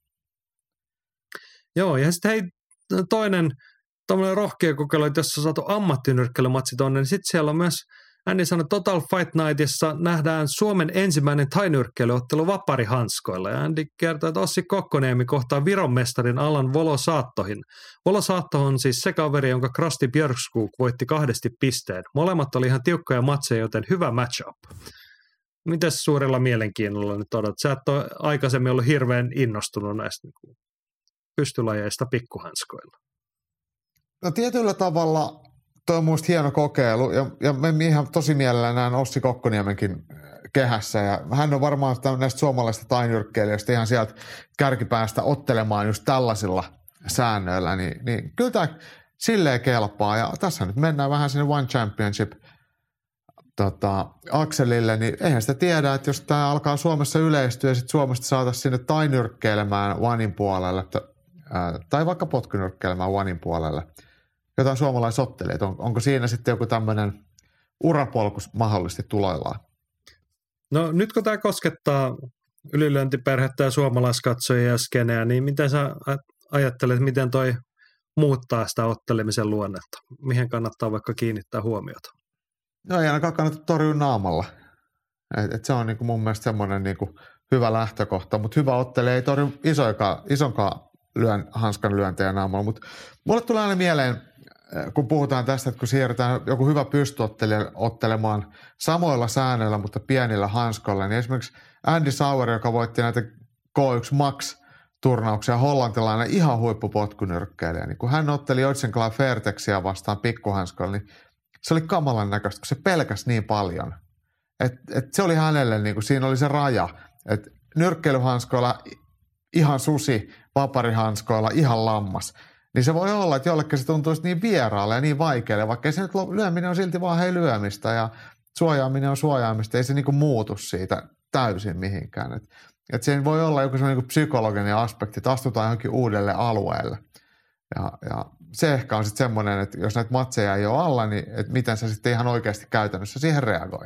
Joo, ja sitten hei, toinen tuommoinen rohkea kokeilu, että jos on saatu ammattinyrkkeilymatsi tuonne, niin sitten siellä on myös, Andy sanoi, Total Fight Nightissa nähdään Suomen ensimmäinen thainyrkkeilyottelu vaparihanskoilla. Ja Andy kertoo, että Ossi Kokkoniemi kohtaa Viron mestarin Alan Volosaattohin. Volosaatto on siis se kaveri, jonka Krasti Björkskog voitti kahdesti pisteen. Molemmat oli ihan tiukkoja matseja, joten hyvä matchup. Mites suurella mielenkiinnolla nyt odotat? Sä et ole aikaisemmin ollut hirveän innostunut näistä pystylajeista pikkuhanskoilla. No tietyllä tavalla toi on musta hieno kokeilu ja, ja me ihan tosi mielellään näen Ossi Kokkoniemenkin kehässä ja hän on varmaan näistä suomalaisista tainyrkkeilijöistä ihan sieltä kärkipäästä ottelemaan just tällaisilla säännöillä, niin, niin kyllä tämä silleen kelpaa ja tässä nyt mennään vähän sinne One Championship tota, akselille, niin eihän sitä tiedä, että jos tämä alkaa Suomessa yleistyä ja sitten Suomesta saataisiin sinne tainyrkkeilemään Onein puolelle ää, tai vaikka potkunyrkkeilemään Onein puolelle jotain suomalaisottelijat. On, onko siinä sitten joku tämmöinen urapolku mahdollisesti tuloillaan? No nyt kun tämä koskettaa ylilyöntiperhettä ja suomalaiskatsojia ja skeneä, niin miten sä ajattelet, miten toi muuttaa sitä ottelemisen luonnetta? Mihin kannattaa vaikka kiinnittää huomiota? No ei ainakaan kannata torjua naamalla. Et, et se on niinku mun mielestä semmoinen niinku hyvä lähtökohta, mutta hyvä ottelija ei torju isoinkaan, isonkaan lyön, hanskan lyöntejä naamalla. Mutta mulle tulee aina mieleen kun puhutaan tästä, että kun siirretään joku hyvä pystyottelija ottelemaan samoilla säännöillä, mutta pienillä hanskoilla, niin esimerkiksi Andy Sauer, joka voitti näitä K yksi Max-turnauksia, hollantilainen ihan huippupotkunyrkkeilijä, niin kun hän otteli Oitsenklaan Fairtexia vastaan pikkuhanskoilla, niin se oli kamalan näköistä, kun se pelkäsi niin paljon. Et, et se oli hänelle, niin kuin, siinä oli se raja, että nyrkkeilyhanskoilla ihan susi, vaparihanskoilla ihan lammas. Niin se voi olla, että jollekin se tuntuisi niin vieraalle ja niin vaikealle, vaikka se nyt lyöminen on silti vaan hei lyömistä ja suojaaminen on suojaamista, ei se niinku muutu siitä täysin mihinkään. Että et siinä voi olla joku sellainen niinku psykologinen aspekti, että astutaan johonkin uudelle alueelle. Ja, ja se ehkä on sitten semmoinen, että jos näitä matseja ei ole alla, niin että miten sä sitten ihan oikeasti käytännössä siihen reagoit.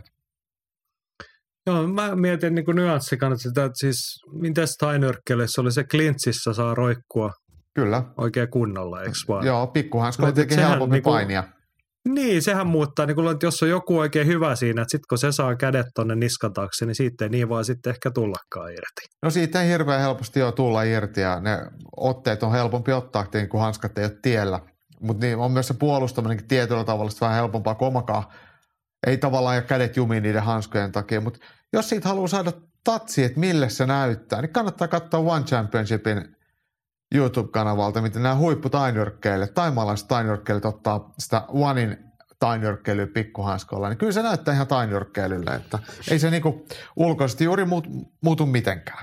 Joo, mä mietin niin kuin nyanssikannat sitä, että siis miten tainyrkkeilyssä oli se klintsissä saa roikkua Kyllä. oikein kunnolla, eikö vaan? Joo, pikkuhansko on tietenkin helpompi niinku, painia. Niin, sehän muuttaa, niin kun, että jos on joku oikein hyvä siinä, että sitten kun se saa kädet tonne niskan taakse, niin siitä ei niin vaan sitten ehkä tullakaan irti. No siitä ei hirveän helposti jo tulla irti ja ne otteet on helpompi ottaa, kun hanskat ei ole tiellä. Mutta niin on myös se puolustaminenkin tietyllä tavalla vähän helpompaa kuin omakaan. Ei tavallaan ja kädet jumiin niiden hanskojen takia, mutta jos siitä haluaa saada tatsi, että mille se näyttää, niin kannattaa katsoa One Championshipin YouTube-kanavalta, miten nämä huipputainyrkkeilijät, taimalaiset tainyrkkeilijät ottaa sitä Onein tainyrkkeilyä pikkuhanskoilla, niin kyllä se näyttää ihan tainyrkkeilylle, että ei se niinku ulkoisesti juuri muutu, muutu mitenkään.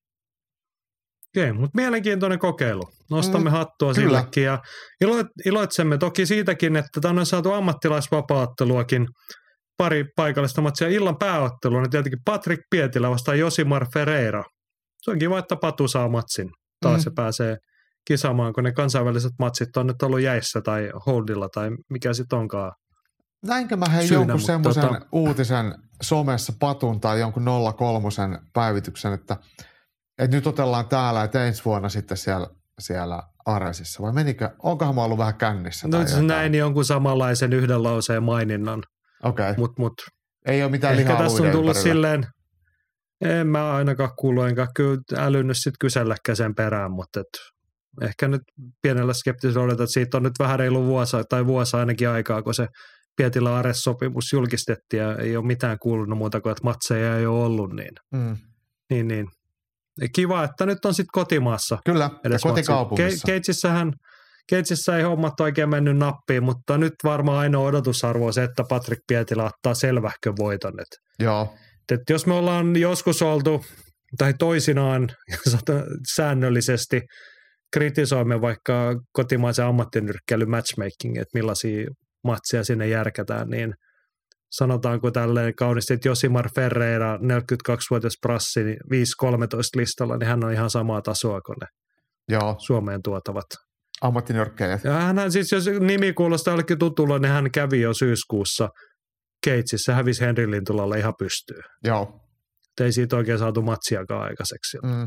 Okei, mutta mielenkiintoinen kokeilu. Nostamme mm, hattua kyllä. sillekin ja ilo, iloitsemme toki siitäkin, että tänne on saatu ammattilaisvapaatteluakin pari paikallista matsia. Illan pääottelu on tietenkin Patrick Pietilä vastaan Josimar Ferreira. Se on kiva, että Patu saa matsin. Taas mm. se pääsee kisaamaan, kun ne kansainväliset matsit on nyt ollut jäissä tai holdilla tai mikä sitten onkaan. Näinkö mä hei syynä, jonkun semmoisen tota... uutisen somessa Patun tai jonkun nolla kolme päivityksen, että, että nyt otellaan täällä, että ensi vuonna sitten siellä, siellä Aresissa. Vai menikö, onkohan mä ollut vähän kännissä? No se näin jonkun samanlaisen yhden lauseen maininnan. Okei. Okay. Mut, mut. Ei ole mitään lihaa ehkä tässä on tullut ympärillä. Silleen, en mä ainakaan kuulu, enkä kyllä älynnyt sitten kyselläkään sen perään, mutta et ehkä nyt pienellä skeptisellä odotetaan, että siitä on nyt vähän reilu vuosi tai vuosi ainakin aikaa, kun se Pietilä Ares-sopimus julkistettiin ja ei ole mitään kuulunut muuta kuin, että matseja ei ole ollut, niin, mm. niin, niin. Kiva, että nyt on sitten kotimaassa. Kyllä, ja kotikaupungissa. Ke- Keitsissähän Keitsissä ei hommat oikein mennyt nappiin, mutta nyt varmaan ainoa odotusarvo on se, että Patrick Pietilä ottaa selvähkön voiton. Joo. Et jos me ollaan joskus oltu, tai toisinaan säännöllisesti kritisoimme vaikka kotimaisen ammattinyrkkeilyn matchmaking, että millaisia matseja sinne järkätään, niin sanotaanko tälleen kauniisti, että Josimar Ferreira, neljäkymmentäkaksivuotias prassi, viisi kolmetoista listalla, niin hän on ihan samaa tasoa kuin ne Joo. Suomeen tuotavat ammattinyrkkeilijät. Ja hän siis, jos nimi kuulostaa jollekin tutulla, niin hän kävi jo syyskuussa Keitsissä, hävisi Henri Lintulalle ihan pystyyn. Joo. Ei siitä oikein saatu matsiakaan aikaiseksi. Mm.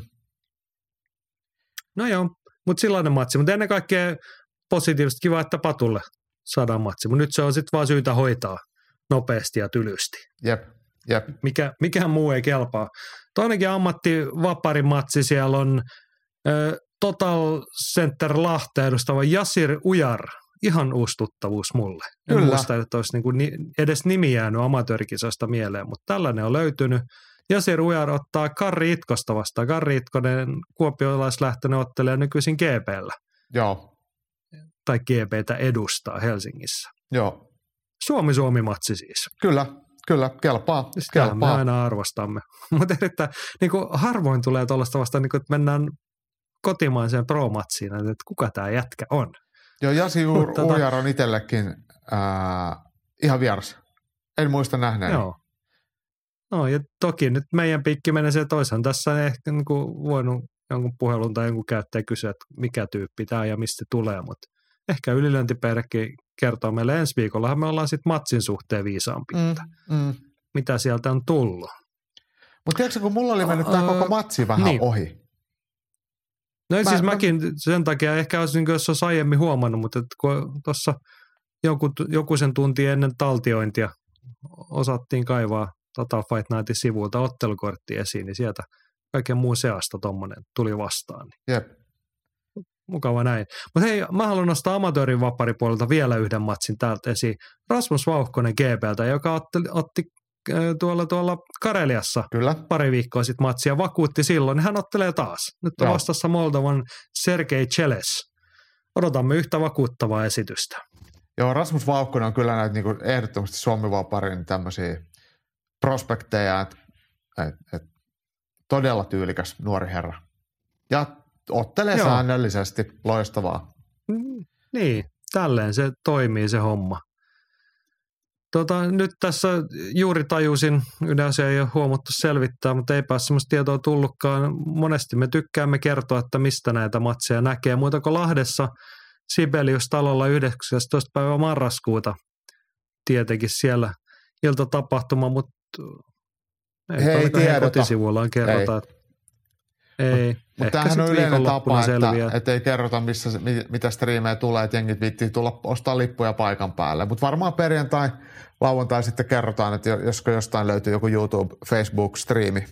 No joo, mutta sellainen matsi. Mutta ennen kaikkea positiivisesti kiva, että Patulle saadaan matsi. Mutta nyt se on sitten vaan syytä hoitaa nopeasti ja tylysti. Jep, jep. Mikä, mikään muu ei kelpaa. Toinenkin ammattivaparin matsi siellä on ö, Total Center Lahteen edustava Yasir Ujar. Ihan uusi tuttavuus mulle. En Kyllä. muista, että olisi niinku ni, edes nimi jäänyt amatöörikisoista mieleen, mutta tällainen on löytynyt. Yasir Ujar ottaa Karri Itkosta vastaan. Karri Itkonen kuopiolaislähtöinen ottelee nykyisin G P:llä. Joo. Tai G P:tä edustaa Helsingissä. Joo. Suomi-Suomi-matsi siis. Kyllä, kyllä, kelpaa. Sitä kelpaa. me aina arvostamme. Mutta erittäin niin harvoin tulee tuollaista vasta, niin kuin, että mennään kotimaiseen pro-matsiin, että kuka tämä jätkä on. Joo, Yasir Ujar on itsellekin äh, ihan vieras. En muista nähneen. Joo. No ja toki nyt meidän piikki menee se toisaan. Tässä on ehkä niin kuin voinut jonkun puhelun tai jonkun käyttäjä kysyä, että mikä tyyppi tämä ja mistä tulee, mutta ehkä ylilöintiperhekin kertoo meille ensi viikollahan me ollaan sitten matsin suhteen viisaampia. Mm, mm. Mitä sieltä on tullut. Mutta tiedätkö, kun mulla oli mennyt uh, tämä koko matsi vähän niin. ohi. No mä, siis mä... mäkin sen takia ehkä olisin, jos olisi aiemmin huomannut, mutta kun tuossa joku, joku sen tunti ennen taltiointia osattiin kaivaa Total Fight Nightin sivuilta ottelukortti esiin, niin sieltä kaiken muun seasta tuommoinen tuli vastaan. Jep. mukava näin. Mutta hei, mä haluan nostaa amatöörin vapparipuolelta vielä yhden matsin täältä esiin. Rasmus Vauhkonen G P:ltä, joka otti, otti tuolla, tuolla Kareliassa Kyllä. pari viikkoa sitten matsia, vakuutti silloin, niin hän ottelee taas. Nyt on Joo. vastassa Moldovan Sergei Cheles. Odotamme yhtä vakuuttavaa esitystä. Joo, Rasmus Vauhkonen on kyllä näitä niin ehdottomasti Suomi-vaparin tämmöisiä prospekteja, että et, et, todella tyylikäs nuori herra. Ja ottelee Joo. säännöllisesti, loistavaa. Mm, niin, tälleen se toimii se homma. Tota, nyt tässä juuri tajusin, yhden asian ei ole huomattu selvittää, mutta eipä ole sellaista tietoa tullutkaan. Monesti me tykkäämme kertoa, että mistä näitä matseja näkee. Muuta kuin Lahdessa Sibelius-talolla yhdeksästoista päivä marraskuuta. Tietenkin siellä iltatapahtuma, mutta ei, He ei tiedota. Kotisivuillaan kerrota. Ei. ei. Mutta tämähän on yleinen tapa, että, että ei kerrota, missä, mitä striimejä tulee, että jengit viittii tulla ostaa lippuja paikan päälle. Mutta varmaan perjantai, lauantai sitten kerrotaan, että josko jostain löytyy joku YouTube, Facebook-striimi.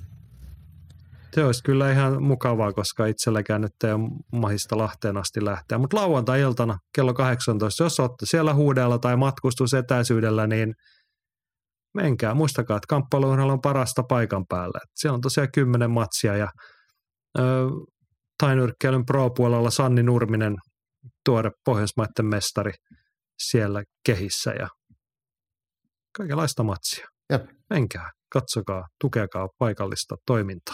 Se olisi kyllä ihan mukavaa, koska itselläkään nyt ei ole mahista Lahteen asti lähteä. Mutta lauantai-iltana kello kahdeksantoista, jos olette siellä huudella tai matkustusetäisyydellä, niin menkää. Muistakaa, että kamppailuurheilu on parasta paikan päällä. Et siellä on tosiaan kymmenen matsia ja ö, tainyrkkeilyn pro-puolella Sanni Nurminen, tuore Pohjoismaiden mestari siellä kehissä ja kaikenlaista matsia. Jep. Menkää, katsokaa, tukekaa paikallista toimintaa.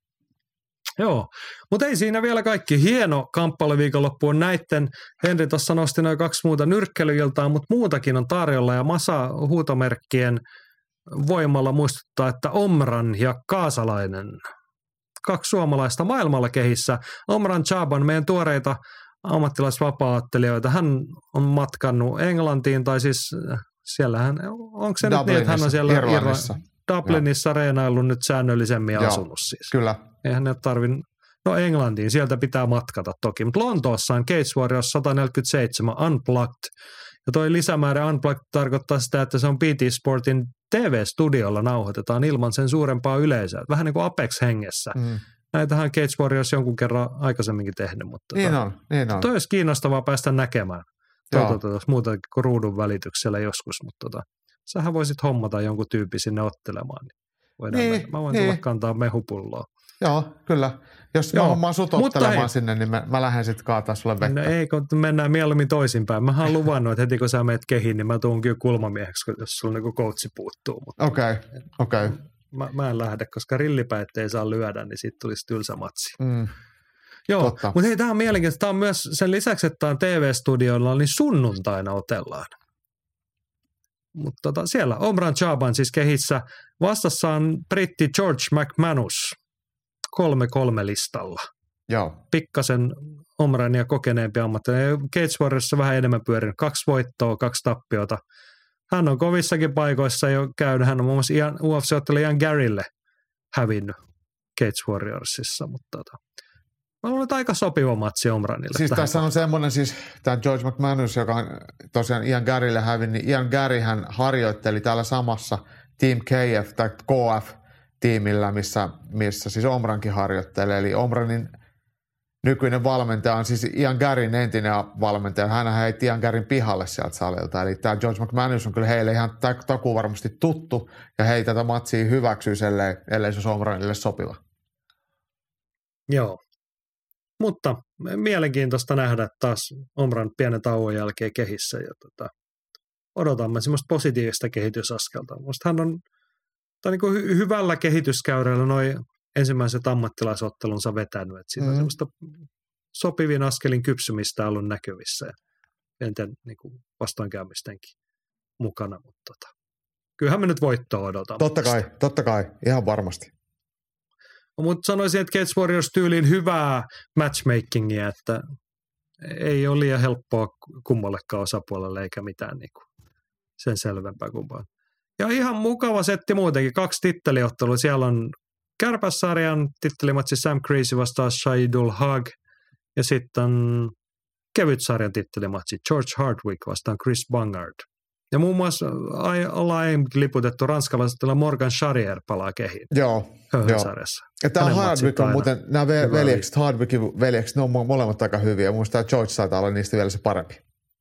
Joo, mutta ei siinä vielä kaikki. Hieno kamppailuviikonloppu on näitten. Henri tuossa nosti noin kaksi muuta nyrkkeilyiltaa, mutta muutakin on tarjolla ja Masa huutomerkkien voimalla muistuttaa, että Omran ja Kaasalainen, kaksi suomalaista maailmalla kehissä. Omran Chaban, meidän tuoreita ammattilaisvapaa-ottelijoita, hän on matkannut Englantiin tai siis siellähän, onko se nyt niin, että hän on siellä Irlannissa. Dublinissa reenaillut nyt säännöllisemmin Joo, asunut siis. Kyllä. Eihän ne tarvitse, no Englantiin, sieltä pitää matkata toki, mutta Lontoossa on Cage Warriors sata neljäkymmentäseitsemän Unplugged. Ja toi lisämäärä Unplugged tarkoittaa sitä, että se on P T Sportin T V-studiolla nauhoitetaan ilman sen suurempaa yleisöä. Vähän niin kuin Apex-hengessä. Mm. Näitähän Cage Warriors jonkun kerran aikaisemminkin tehnyt. Mutta niin tota, on, niin on. Toi olisi kiinnostavaa päästä näkemään. Toivottavasti muuta kuin ruudun välityksellä joskus, mutta tota, sähän voisit hommata jonkun tyyppi sinne ottelemaan. Niin niin, mä voin niin. tulla kantaa mehupulloa. Joo, kyllä. Jos Joo, mä hommaan sut ottelemaan sinne, niin mä, mä lähden sitten kaataa sulle vettä. No ei, kun mennään mieluummin toisinpäin. Mä oon luvannut, että heti kun sä meet kehiin, niin mä tuun kyllä kulmamieheksi, jos sulla niinku coachi puuttuu. Okei, okei. Okay, okay. mä, mä en lähde, koska rillipäät ei saa lyödä, niin siitä tulisi tylsä matsi. Mm. Joo, mutta hei, tämä on mielenkiintoista. Tämä on myös sen lisäksi, että tämä on T V-studioilla, niin sunnuntaina otellaan. Mutta tota, siellä Omran Chaban siis kehissä. Vastassa on britti George McManus kolme kolme listalla. Joo. Pikkasen Omrania kokeneempi ammattilainen. Cage Warriorissa vähän enemmän pyörinyt. Kaksi voittoa, kaksi tappiota. Hän on kovissakin paikoissa jo käynyt. Hän on muun muassa Ian, U F C-ottelija Ian Garylle hävinnyt Cage Warriorsissa, mutta tota, on ollut aika sopiva matsi Omranille. Siis tässä on semmoinen siis, tämä George McManus, joka on tosiaan Ian Garylle hävinnyt, niin Ian Gary hän harjoitteli täällä samassa Team K F tai K F-tiimillä, missä, missä siis Omrankin harjoittelee. Eli Omranin nykyinen valmentaja on siis Ian Garyn entinen valmentaja. Hän heitti Ian Garyn pihalle sieltä salilta. Eli tämä George McManus on kyllä heille ihan takuu varmasti tuttu, ja he tätä matsia hyväksyisi, ellei, ellei se olisi Omranille sopiva. Joo. Mutta mielenkiintoista nähdä taas Omran pienen tauon jälkeen kehissä ja tota, odotamme semmoista positiivista kehitysaskelta. Minusta hän on niin kuin hy- hyvällä kehityskäyrällä noin ensimmäiset ammattilaisottelunsa vetänyt. Että siinä mm. on semmoista sopivin askelin kypsymistä ollut näkyvissä ja enten niin kuin vastoinkäymistenkin mukana. Mutta tota, kyllähän me nyt voittoa odotamme. Totta kai, totta kai, ihan varmasti. Mutta sanoisin, että Cage Warriors-tyyliin hyvää matchmakingia, että ei ole liian helppoa kummallekaan osapuolelle eikä mitään niinku sen selvempää kumpaan. Ja ihan mukava setti muutenkin, kaksi titteliottelua. Siellä on Kärpässarjan tittelimatsi Sam Creasy vastaan Shahidul Haq ja sitten kevytsarjan tittelimatsi George Hardwick vastaan Chris Bungard. Ja muun muassa ai, ollaan aiemminkin liputettu ranskalaisella Morgan Charrier palaa kehiin. Joo. Höhönsarjassa. Ja tämä Hardwick on muuten, nämä veljekset, Hardwickin veljekset, ne on molemmat aika hyviä. Mun mielestä George taitaa olla niistä vielä se parempi.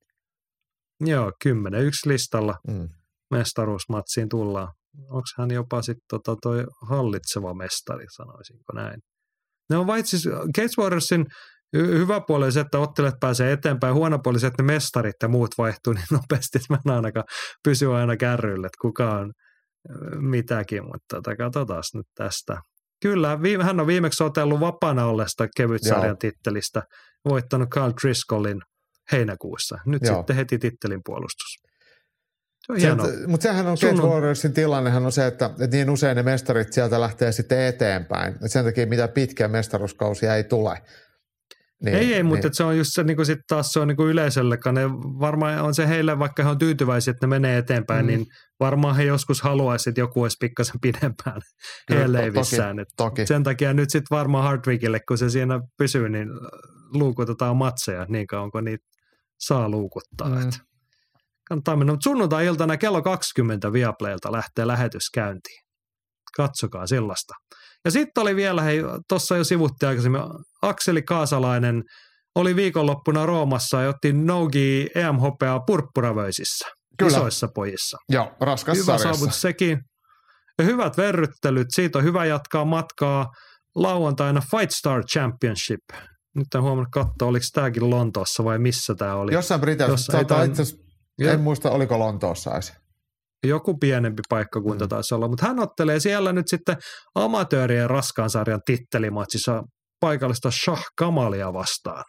Joo, kymmenen yksi listalla Mm. mestaruusmatsiin tullaan. Onko hän jopa sitten tota toi hallitseva mestari, sanoisinko näin. Ne on vain siis Cage Warriorsin hyvä puoli on se, että ottelijat pääsee eteenpäin. Huono puoli se, että ne mestarit ja muut vaihtuu niin nopeasti, että mä en ainakaan pysy aina kärryillä, että kuka on mitäkin, mutta tota, katsotaan nyt tästä. Kyllä, viime, hän on viimeksi otellut vapaana ollesta kevytsarjan tittelistä, voittanut Carl Driscollin heinäkuussa. Nyt Joo. sitten heti tittelin puolustus. Se on hienoa. Mutta sehän on Cage Warriorsin tilannehan on se, että, että niin usein ne mestarit sieltä lähtee sitten eteenpäin. Et sen takia mitä pitkiä mestaruuskausia ei tule. Niin, ei, ei, niin. mutta se on just se, niin sitten taas se on niin yleisöllekaan. Ne varmaan on se heille, vaikka he on tyytyväisiä, että ne menee eteenpäin, mm. niin varmaan he joskus haluaisivat, että joku olisi pikkasen pidempään heidän leivissään. Toki, toki. Sen takia nyt sitten varmaan Hardwickille, kun se siinä pysyy, niin luukutetaan matseja niin kauan, kun niitä saa luukuttaa. Mm. Kannattaa mennä. Mutta sunnuntai-iltana kello kaksikymmentä Viaplaylta lähtee lähetys käyntiin. Katsokaa sellaista. Ja sitten oli vielä, hei, tuossa jo sivuttiin aikaisemmin, Akseli Kaasalainen oli viikonloppuna Roomassa ja otti Nogi E M-hopeaa purppuravöisissä, isoissa pojissa. Joo, raskas hyvä sarjassa. saavutus sekin. Ja hyvät verryttelyt, siitä on hyvä jatkaa matkaa lauantaina Fight Star Championship. Nyt en huomannut katsoa, oliko tämäkin Lontoossa vai missä tämä oli. Jossain Briteissä, Jotain... en muista, oliko Lontoossa edes. Joku pienempi paikkakunta mm. taisi olla, mutta hän ottelee siellä nyt sitten amatöörien raskaan sarjan tittelimatsissa paikallista Shah Kamalia vastaan.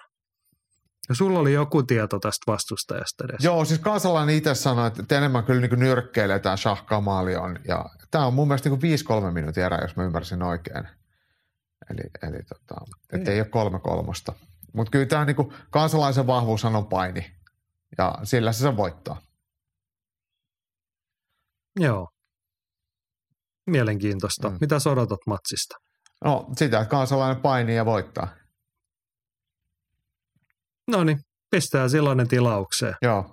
Ja sulla oli joku tieto tästä vastustajasta edes. Joo, siis kansalainen itse sanoi, että enemmän kyllä niin kuin nyrkkeilee tämä Shah Kamali on. Ja tämä on mun mielestä niin kuin viisi kolme minuutin erä, jos mä ymmärsin oikein. Eli, eli tota, että ei ole kolme kolmosta. Mutta kyllä tämä niin kuin kansalaisen vahvuus on paini. Ja sillä se, se voittaa. Joo. Mielenkiintoista. Mm. Mitä sä odotat matsista? No sitä, että kansalainen painii ja voittaa. No niin, pistää silloin tilaukseen. Joo.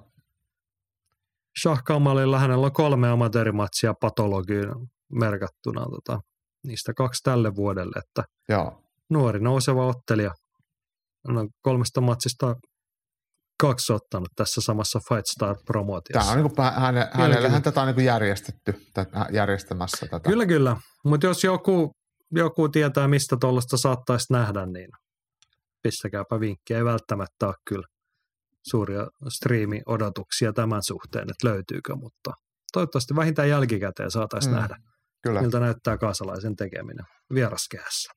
Shah Kamalilla hänellä on kolme amatöörimatsia patologiin merkattuna. Tota, niistä kaksi tälle vuodelle. Että Joo. Nuori nouseva ottelija. Hän on kolmesta matsista kaksi ottanut tässä samassa Fight Star-promootiossa. Tämä on niin kuin häne, hänellähän tätä on niin kuin järjestetty, tätä, järjestämässä tätä. Kyllä, kyllä. Mutta jos joku, joku tietää, mistä tuollaista saattaisi nähdä, niin pistäkääpä vinkkiä. Ei välttämättä ole kyllä suuria striimi-odotuksia tämän suhteen, että löytyykö, mutta toivottavasti vähintään jälkikäteen saataisiin mm, nähdä, kyllä. miltä näyttää kaasalaisen tekeminen vieraskehässä.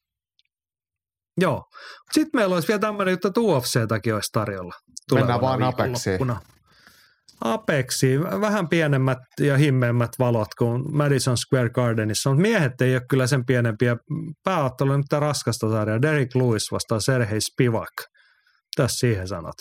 Joo. Sitten meillä olisi vielä tämmöinen juttu, että U F C-täkin olisi tarjolla. Mennään vaan Apexiin. Apexiin. Vähän pienemmät ja himmeämmät valot kuin Madison Square Gardenissa, mutta miehet ei ole kyllä sen pienempiä. Pääottelu on nyt raskasta sarjaa. Derek Lewis vastaan Sergei Spivak. Tässä siihen sanot.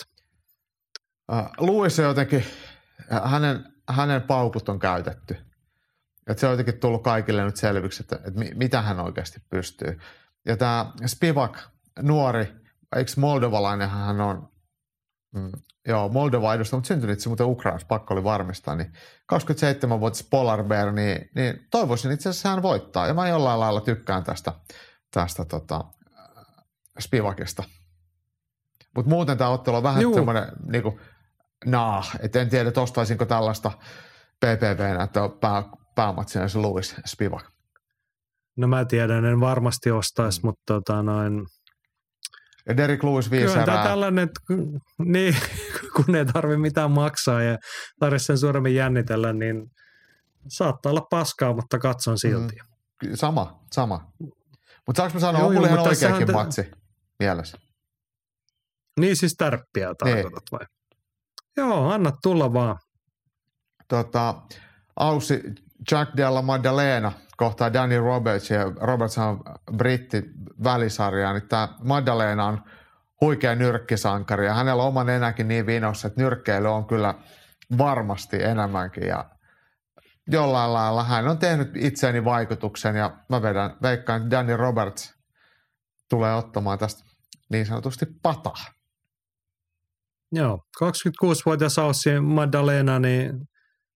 Uh, Lewis on jotenkin, hänen, hänen paukut on käytetty. Et se on jotenkin tullut kaikille nyt selviksi, että, että mitä hän oikeasti pystyy. Ja tämä Spivak, nuori, eikö moldovalainen hän on, mm, joo, Moldova edustaa, mutta syntynyt se muuten Ukrainassa, pakko oli varmistaa, niin kaksikymmentäseitsemänvuotias Polar Bear, niin, niin toivoisin itse asiassa hän voittaa. Ja mä jollain lailla tykkään tästä, tästä tota, Spivakista. Mutta muuten tämä ottelu on vähän Juu. semmoinen, niin kuin, nah, että en tiedä, että ostaisinko tällaista P P V:nä, että on pää, päämatsina se Lewis Spivak. No mä tiedän, en varmasti ostaisi, mm. mutta tota noin... Ja Derek Lewis viisi erää. Tällainen, niin, kun ei tarvitse mitään maksaa ja tarvitse sen suuremmin jännitellä, niin saattaa olla paskaa, mutta katson silti. Mm. Sama, sama. Mutta saanko mä sanoa, on mulla ihan oikeakin te... matsi mielessä? Niin siis tärppiä tarkoitat vai? Joo, anna tulla vaan. Tota, Aussi Jack Della Maddalena kohtaa Danny Roberts ja Roberts on britti välisarjaa, niin tämä Maddalena on huikea nyrkkisankari ja hänellä on oma nenäkin niin vinossa, että nyrkkeily on kyllä varmasti enemmänkin ja jollain lailla hän on tehnyt itseäni vaikutuksen ja mä vedän, veikkaan, että Danny Roberts tulee ottamaan tästä niin sanotusti pataa. Joo, kaksikymmentäkuusivuotias Aussi Maddalena, niin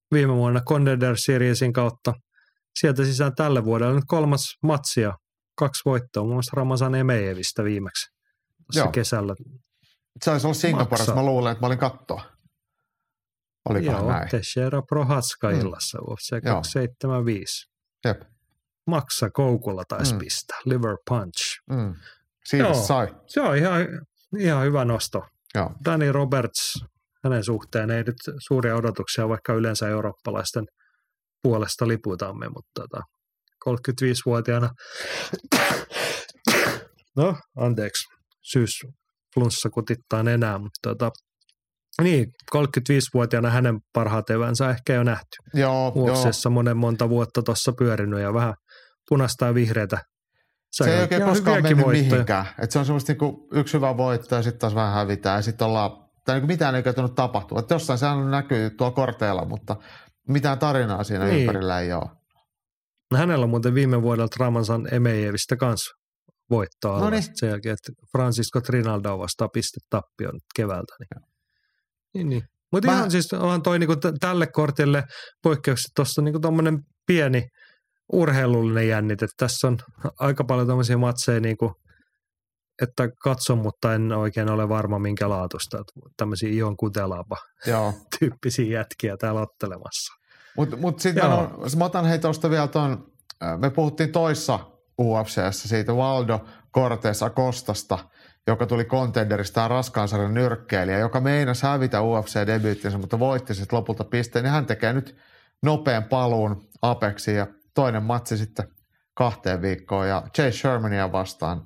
viime vuonna Contender Seriesin kautta. Sieltä sisään tälle vuodelle nyt kolmas matsia, kaksi voittoa, muun muassa Ramazan Emejevistä viimeksi tuossa Joo. kesällä. Se olisi ollut Singaporessa, mä luulen, että mä olin kattoa. Olikohan Joo, näin? Teixeira Prohatska illassa, U F C kaksisataaseitsemänkymmentäviisi. Jep. Maksa koukulla taisi Mm. pistää, liver punch. Mm. Siitä Joo. sai. Se on ihan, ihan hyvä nosto. Joo. Danny Roberts, hänen suhteen ei nyt suuria odotuksia, vaikka yleensä eurooppalaisten puolesta liputamme, mutta tota, kolmekymmentäviisivuotiaana, no anteeksi, syysflunssa kutittaa enää, mutta tota, niin, kolmekymmentäviisivuotiaana hänen parhaat evänsä ehkä jo nähty. Joo, U F joo. C:ssä monen monta vuotta tuossa pyörinyt ja vähän punaista ja vihreätä. Se ei oikein koskaan mennyt voittoja. mihinkään. Et se on semmoista niinku yksi hyvä voitto ja sitten taas vähän hävitään ja sitten ollaan, tai niinku mitään ei oikein tapahtua. Et jossain sehän näkyy tuolla korteilla, mutta mitään tarinaa siinä Niin. ympärillä ei ole. No, hänellä on muuten viime vuodelta Ramazan Emejevistä kanssa voittoa alla. Noniin. Sen jälkeen, että Francisco Trinaldo vastaa pistetappion keväältä. Niin, niin, niin. Mutta Mä- ihan siis onhan toi niinku t- tälle kortille poikkeukset tuossa niinku tommonen pieni urheilullinen jännite. Tässä on aika paljon tämmöisiä matseja, niinku, että katson, mutta en oikein ole varma minkä laatusta. Tämmöisiä Ion Kutelapa Joo. tyyppisiä jätkiä täällä ottelemassa. Mutta mut sitten Joo. mä, mä otan hei tuosta vielä ton, äh, me puhuttiin toissa U F C:ssä siitä Waldo Cortes Acostasta, joka tuli Contenderista raskaan sarjan nyrkkeilijä, joka meinasi hävitä U F C-debyyttinsä, mutta voitti sitten lopulta pisteen. Ja hän tekee nyt nopean paluun Apexiin ja toinen matsi sitten kahteen viikkoon ja Chase Shermania vastaan.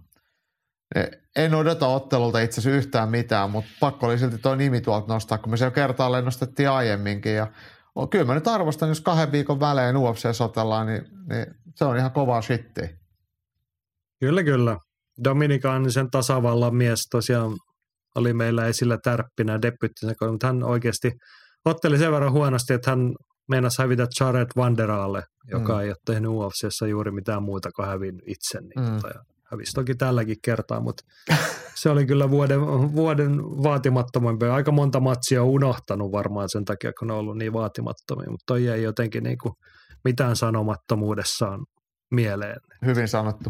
En odota ottelulta itse asiassa yhtään mitään, mutta pakko oli silti tuo nimi tuolta nostaa, kun me se jo kertaalleen nostettiin aiemminkin. Ja kyllä mä nyt arvostan, jos kahden viikon välein U F C-sotellaan, niin, niin se on ihan kovaa shittiä. Kyllä, kyllä. Dominikaanisen tasavallan mies tosiaan oli meillä esillä tärppinä debyttinsä, mutta hän oikeasti otteli sen verran huonosti, että hän meinasi hävitä Jared Vanderaalle, joka mm. ei ole tehnyt U F C:ssä juuri mitään muuta kuin hävinnyt itse. Niin Mm. tota, ja hävisi toki tälläkin kertaa, mutta se oli kyllä vuoden, vuoden vaatimattomampia. Aika monta matsia on unohtanut varmaan sen takia, kun ne on ollut niin vaatimattomia, mutta toi ei jotenkin niin kuin mitään sanomattomuudessaan mieleen. Hyvin sanottu.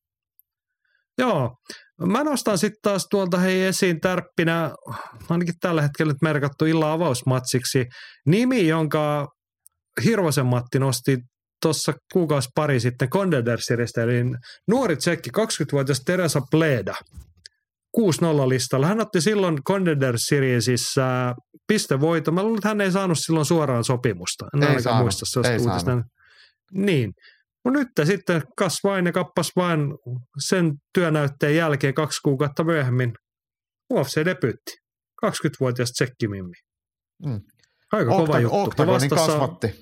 Joo, mä nostan sitten taas tuolta hei esiin tärppinä, ainakin tällä hetkellä nyt merkattu illan avausmatsiksi, nimi, jonka Hirvosen Matti nosti tuossa kuukausi pari sitten Contender Seriestä, eli nuori tsekki, kaksikymmentävuotias Teresa Pleda, kuusi nolla listalla. Hän otti silloin Contender Seriesissä pistevoiton. Mä luulen, että hän ei saanut silloin suoraan sopimusta. En Ei ainakaan saanut, muista sellaista ei uutista. saanut. Niin. No nyt sitten kas vain ja kappas vain sen työnäytteen jälkeen kaksi kuukautta myöhemmin U F C-debyytti. kaksikymmentävuotias tsekkimimmi. Mm. Aika kova Okta- juttu. Oktagonin Vastassa- kasvatti.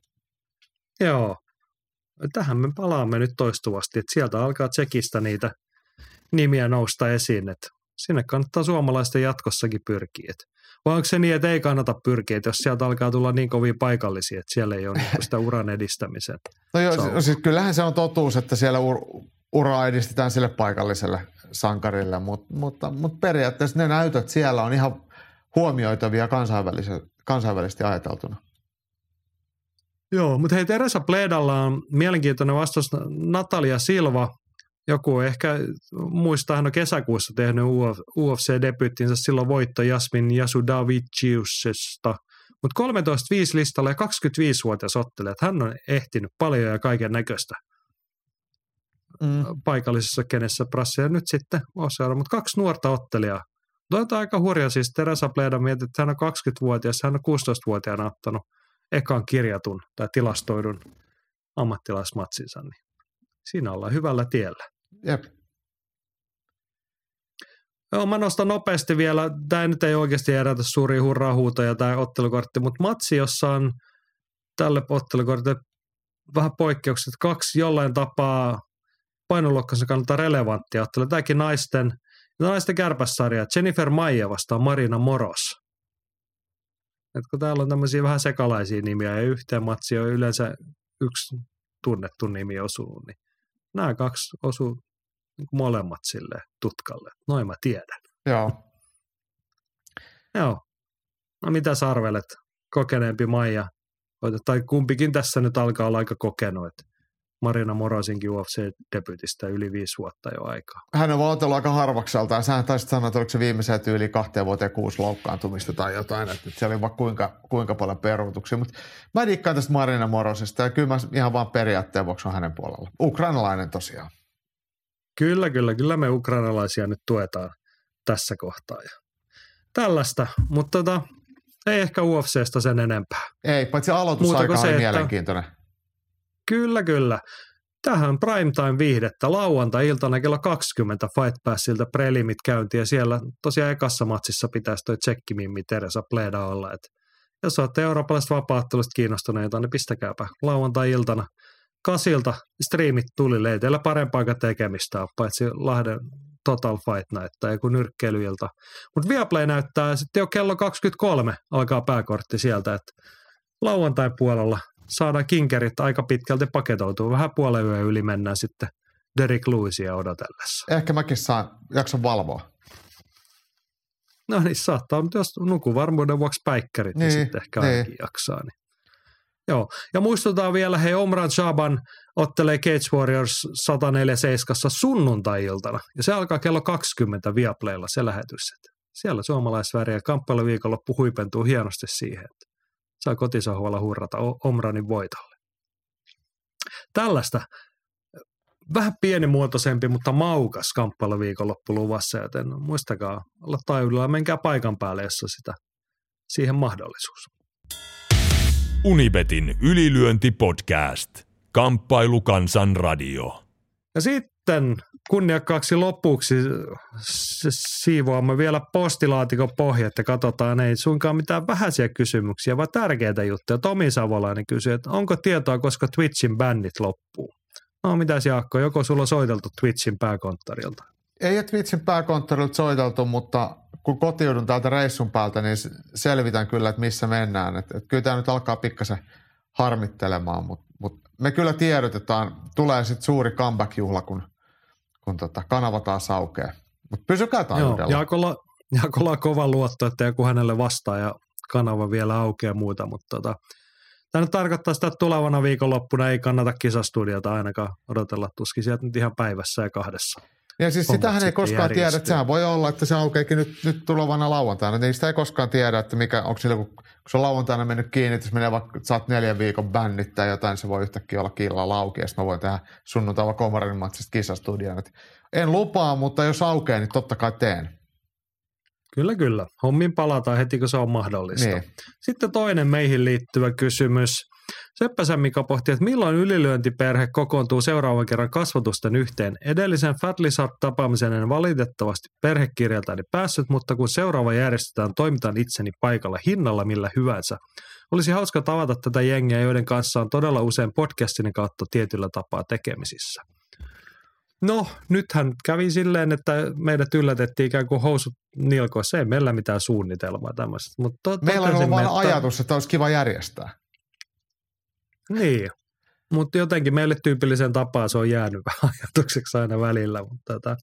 Joo. Tähän me palaamme nyt toistuvasti, että sieltä alkaa Tsekistä niitä nimiä nousta esiin, että sinne kannattaa suomalaisten jatkossakin pyrkiä. Et vai onko se niin, että ei kannata pyrkiä, että jos sieltä alkaa tulla niin kovia paikallisia, että siellä ei ole niinku sitä uran edistämisen. No joo, Se on- no siis kyllähän se on totuus, että siellä ur- uraa edistetään sille paikalliselle sankarille, mutta, mutta, mutta periaatteessa ne näytöt siellä on ihan huomioitavia kansainvälisesti, kansainvälisesti ajateltuna. Joo, mutta hei, Teresa Pledalla on mielenkiintoinen vastaus Natalia Silva. Joku ehkä muistaa, hän on kesäkuussa tehnyt U F C-debyyttinsä silloin voitto Jasmin Jasudaviciusesta. Mutta kolmetoista viisi listalla ja kaksikymmentäviisivuotias ottelija. Hän on ehtinyt paljon ja kaiken näköistä Mm. paikallisessa kenessä prassia. Nyt sitten osaa, mutta kaksi nuorta ottelijaa. Tuo on aika hurja siis. Teresa Pleda mietit, että hän on kaksikymmentävuotias, hän on kuusitoistavuotiaana ottanut ekan kirjatun tai tilastoidun ammattilaismatsinsa. Niin siinä ollaan hyvällä tiellä. Jep. Joo, mä nostan nopeasti vielä, tämä nyt ei oikeasti herätä suuria hurraa-huutoja tämä ottelukortti, mutta matsi, jossa on tälle ottelukortille vähän poikkeukset, kaksi jollain tapaa painoluokkansa kannalta relevanttia ottelua. Tämäkin naisten, naisten kärpässarja, Jennifer Maija vastaan Marina Moros. Et kun täällä on tämmöisiä vähän sekalaisia nimiä ja yhteen matsi on yleensä yksi tunnettu nimi osunut, niin nämä kaksi osuu niin kuin molemmat sille tutkalle. Noin mä tiedän. Joo. Joo. No mitä sä arvelet? Kokeneempi Maija Tai kumpikin tässä nyt alkaa olla aika kokenut, että Marina Morosinkin U F C-debytistä yli viisi vuotta jo aikaa. Hän on valtellut aika harvakselta ja sähän taisit sanoa, että oliko se viimeiseen tyyliin kahteen vuoteen kuusi loukkaantumista tai jotain, että siellä oli vaan kuinka, kuinka paljon peruutuksia. Mutta mä dikkaan tästä Marina Morosista ja kyllä mä ihan vaan periaatteen vuoksi on hänen puolella. Ukrainalainen tosiaan. Kyllä, kyllä, kyllä me ukrainalaisia nyt tuetaan tässä kohtaa. Ja tällaista, mutta tota, ei ehkä U F C:stä sen enempää. Ei, paitsi aloitusaika oli mielenkiintoinen. Kyllä, kyllä. Tähän primetime-viihdettä lauantai-iltana kello kaksikymmentä Fight Passilta prelimit käyntiin ja siellä tosiaan ekassa matsissa pitäisi toi tsekkimimmi Teresa Pleda olla. Et jos olette eurooppalaisesta vapaattelusta kiinnostuneita, niin pistäkääpä lauantai-iltana kasilta striimit tulille. Ei teillä parempaa tekemistä ole, paitsi Lahden Total Fight Night tai joku nyrkkeilyilta. Mutta Viaplay näyttää sitten jo kello kaksikymmentäkolme alkaa pääkortti sieltä, että lauantai puolella saadaan kinkerit aika pitkälti paketoitua. Vähän puolen yön yli mennään sitten Derek Lewisia odotellessa. Ehkä mäkin saan jakson valvoa. No niin, saattaa, mutta jos nukuu varmuuden vuoksi päikkärit, niin, niin sitten ehkä niin. ainakin jaksaa. Niin. Joo, ja muistutaan vielä, hei Omran Shaban ottelee Cage Warriors sata neljäkymmentäseitsemän sunnuntai-iltana. Ja se alkaa kello kaksikymmentä Viaplaylla se lähetys. Siellä suomalaisväriä kamppailuviikonloppu huipentuu hienosti siihen, että saa kotisohvalla hurrata Omranin voitolle. Tällaista vähän pienimuotoisempi, mutta maukas kamppailuviikonloppu luvassa, joten muistakaa olla taajuudella, menkää paikan päälle, jos on sitä, siihen mahdollisuus. Unibetin ylilyöntipodcast. Kamppailukansan radio. Ja sitten kunniakkaaksi lopuksi siivoamme vielä postilaatikon pohjat ja katsotaan, ei suinkaan mitään vähäisiä kysymyksiä, vaan tärkeitä juttuja. Tomi Savolainen kysyy, että onko tietoa, koska Twitchin bändit loppuu? No mitäs Jaakko, joko sulla on soiteltu Twitchin pääkonttorilta? Ei ole Twitchin pääkonttorilta soiteltu, mutta kun kotiudun täältä reissun päältä, niin selvitän kyllä, että missä mennään. Et, et kyllä tämä nyt alkaa pikkasen harmittelemaan, mutta mut me kyllä tiedotetaan, tulee sitten suuri comeback-juhla, kun, kun tota kanava taas aukeaa. Mutta pysykää taajuudella. Jaakolla, Jaakolla on kova luotto, että joku hänelle vastaa ja kanava vielä aukeaa ja muuta, mutta tota, tämä nyt tarkoittaa sitä, että tulevana viikonloppuna ei kannata kisastudiota ainakaan odotella, tuskin sieltä nyt ihan päivässä ja kahdessa. Ja siis sitähän ei koskaan tiedä, että sehän voi olla, että se aukeakin nyt, nyt tulevana lauantaina. Niin sitä ei koskaan tiedä, että mikä, onko sillä, kun, kun se on lauantaina mennyt kiinni, että jos menee vaikka, että saat neljän viikon bännit tai jotain, se voi yhtäkkiä olla killalla auki, ja mä voin tehdä sunnuntaina Komarin matsista kisastudion. En lupaa, mutta jos aukeaa, niin totta kai teen. Kyllä, kyllä. Hommiin palataan heti, kun se on mahdollista. Niin. Sitten toinen meihin liittyvä kysymys. Seppäsen Mika pohti, että milloin ylilyöntiperhe kokoontuu seuraavan kerran kasvatusten yhteen. Edellisen Fat Lizard-tapaamisen en valitettavasti perhekirjalta ei päässyt, mutta kun seuraava järjestetään, toimitan itseni paikalla hinnalla millä hyvänsä. Olisi hauska tavata tätä jengiä, joiden kanssa on todella usein podcastin kautta tietyllä tapaa tekemisissä. No, nythän kävi silleen, että meidät yllätettiin ikään kuin housut nilkoissa. Ei meillä mitään suunnitelmaa tämmöistä. Mutta meillä on vain että ajatus, että olisi kiva järjestää. Niin, mutta jotenkin meille tyypillisen tapaan se on jäänyt ajatukseksi aina välillä. Mutta tota,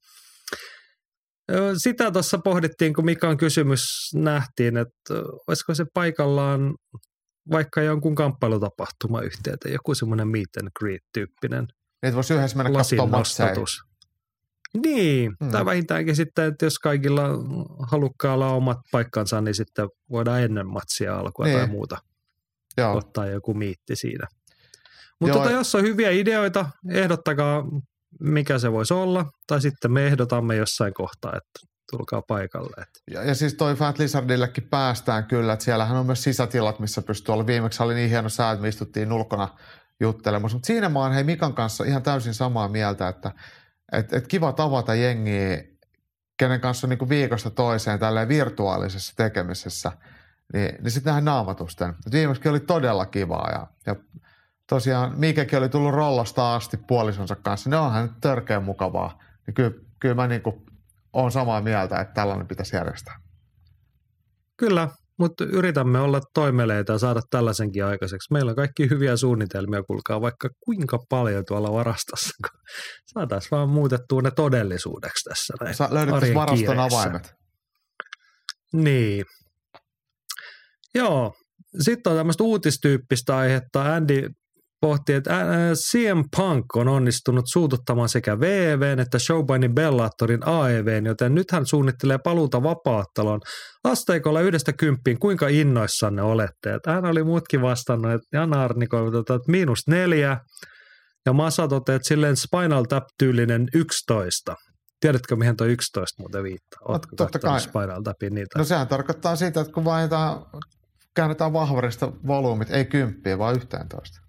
sitä tuossa pohdittiin, kun Mikan kysymys nähtiin, että olisiko se paikallaan vaikka jonkun kamppailutapahtuma yhteyttä, joku semmoinen meet and greet-tyyppinen. Niin, voisi yhdessä mennä katsomaan matseja. Niin, hmm. tai vähintäänkin sitten, että jos kaikilla halukkaalla on omat paikkansa, niin sitten voidaan ennen matsia alkua niin. tai muuta. Joo. Ottaa joku miitti siinä. Mutta tota, jos on hyviä ideoita, ehdottakaa, mikä se voisi olla, tai sitten me ehdotamme jossain kohtaa, että tulkaa paikalle. Ja, ja siis toi Fat Lizardillekin päästään kyllä, että siellähän on myös sisätilat, missä pystyy olla. Viimeksi oli niin hieno sää, että me istuttiin ulkona juttelemassa. Mutta siinä mä oon hei Mikan kanssa ihan täysin samaa mieltä, että et, et kiva tavata jengiä, kenen kanssa on niinku viikosta toiseen tälleen virtuaalisessa tekemisessä. Niin, niin sitten nähdään naamatusten. Et viimeksi oli todella kivaa ja, ja tosiaan Mikekin oli tullut rollosta asti puolisonsa kanssa. Ne onhan nyt törkeän mukavaa. Niin kyllä, kyllä mä niinku oon samaa mieltä, että tällainen pitäisi järjestää. Kyllä, mutta yritämme olla toimeleita ja saada tällaisenkin aikaiseksi. Meillä on kaikki hyviä suunnitelmia, kuulkaa vaikka kuinka paljon tuolla varastossa, kun saataisiin vaan muutettua ne todellisuudeksi tässä näin. Sa- löydettäisiin varaston kiireessä. avaimet. Niin. Joo, sitten on tämmöistä uutistyyppistä aihetta. Andy pohti, että C M Punk on onnistunut suututtamaan sekä V E V:n että Showbinein Bellatorin A E V:n, joten nyt hän suunnittelee paluuta vapaatteluun. Asteikolla yhdestä kymppiin, kuinka innoissanne olette? Että hän oli muutkin vastannut, että Jan Arnikoivat, että miinus neljä, ja Masa toteaa, että silleen Spinal Tap-tyylinen yksitoista. Tiedätkö, mihin tuo yksitoista muuten viittaa? Oletko totta kai. Spinal Tapin niitä? No sehän tarkoittaa sitä, että kun vaihdetaan, käännetään vahvarista volyymit, ei kymppiä, vaan yhteentoista.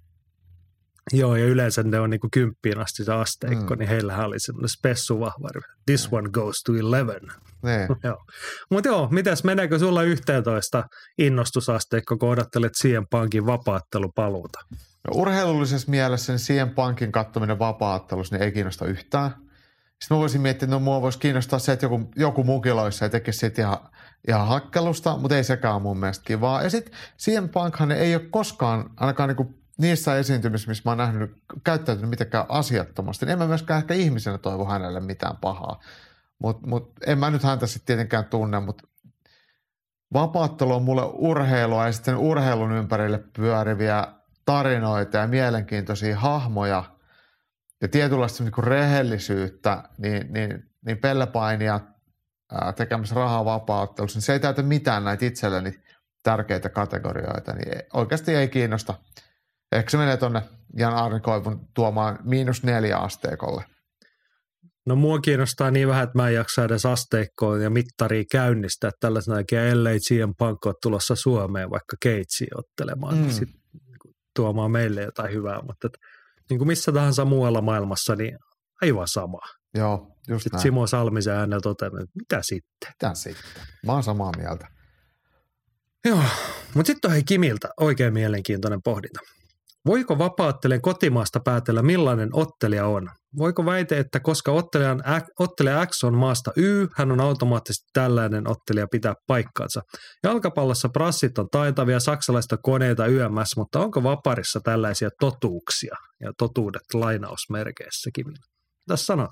Joo, ja yleensä ne on niin kuin kymppiin asti se asteikko, Mm. niin heillähän oli semmoinen spessuvahvari. This one goes to eleven. Niin. Joo. Mutta joo, mitäs meneekö sulla yhteentoista innostusasteikko, kun odottelet C M Punkin vapaattelupaluuta? No, urheilullisessa mielessä niin C M Punkin kattominen vapaattelussa niin ei kiinnosta yhtään. Sitten mä voisin miettiä, että no mua voisi kiinnostaa se, että joku, joku mukiloissa ja tekisi siitä ihan, ihan hakkelusta, mutta ei sekään ole mun mielestä kivaa. Ja sitten C M Punkhan ei ole koskaan, ainakaan niinku niissä esiintymissä, missä mä oon nähnyt, käyttäytynyt mitenkään asiattomasti. En mä myöskään ehkä ihmisenä toivo hänelle mitään pahaa. Mutta mut, en mä nyt häntä sitten tietenkään tunne, mutta vapaattelu on mulle urheilua ja sitten urheilun ympärille pyöriviä tarinoita ja mielenkiintoisia hahmoja ja tietynlaista niin kuin rehellisyyttä, niin, niin, niin pellepainia ää, tekemässä rahaa vapaattelussa, niin se ei täytä mitään näitä itselleni tärkeitä kategorioita, niin ei, oikeasti ei kiinnosta. Ehkä se menee tuonne Jan Arnikoivun tuomaan miinus neljä asteikolle. No mua kiinnostaa niin vähän, että mä en jaksa edes asteikkoa ja mittaria käynnistää tällaisena jälkeen, ellei C M Punk ole tulossa Suomeen vaikka Keitsiin ottelemaan, mm. sit, niin tuomaan meille jotain hyvää, mutta et, niin kuin missä tahansa muualla maailmassa, niin aivan sama. Joo, just sitten näin. Simo Salmisen äänellä toteaa, että mitä sitten? Mitä sitten? Mä oon samaa mieltä. Joo, mutta sitten on hei Kimiltä oikein mielenkiintoinen pohdinta. Voiko vapaattelijan kotimaasta päätellä, millainen ottelija on? Voiko väite, että koska ottelijan, ottelija X on maasta Y, hän on automaattisesti tällainen ottelija pitää paikkaansa? Jalkapallossa brassit on taitavia, saksalaista koneita Y M S, mutta onko vaparissa tällaisia totuuksia ja totuudet lainausmerkeissäkin? Tässä sanot.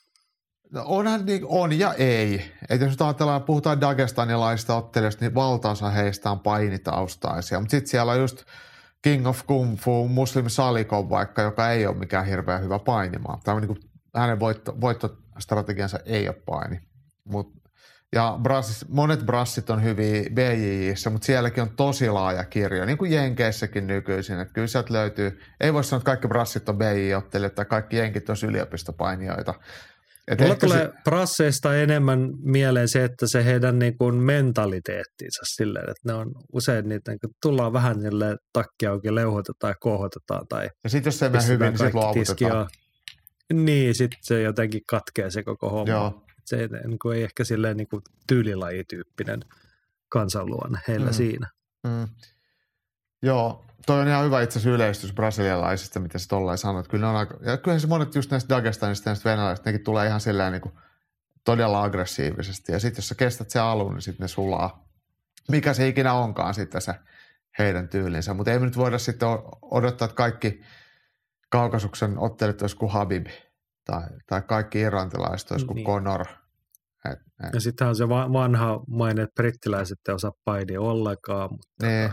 No onhan niin, on ja ei. Et jos nyt ajatellaan, puhutaan dagestanilaisista ottelijoista, niin valtaosa heistä on painitaustaisia, mutta sitten siellä on just King of Kung Fu, Muslim Salikov vaikka, joka ei ole mikään hirveän hyvä painimaan. Tämä on niin kuin, hänen voitto, voittostrategiansa ei ole paini. Mut, ja brassis, monet brassit on hyviä B J J:ssä, mutta sielläkin on tosi laaja kirjo, niin kuin Jenkeissäkin nykyisin. Että kyllä sieltä löytyy, ei voi sanoa, että kaikki brassit on B J J-ottelijoita tai kaikki jenkit on yliopistopainijoita. Et mulla tulee se brasseista enemmän mieleen se, että se heidän niin kuin mentaliteettiinsa silleen, että ne on usein niitä, niin tullaan vähän niille takki auki, leuhotetaan ja kohotetaan. Tai ja sitten jos se menee hyvin, niin sitten luovutetaan. Niin, sitten se jotenkin katkee se koko homma. Joo. Se ei, niin kuin, ei ehkä silleen niin kuin tyylilajityyppinen kansanluonne heillä mm. siinä. Mm. Joo, toi on ihan hyvä itse asiassa yleistys brasilialaisista, mitä sä tollain sanoit. Kyllä on aika, ja kyllähän se monet just näistä Dagestanista ja näistä venäläisistä, nekin tulee ihan silleen niin kuin todella aggressiivisesti. Ja sitten jos sä kestät se alun, niin sitten ne sulaa. Mikä se ikinä onkaan sitten se heidän tyylinsä. Mutta ei me nyt voida sitten odottaa, että kaikki Kaukasuksen ottelut olisi kuin Habib. Tai, tai kaikki irlantilaiset olisi kuin niin. Conor. Et, et. Ja sittenhän on se vanha maine, että brittiläiset ei osaa painia ollenkaan. Mutta niin.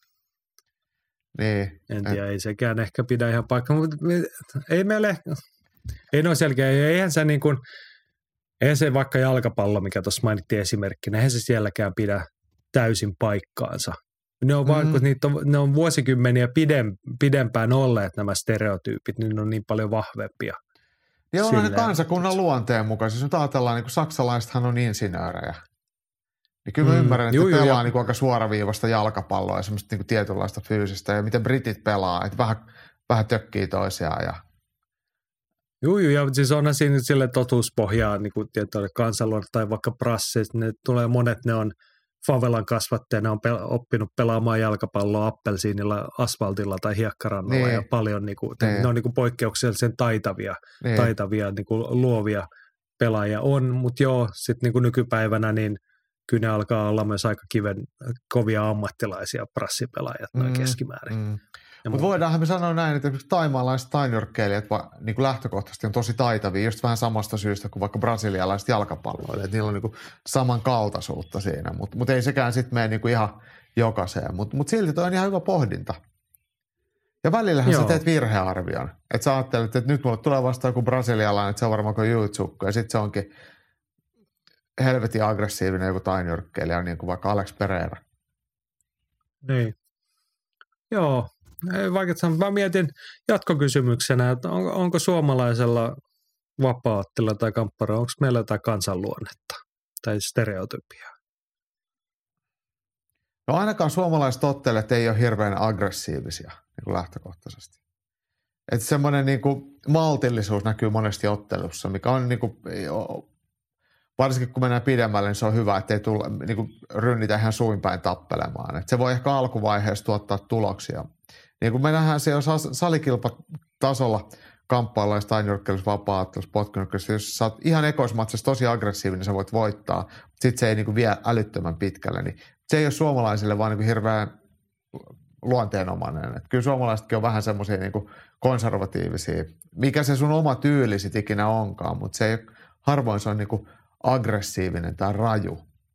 Niin. En tiedä, ei sekään ehkä pidä ihan paikkaa, mutta ei meille, ei noin selkeä, eihän se niin kuin, eihän se vaikka jalkapallo, mikä tuossa mainittiin esimerkkinä, eihän se sielläkään pidä täysin paikkaansa. Ne on, mm-hmm. vaan, kun niitä on, ne on vuosikymmeniä pidem, pidempään olleet nämä stereotyypit, niin ne on niin paljon vahvempia. Ja on ne kansakunnan luonteen mukaan. Jos nyt ajatellaan, niin kuin saksalaisethan on insinöörejä. Niin kyllä mä mm, ymmärrän, että juu, pelaa juu, niin kuin aika suoraviivasta jalkapalloa ja semmoista niin kuin tietynlaista fyysistä. Ja miten britit pelaa, että vähän, vähän tökkii toisiaan. Ja... Joo, ja siis onhan siinä sille totuuspohjaa niin kuin tietyllä kansanluonne tai vaikka brasseista. Ne tulee monet, ne on favelan kasvattajia, ne on pel- oppinut pelaamaan jalkapalloa appelsiinilla, asfaltilla tai hiekkarannalla. Niin. Ja paljon niin kuin, niin. ne on niin kuin poikkeuksellisen taitavia, niin. taitavia niin kuin luovia pelaajia on. Mutta joo, sitten niin kuin nykypäivänä niin kyllä ne alkaa olla myös aika kiven kovia ammattilaisia prassipelaajat noin mm, keskimäärin. Mm. Mutta voidaanhan me sanoa näin, että esimerkiksi taimaalaiset tainyrkkeilijät niin kuin lähtökohtaisesti on tosi taitavia, just vähän samasta syystä kuin vaikka brasilialaiset jalkapalloilijat. Niillä on niin kuin samankaltaisuutta siinä, mutta mut ei sekään sitten mene niin kuin ihan jokaiseen. Mutta mut silti toi on ihan hyvä pohdinta. Ja välillähän Joo. sä teet virhearvion. Että sä ajattelet, että nyt mulle tulee vastaan joku brasilialainen, että se on varmaan kuin jiu-jitsu, ja sitten se onkin helvetin aggressiivinen joku tainyrkkeilijä, niin kuin vaikka Alex Pereira. Niin. Joo. Ei vaikea sanoa. Mä mietin jatkokysymyksenä, että on, onko suomalaisella vapaa-ottelilla tai kamppailla, onko meillä jotain kansanluonnetta tai stereotypiaa? No ainakaan suomalaiset ottelijat ei ole hirveän aggressiivisia niin kuin lähtökohtaisesti. Että semmoinen niin kuin maltillisuus näkyy monesti ottelussa, mikä on niin kuin, varsinkin kun mennään pidemmälle, niin se on hyvä, ettei tulla, niin kuin rynnitä ihan suinpäin tappelemaan. Että se voi ehkä alkuvaiheessa tuottaa tuloksia. Niin kuin me nähdään se, jos salikilpatasolla kamppaillaan tainyrkkeilyssä, vapaa-ottelussa, potkunyrkkeilyssä, jos sä oot ihan ekoismatsissa tosi aggressiivinen, sä voit voittaa, mutta sitten se ei niin kuin vie älyttömän pitkälle. Niin se ei ole suomalaisille vaan niin kuin hirveän luonteenomainen. Että kyllä suomalaisetkin on vähän semmoisia niin kuin konservatiivisia, mikä se sun oma tyyli sit ikinä onkaan, mutta se ei, harvoin se on niin kuin aggressiivinen tai raju.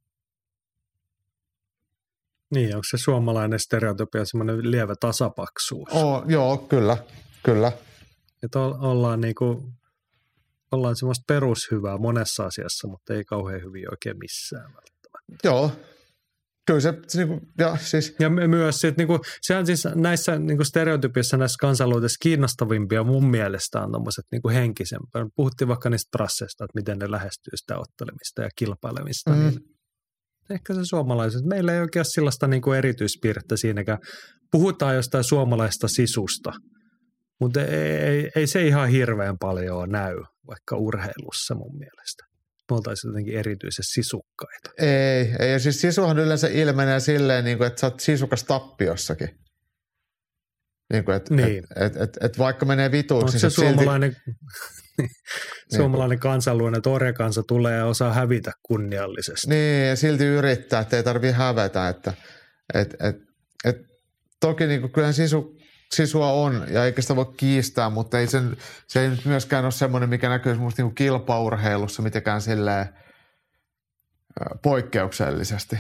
Niin, onko se suomalainen stereotypia semmoinen lievä tasapaksuus? Oh, joo, kyllä, kyllä. Että ollaan niinku, ollaan semmoista perushyvää monessa asiassa, mutta ei kauhean hyvin oikein missään välttämättä. Joo, kyllä se, se niinku, ja siis. Ja myös sit niinku, sehän siis näissä niinku stereotypiassa näissä kansanluotissa kiinnostavimpia mun mielestä on tommoset niinku henkisempää. Puhuttiin vaikka niistä trasseista, että miten ne lähestyy sitä ottelemista ja kilpailemista, mm. niin ehkä se suomalaiset. Meillä ei oikein sellaista niin kuin erityispiirrettä siinäkään. Puhutaan jostain suomalaista sisusta, mutta ei, ei, ei se ihan hirveän paljon näy, vaikka urheilussa mun mielestä. Me oltaisiin jotenkin erityisen sisukkaita. Ei, ei. Ja siis sisuhan yleensä ilmenee silleen, niin kuin, että sä oot sisukas tappiossakin. Niin kuin, että niin. et, et, et, et vaikka menee vituuksi. Onko se suomalainen, silti suomalainen kansanluonne, että orjakansa tulee ja osaa hävitä kunniallisesti. Niin, ja silti yrittää, että ei tarvitse hävetä. Että, et, et, et, toki niin kuin, kyllähän sisu, sisua on, ja eikä sitä voi kiistää, mutta ei sen, se ei nyt myöskään ole semmoinen, mikä näkyy semmoista niin kuin kilpaurheilussa mitenkään silleen poikkeuksellisesti.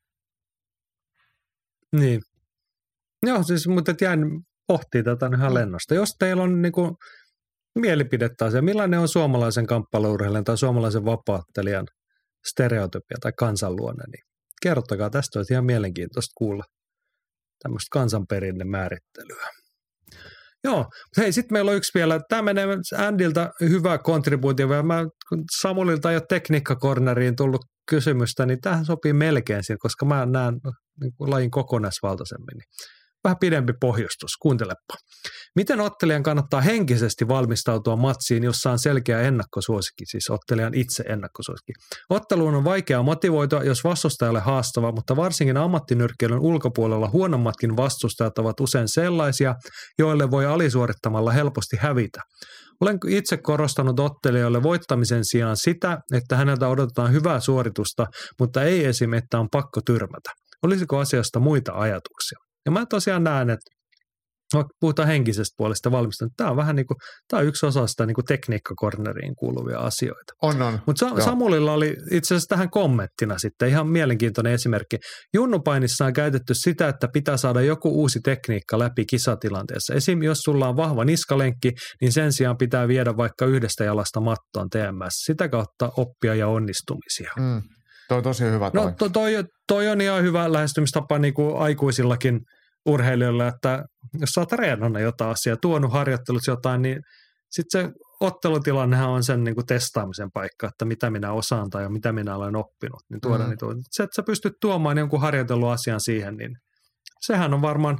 Niin. Joo, siis, mutta jäin pohtii tätä ihan lennosta. Jos teillä on niin kuin mielipidettä asia, millainen on suomalaisen kamppailuurheilijan tai suomalaisen vapaattelijan stereotypia tai kansanluonne, niin kertokaa, tästä olisi ihan mielenkiintoista kuulla tämmöistä kansanperinne määrittelyä. Joo, hei, sitten meillä on yksi vielä, tämä menee Andilta hyvä kontribuutio, mä Samulilta ei ole tekniikkakorneriin tullut kysymystä, niin tähän sopii melkein siihen, koska mä näen niin lajin kokonaisvaltaisemmin. Vähän pidempi pohjustus, kuuntelepa. Miten ottelijan kannattaa henkisesti valmistautua matsiin, jossa on selkeä ennakkosuosikki, siis ottelijan itse ennakkosuosikki? Otteluun on vaikea motivoitua, jos vastustajalle haastava, mutta varsinkin ammattinyrkkeilyn ulkopuolella huonommatkin vastustajat ovat usein sellaisia, joille voi alisuorittamalla helposti hävitä. Olen itse korostanut ottelijoille voittamisen sijaan sitä, että häneltä odotetaan hyvää suoritusta, mutta ei esim. Että on pakko tyrmätä. Olisiko asiasta muita ajatuksia? Ja mä tosiaan näen, että vaikka puhutaan henkisestä puolesta valmistelua, tämä on vähän niin kuin, tämä on yksi osa sitä niin kuin tekniikkakorneriin kuuluvia asioita. On, on. Mutta Sa- Samulilla oli itse asiassa tähän kommenttina sitten ihan mielenkiintoinen esimerkki. Junnupainissa on käytetty sitä, että pitää saada joku uusi tekniikka läpi kisatilanteessa. Esim. Jos sulla on vahva niskalenkki, niin sen sijaan pitää viedä vaikka yhdestä jalasta mattoon T M S. Sitä kautta oppia ja onnistumisia. Mm. Toi on tosi hyvä toi. No to, toi, toi on ihan hyvä lähestymistapa niin kuin aikuisillakin urheilijoilla, että jos sä oot treenannut jotain asiaa, tuonut harjoittelussa jotain, niin sitten se ottelutilannehan on sen niin kuin testaamisen paikka, että mitä minä osaan tai mitä minä olen oppinut. Niin tuoda mm. niitä, se, että sä pystyt tuomaan jonkun harjoitellut asian siihen, niin sehän on varmaan,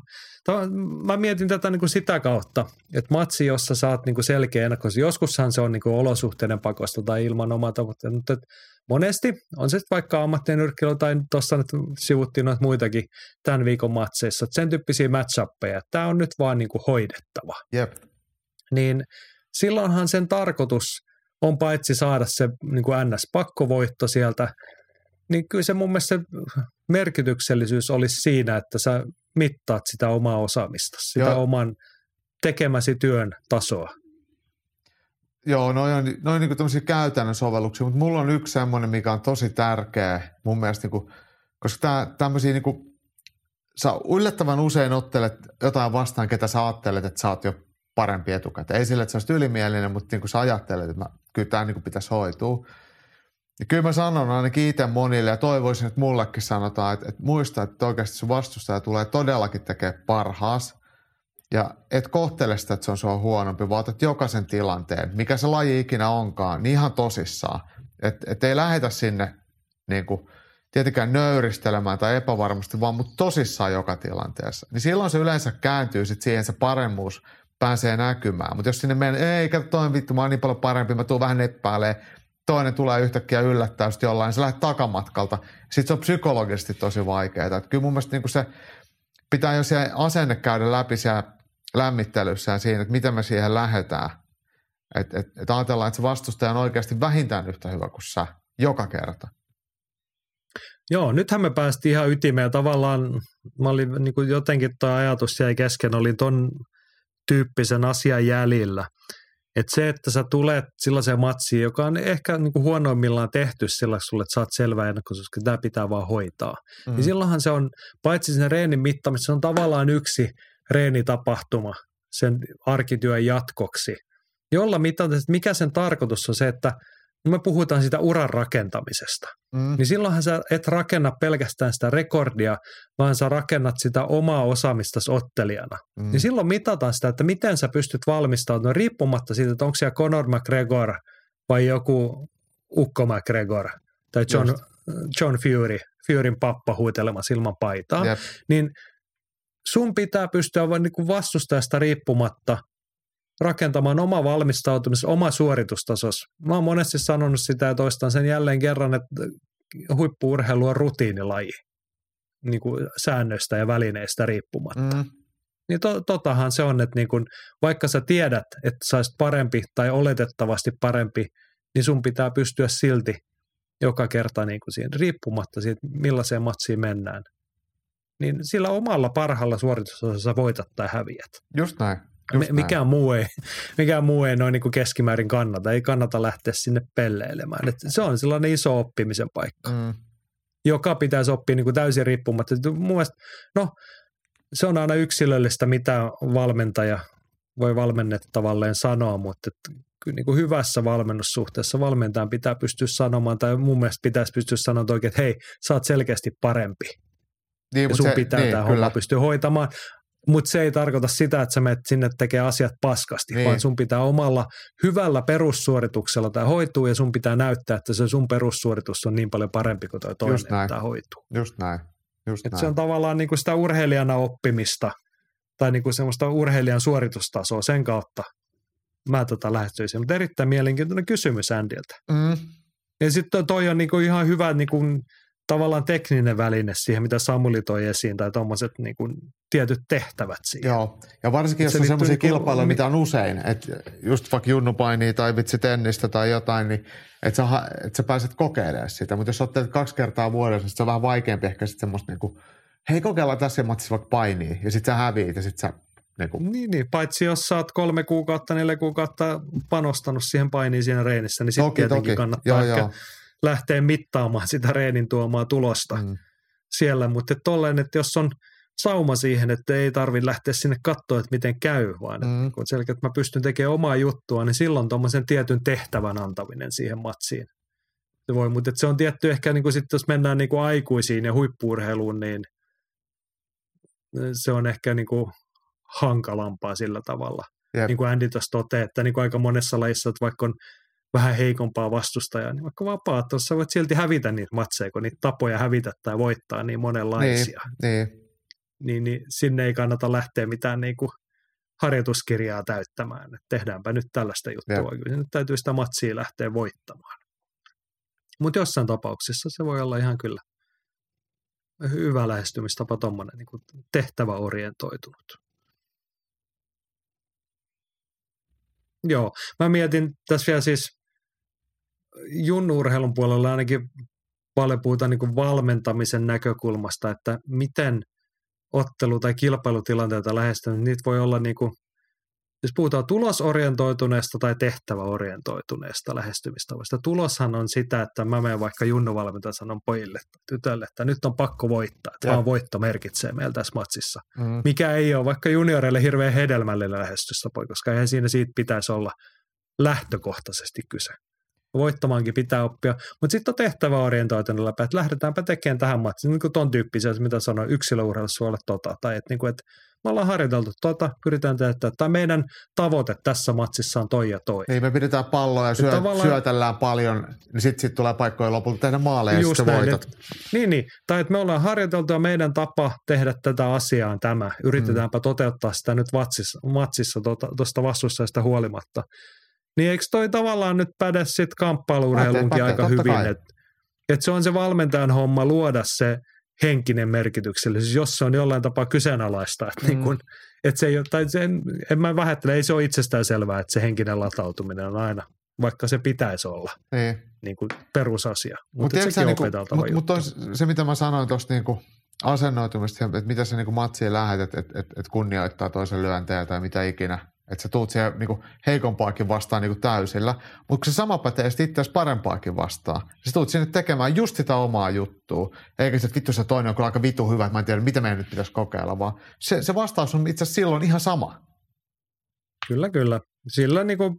mä mietin tätä niin kuin sitä kautta, että matsi, jossa sä oot niin kuin selkeä ennakkoisesti, joskushan se on niin kuin olosuhteiden pakosta tai ilman omaa tavoitteita, mutta monesti on se vaikka ammattinyrkkeily tai tuossa nyt sivuttiin noita muitakin tämän viikon matseissa, että sen tyyppisiä match-uppeja, tämä on nyt vaan niin kuin hoidettava. Jep. Niin silloinhan sen tarkoitus on paitsi saada se niin kuin N S-pakkovoitto sieltä, niin kyllä se mun mielestä se merkityksellisyys olisi siinä, että sä mittaat sitä omaa osaamista, sitä Joo. oman tekemäsi työn tasoa. Joo, noi on, noi on niinku tämmöisiä käytännön sovelluksia, mutta mulla on yksi semmoinen, mikä on tosi tärkeä mun mielestä, niinku, koska tää, tämmöisiä niinku, sä yllättävän usein ottelet jotain vastaan, ketä sä ajattelet, että sä oot jo parempi etukäteen. Ei sille, että sä olisit ylimielinen, mutta niinku sä ajattelet, että mä, kyllä tää niinku pitäisi hoitua. Ja kyllä mä sanon ainakin itse monille ja toivoisin, että mullekin sanotaan, että, että muista, että oikeasti sun vastustaja tulee todellakin tekemään parhaas. Ja et kohtele sitä, että se on sua huonompi, vaan otat jokaisen tilanteen, mikä se laji ikinä onkaan, niin ihan tosissaan. Että et ei lähetä sinne niin kuin, tietenkään nöyristelemään tai epävarmasti, vaan mutta tosissaan joka tilanteessa. Niin silloin se yleensä kääntyy sitten siihen, se paremmuus pääsee näkymään. Mutta jos sinne menee, ei kato toinen vittu, mä oon niin paljon parempi, mä tuun vähän neppääleen, toinen tulee yhtäkkiä yllättää just jollain, sä lähdet takamatkalta. Sitten se on psykologisesti tosi vaikeaa. Että kyllä mun mielestä niin se pitää jo se asenne käydä läpi siellä lämmittelyssä ja siinä, että miten me siihen lähdetään. Että et, et ajatellaan, että se vastustaja on oikeasti vähintään yhtä hyvä kuin sä, joka kerta. Joo, nythän me päästiin ihan ytimeen. Tavallaan mä olin niin kuin jotenkin tuo ajatus jäi kesken, oli ton tyyppisen asian jäljillä. Että se, että sä tulet sellaiseen matsiin, joka on ehkä niin kuin huonoimmillaan tehty sillä sulle, että sä oot selvä ennakkoon, koska tämä pitää vaan hoitaa. Mm. Niin silloinhan se on, paitsi sen reenin mittaamista, se on tavallaan yksi reenitapahtuma sen arkityön jatkoksi, jolla mitataan, että mikä sen tarkoitus on se, että me puhutaan sitä uran rakentamisesta. Mm. Niin silloinhan sä et rakenna pelkästään sitä rekordia, vaan sä rakennat sitä omaa osaamista ottelijana. Mm. Niin silloin mitataan sitä, että miten sä pystyt valmistautumaan riippumatta siitä, että onko siellä Conor McGregor vai joku Ukko McGregor tai John, John Fury, Furyn pappa huitelemassa ilman paitaa. Yep. Niin sun pitää pystyä vain niin vastustajasta riippumatta rakentamaan oma valmistautumisen, oma suoritustasos. Mä oon monesti sanonut sitä ja toistan sen jälleen kerran, että huippu-urheilu on rutiinilaji, niin kuin säännöistä ja välineistä riippumatta. Mm. Niin to, totahan se on, että niin kuin, vaikka sä tiedät, että sä olisit parempi tai oletettavasti parempi, niin sun pitää pystyä silti joka kerta niin kuin siihen, riippumatta siitä, millaiseen matsiin mennään. Niin sillä omalla parhaalla suoritusosassa voitat tai häviät. Just näin. Me, mikään, muu ei, mikään muu ei noin niin kuin keskimäärin kannata. Ei kannata lähteä sinne pelleilemään. Et se on sellainen iso oppimisen paikka, mm. joka pitäisi oppia niin kuin täysin riippumatta. Mun mielestä, no, se on aina yksilöllistä, mitä valmentaja voi valmennettavalleen sanoa, mutta et, niin kuin hyvässä valmennussuhteessa valmentajan pitää pystyä sanomaan, tai mun mielestä pitäisi pystyä sanomaan oikein, että hei, sä oot selkeästi parempi. Niin, ja sun se, pitää niin, tämä homma pystyä hoitamaan. Mutta se ei tarkoita sitä, että sä menet sinne tekee asiat paskasti, niin. vaan sun pitää omalla hyvällä perussuorituksella tämä hoituu ja sun pitää näyttää, että se sun perussuoritus on niin paljon parempi kuin toi toinen, että tämä hoituu. Just näin. Just näin. Se on tavallaan niinku sitä urheilijana oppimista tai niinku semmoista urheilijan suoritustasoa sen kautta mä tota lähestyisin. Mutta erittäin mielenkiintoinen kysymys Andyltä. Mm. Ja sitten toi on niinku ihan hyvä niinku tavallaan tekninen väline siihen, mitä Samuli toi esiin, tai tuommoiset niin kuin tietyt tehtävät siihen. Joo, ja varsinkin jos se on sellaisia niin kilpailuja, mitä on usein, että just vaikka junnupainia tai vitsi tennistä tai jotain, niin että sä, et sä pääset kokeilemaan sitä, mutta jos ottelet kaksi kertaa vuodessa, niin se on vähän vaikeampi ehkä sitten semmoista niin kuin, hei kokeillaan tässä matsissa vaikka painia, ja sitten sä häviit, ja sitten sä niin kuin. Niin, niin, paitsi jos sä oot kolme kuukautta, neljä kuukautta panostanut siihen painiin siinä reenissä, niin sitten tietenkin toki. kannattaa joo, ehkä joo. lähteä mittaamaan sitä reenin tuomaa tulosta mm. siellä, mutta tolleen, että jos on sauma siihen, että ei tarvitse lähteä sinne katsoa, että miten käy, vaan mm. että selkeä, että mä pystyn tekemään omaa juttua, niin silloin tuommoisen tietyn tehtävän antaminen siihen matsiin. Se voi, mutta se on tietty ehkä, niin kuin sit, jos mennään niin kuin aikuisiin ja huippu-urheiluun, niin se on ehkä niin kuin hankalampaa sillä tavalla. Jep. Niin kuin Andy tuossa toteaa, että niin kuin aika monessa lajissa, että vaikka on vähän heikompaa vastustajaa, niin vaikka vapaat, tuossa voit silti hävitä niitä matseja, kun niitä tapoja hävitä tai voittaa niin monenlaisia. Niin, niin. Niin, niin sinne ei kannata lähteä mitään niin kuin harjoituskirjaa täyttämään, että tehdäänpä nyt tällaista juttua. Kyllä nyt täytyy sitä matsia lähteä voittamaan. Mutta jossain tapauksessa se voi olla ihan kyllä hyvä lähestymistapa, tuommoinen niin kuin tehtäväorientoitunut. Joo, mä mietin tässä vielä siis junnu-urheilun puolella ainakin paljon puhutaan niin kuin valmentamisen näkökulmasta, että miten ottelu- tai kilpailutilanteita lähestynyt, niitä voi olla niin kuin, jos puhutaan tulosorientoituneesta tai tehtäväorientoituneesta lähestymistavasta. Tuloshan on sitä, että mä menen vaikka junnuvalmentaja sanon pojille, tytölle, että nyt on pakko voittaa, että vaan voitto merkitsee meillä tässä matsissa. Mm. Mikä ei ole vaikka junioreille hirveän hedelmällinen lähestystapa, koska eihän siinä siitä pitäisi olla lähtökohtaisesti kyse. Voittamaankin pitää oppia, mutta sitten on tehtäväorientoituneella läpi, että lähdetäänpä tekemään tähän matsiin, niin kuin ton tyyppisiä, mitä sanoin, yksilöurheilussa olla tota, tai että, niin kuin, että me ollaan harjoiteltu tota, pyritään tehdä, että meidän tavoite tässä matsissa on toi ja toi. Niin, me pidetään palloa ja syö, tavallaan syötellään paljon, niin sitten sit tulee paikkoja lopulta tehdä maaleja ja sitten voitat. Et, niin, niin, tai että me ollaan harjoiteltu ja meidän tapa tehdä tätä asiaa on tämä. Yritetäänpä mm. toteuttaa sitä nyt matsissa, matsissa tuosta vastustaista huolimatta. Niin eikö toi tavallaan nyt päde sitten kamppailuurheilunkin aika hyvin, että et se on se valmentajan homma luoda se henkinen merkityksellisyys, jos se on jollain tapaa kyseenalaista. Että mm. niin kun, et se ei ole, tai sen, en mä vähättele, ei se ole itsestään selvää, että se henkinen latautuminen on aina, vaikka se pitäisi olla niin. Niin kuin perusasia. Mutta mut sekin on opeteltava Mutta mut se, mitä mä sanoin tuosta niinku asennoitumista, että mitä sä niinku matsiin lähdet, että et, et, et kunnioittaa toisen lyöntejä tai mitä ikinä. Että sä tuut siihen niinku heikompaakin vastaan niinku täysillä, mutta kun se sama pätee sitten itse asiassa parempaakin vastaan, niin sä tuut sinne tekemään just sitä omaa juttua, eikä se, että vittu se toinen on kyllä aika vitu hyvä, että mä en tiedä, mitä meidän nyt pitäisi kokeilla, vaan se, se vastaus on itse asiassa silloin ihan sama. Kyllä, kyllä. Sillä niinku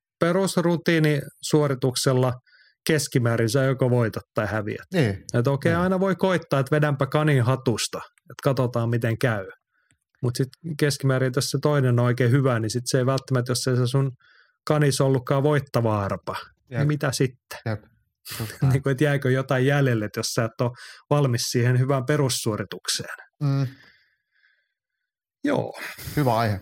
perusrutiinisuorituksella keskimäärin sä joko voitat tai häviät. Niin. Että okei, okay, aina voi koittaa, että vedänpä kanin hatusta, että katsotaan miten käy. Mutta sitten keskimäärin, jos se toinen on oikein hyvä, niin sitten se ei välttämättä, jos se sun kanis ollutkaan voittava arpa, Jep. niin mitä sitten? Jep. niin kuin, että jäikö jotain jäljelle, että jos sä et ole valmis siihen hyvään perussuoritukseen. Mm. Joo. Hyvä aihe.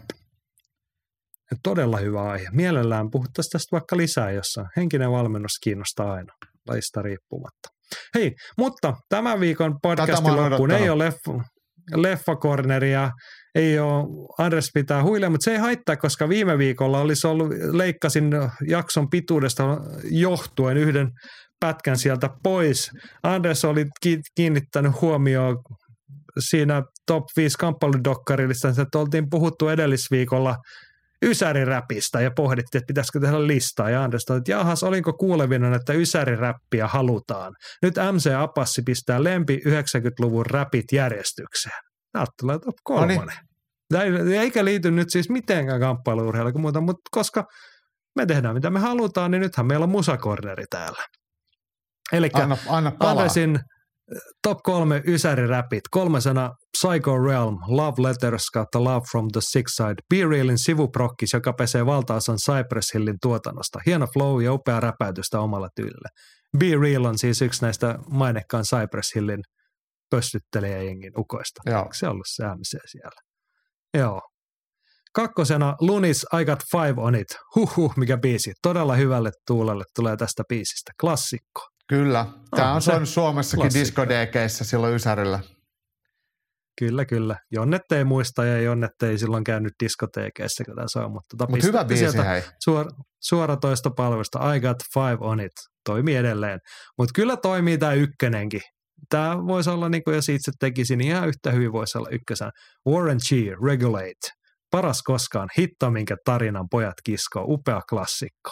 Todella hyvä aihe. Mielellään puhuttaisiin tästä vaikka lisää jossain. Henkinen valmennus kiinnostaa aina, lajista riippumatta. Hei, mutta tämän viikon podcastin loppuun ei ole leffa. leffakorneria, ei ole, Andres pitää huilea, mutta se ei haittaa, koska viime viikolla olisi ollut, leikkasin jakson pituudesta johtuen yhden pätkän sieltä pois. Andres oli kiinnittänyt huomioon siinä top viisi kamppailudokkarillista, että oltiin puhuttu edellisviikolla ysäriräpistä ja pohdittiin, että pitäisikö tehdä listaa. Ja Anders sanoi, että jahas, olinko kuulevina, että ysäriräppiä halutaan. Nyt M C Apassi pistää lempi yhdeksänkymmentäluvun räpit järjestykseen. Täältä tulee top kolmonen. Eikä liity nyt siis mitenkään kamppailu-urheiluun muuta, mutta koska me tehdään mitä me halutaan, niin nythän meillä on musakorneri täällä. Eli anna, anna Andersin top kolme ysäriräpit. Kolmasena Psycho Realm, Love Letters kautta Love from the Sick Side, Be Realin sivuprokkis, joka pesee valtaosan Cypress Hillin tuotannosta. Hieno flow ja upea räpäytystä omalla tyylillä. Be Real on siis yksi näistä mainekkaan Cypress Hillin pössyttelijäjengin ukoista. Joo. Se on ollut se M C siellä. Joo. Kakkosena Lunis I Got Five on It. Huhhuh, mikä biisi. Todella hyvälle tuulelle tulee tästä biisistä. Klassikko. Kyllä. Tämä on, on soinut Suomessakin disko-D-keissä silloin Ysärillä. Kyllä, kyllä. Jonnet ei muista ja Jonnet ei silloin käynyt diskoteekeissä, kun tämä soi. Mutta Mut hyvä biisi, hei. Suor, suoratoistopalvelusta I Got Five on It. Toimii edelleen. Mutta kyllä toimii tämä ykkönenkin. Tämä voisi olla, niin kuin jos itse tekisin, niin ihan yhtä hyvin voisi olla ykkösen. Warren G, Regulate. Paras koskaan. Hitto, minkä tarinan pojat kiskoo. Upea klassikko.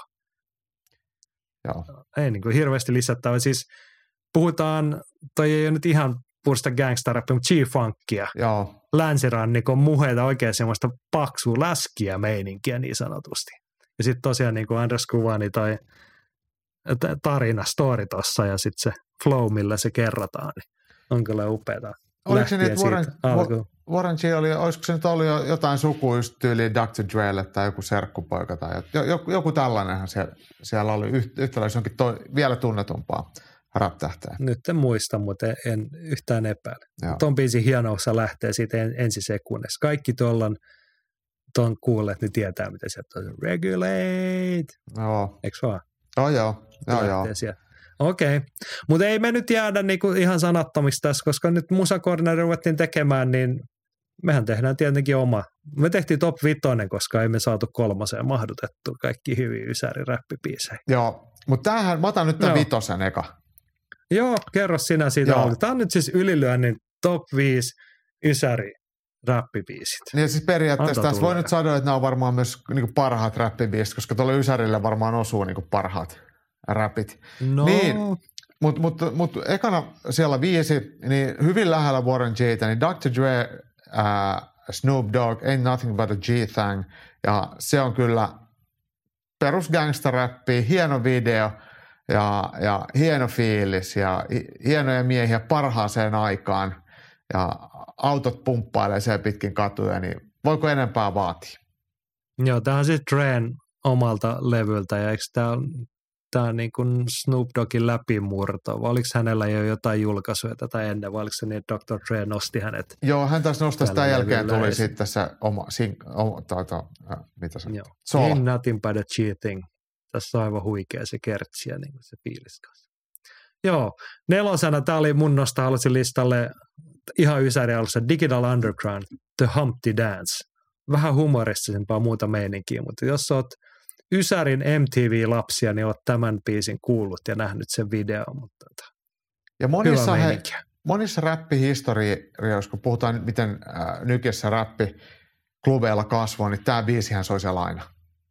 Joo. Ei niin kuin hirveästi lisättävä. Siis puhutaan, toi ei ole nyt ihan puolesta gangsta-rappia, mutta G-funkia. Joo. Länsirannikon muheita, oikein semmoista paksua läskiä meininkiä niin sanotusti. Ja sitten tosiaan niin kuin Anders kuvaa, niin toi tarina, story tossa ja sitten se flow, millä se kerrotaan, niin on kyllä upeata. Oliko se niin, että Warren, Warren G oli, olisiko se nyt ollut jo jotain sukua just tyyliin doktor Drelle tai joku serkkupoika tai joku, joku tällainenhan siellä, siellä oli yhtäläisesti jonkin toi, vielä tunnetumpaa rap-tähteä. Nyt en muista, mutta en yhtään epäile. Ton biisin hienoussa lähtee siitä ensisekunnessa. Kaikki tuolla tuon kuulleet, niin tietää, mitä sieltä on. Regulate. Joo. Eikö vaan? Oh, joo, joo, joo. Okei, okay. Mutta ei me nyt jäädä niinku ihan sanattomista tässä, koska nyt musakorneri ruvettiin tekemään, niin mehän tehdään tietenkin oma. Me tehtiin top vitonen, koska ei me saatu kolmoseen mahdutettua kaikki hyvin ysäri-räppibiisejä. Joo, mutta tämähän, mä otan nyt tämän vitosen eka. Joo, kerro sinä siitä. Tämä on nyt siis ylilyönnin top viisi Ysäri räppibiisit. Niin siis periaatteessa Anta tässä voi tulee. nyt sanoa, että nämä on varmaan myös niinku parhaat räppibiisit, koska tuolle Ysärille varmaan osuu niinku parhaat räpit. No, Niin, mutta mut, mut, ekana siellä viisi, niin hyvin lähellä Warren G:tä, niin doktor Dre, uh, Snoop Dogg, Ain't Nothing But a G-Thang, ja se on kyllä perus gangsta-räppiä, hieno video ja, ja hieno fiilis ja hienoja miehiä parhaaseen aikaan ja autot pumppailee siellä pitkin katuja, niin voiko enempää vaatia? joo, tämä on sitten Dren omalta levyltä ja eikö tämä tämä niin kuin Snoop Doggin läpimurto, vai oliko hänellä jo jotain julkaisuja tätä ennen, vai oliko se niin, että doktor Dre nosti hänet? Joo, hän taas nosti sitä jälkeen, tuli levyllä. sitten se oma, sing, oma tai, tai, äh, mitä se, Joo. Soul. Ain't nothing but a cheating. Tässä on aivan huikea se kertsi ja niin se fiilis kanssa. Joo, nelosena, tämä oli mun nosta, halusin listalle ihan ysäri alussa, Digital Underground, The Humpty Dance. Vähän humoristisempaa muuta meininkiä, mutta jos oot Ysärin M T V-lapsia, niin oot tämän biisin kuullut ja nähnyt sen videon. Mutta Ja monissa, hyvä he, meininki. monissa räppihistorioissa, kun puhutaan, miten äh, nykyisessä räppiklubeilla kasvoi, niin tämä biisihän soi siellä aina.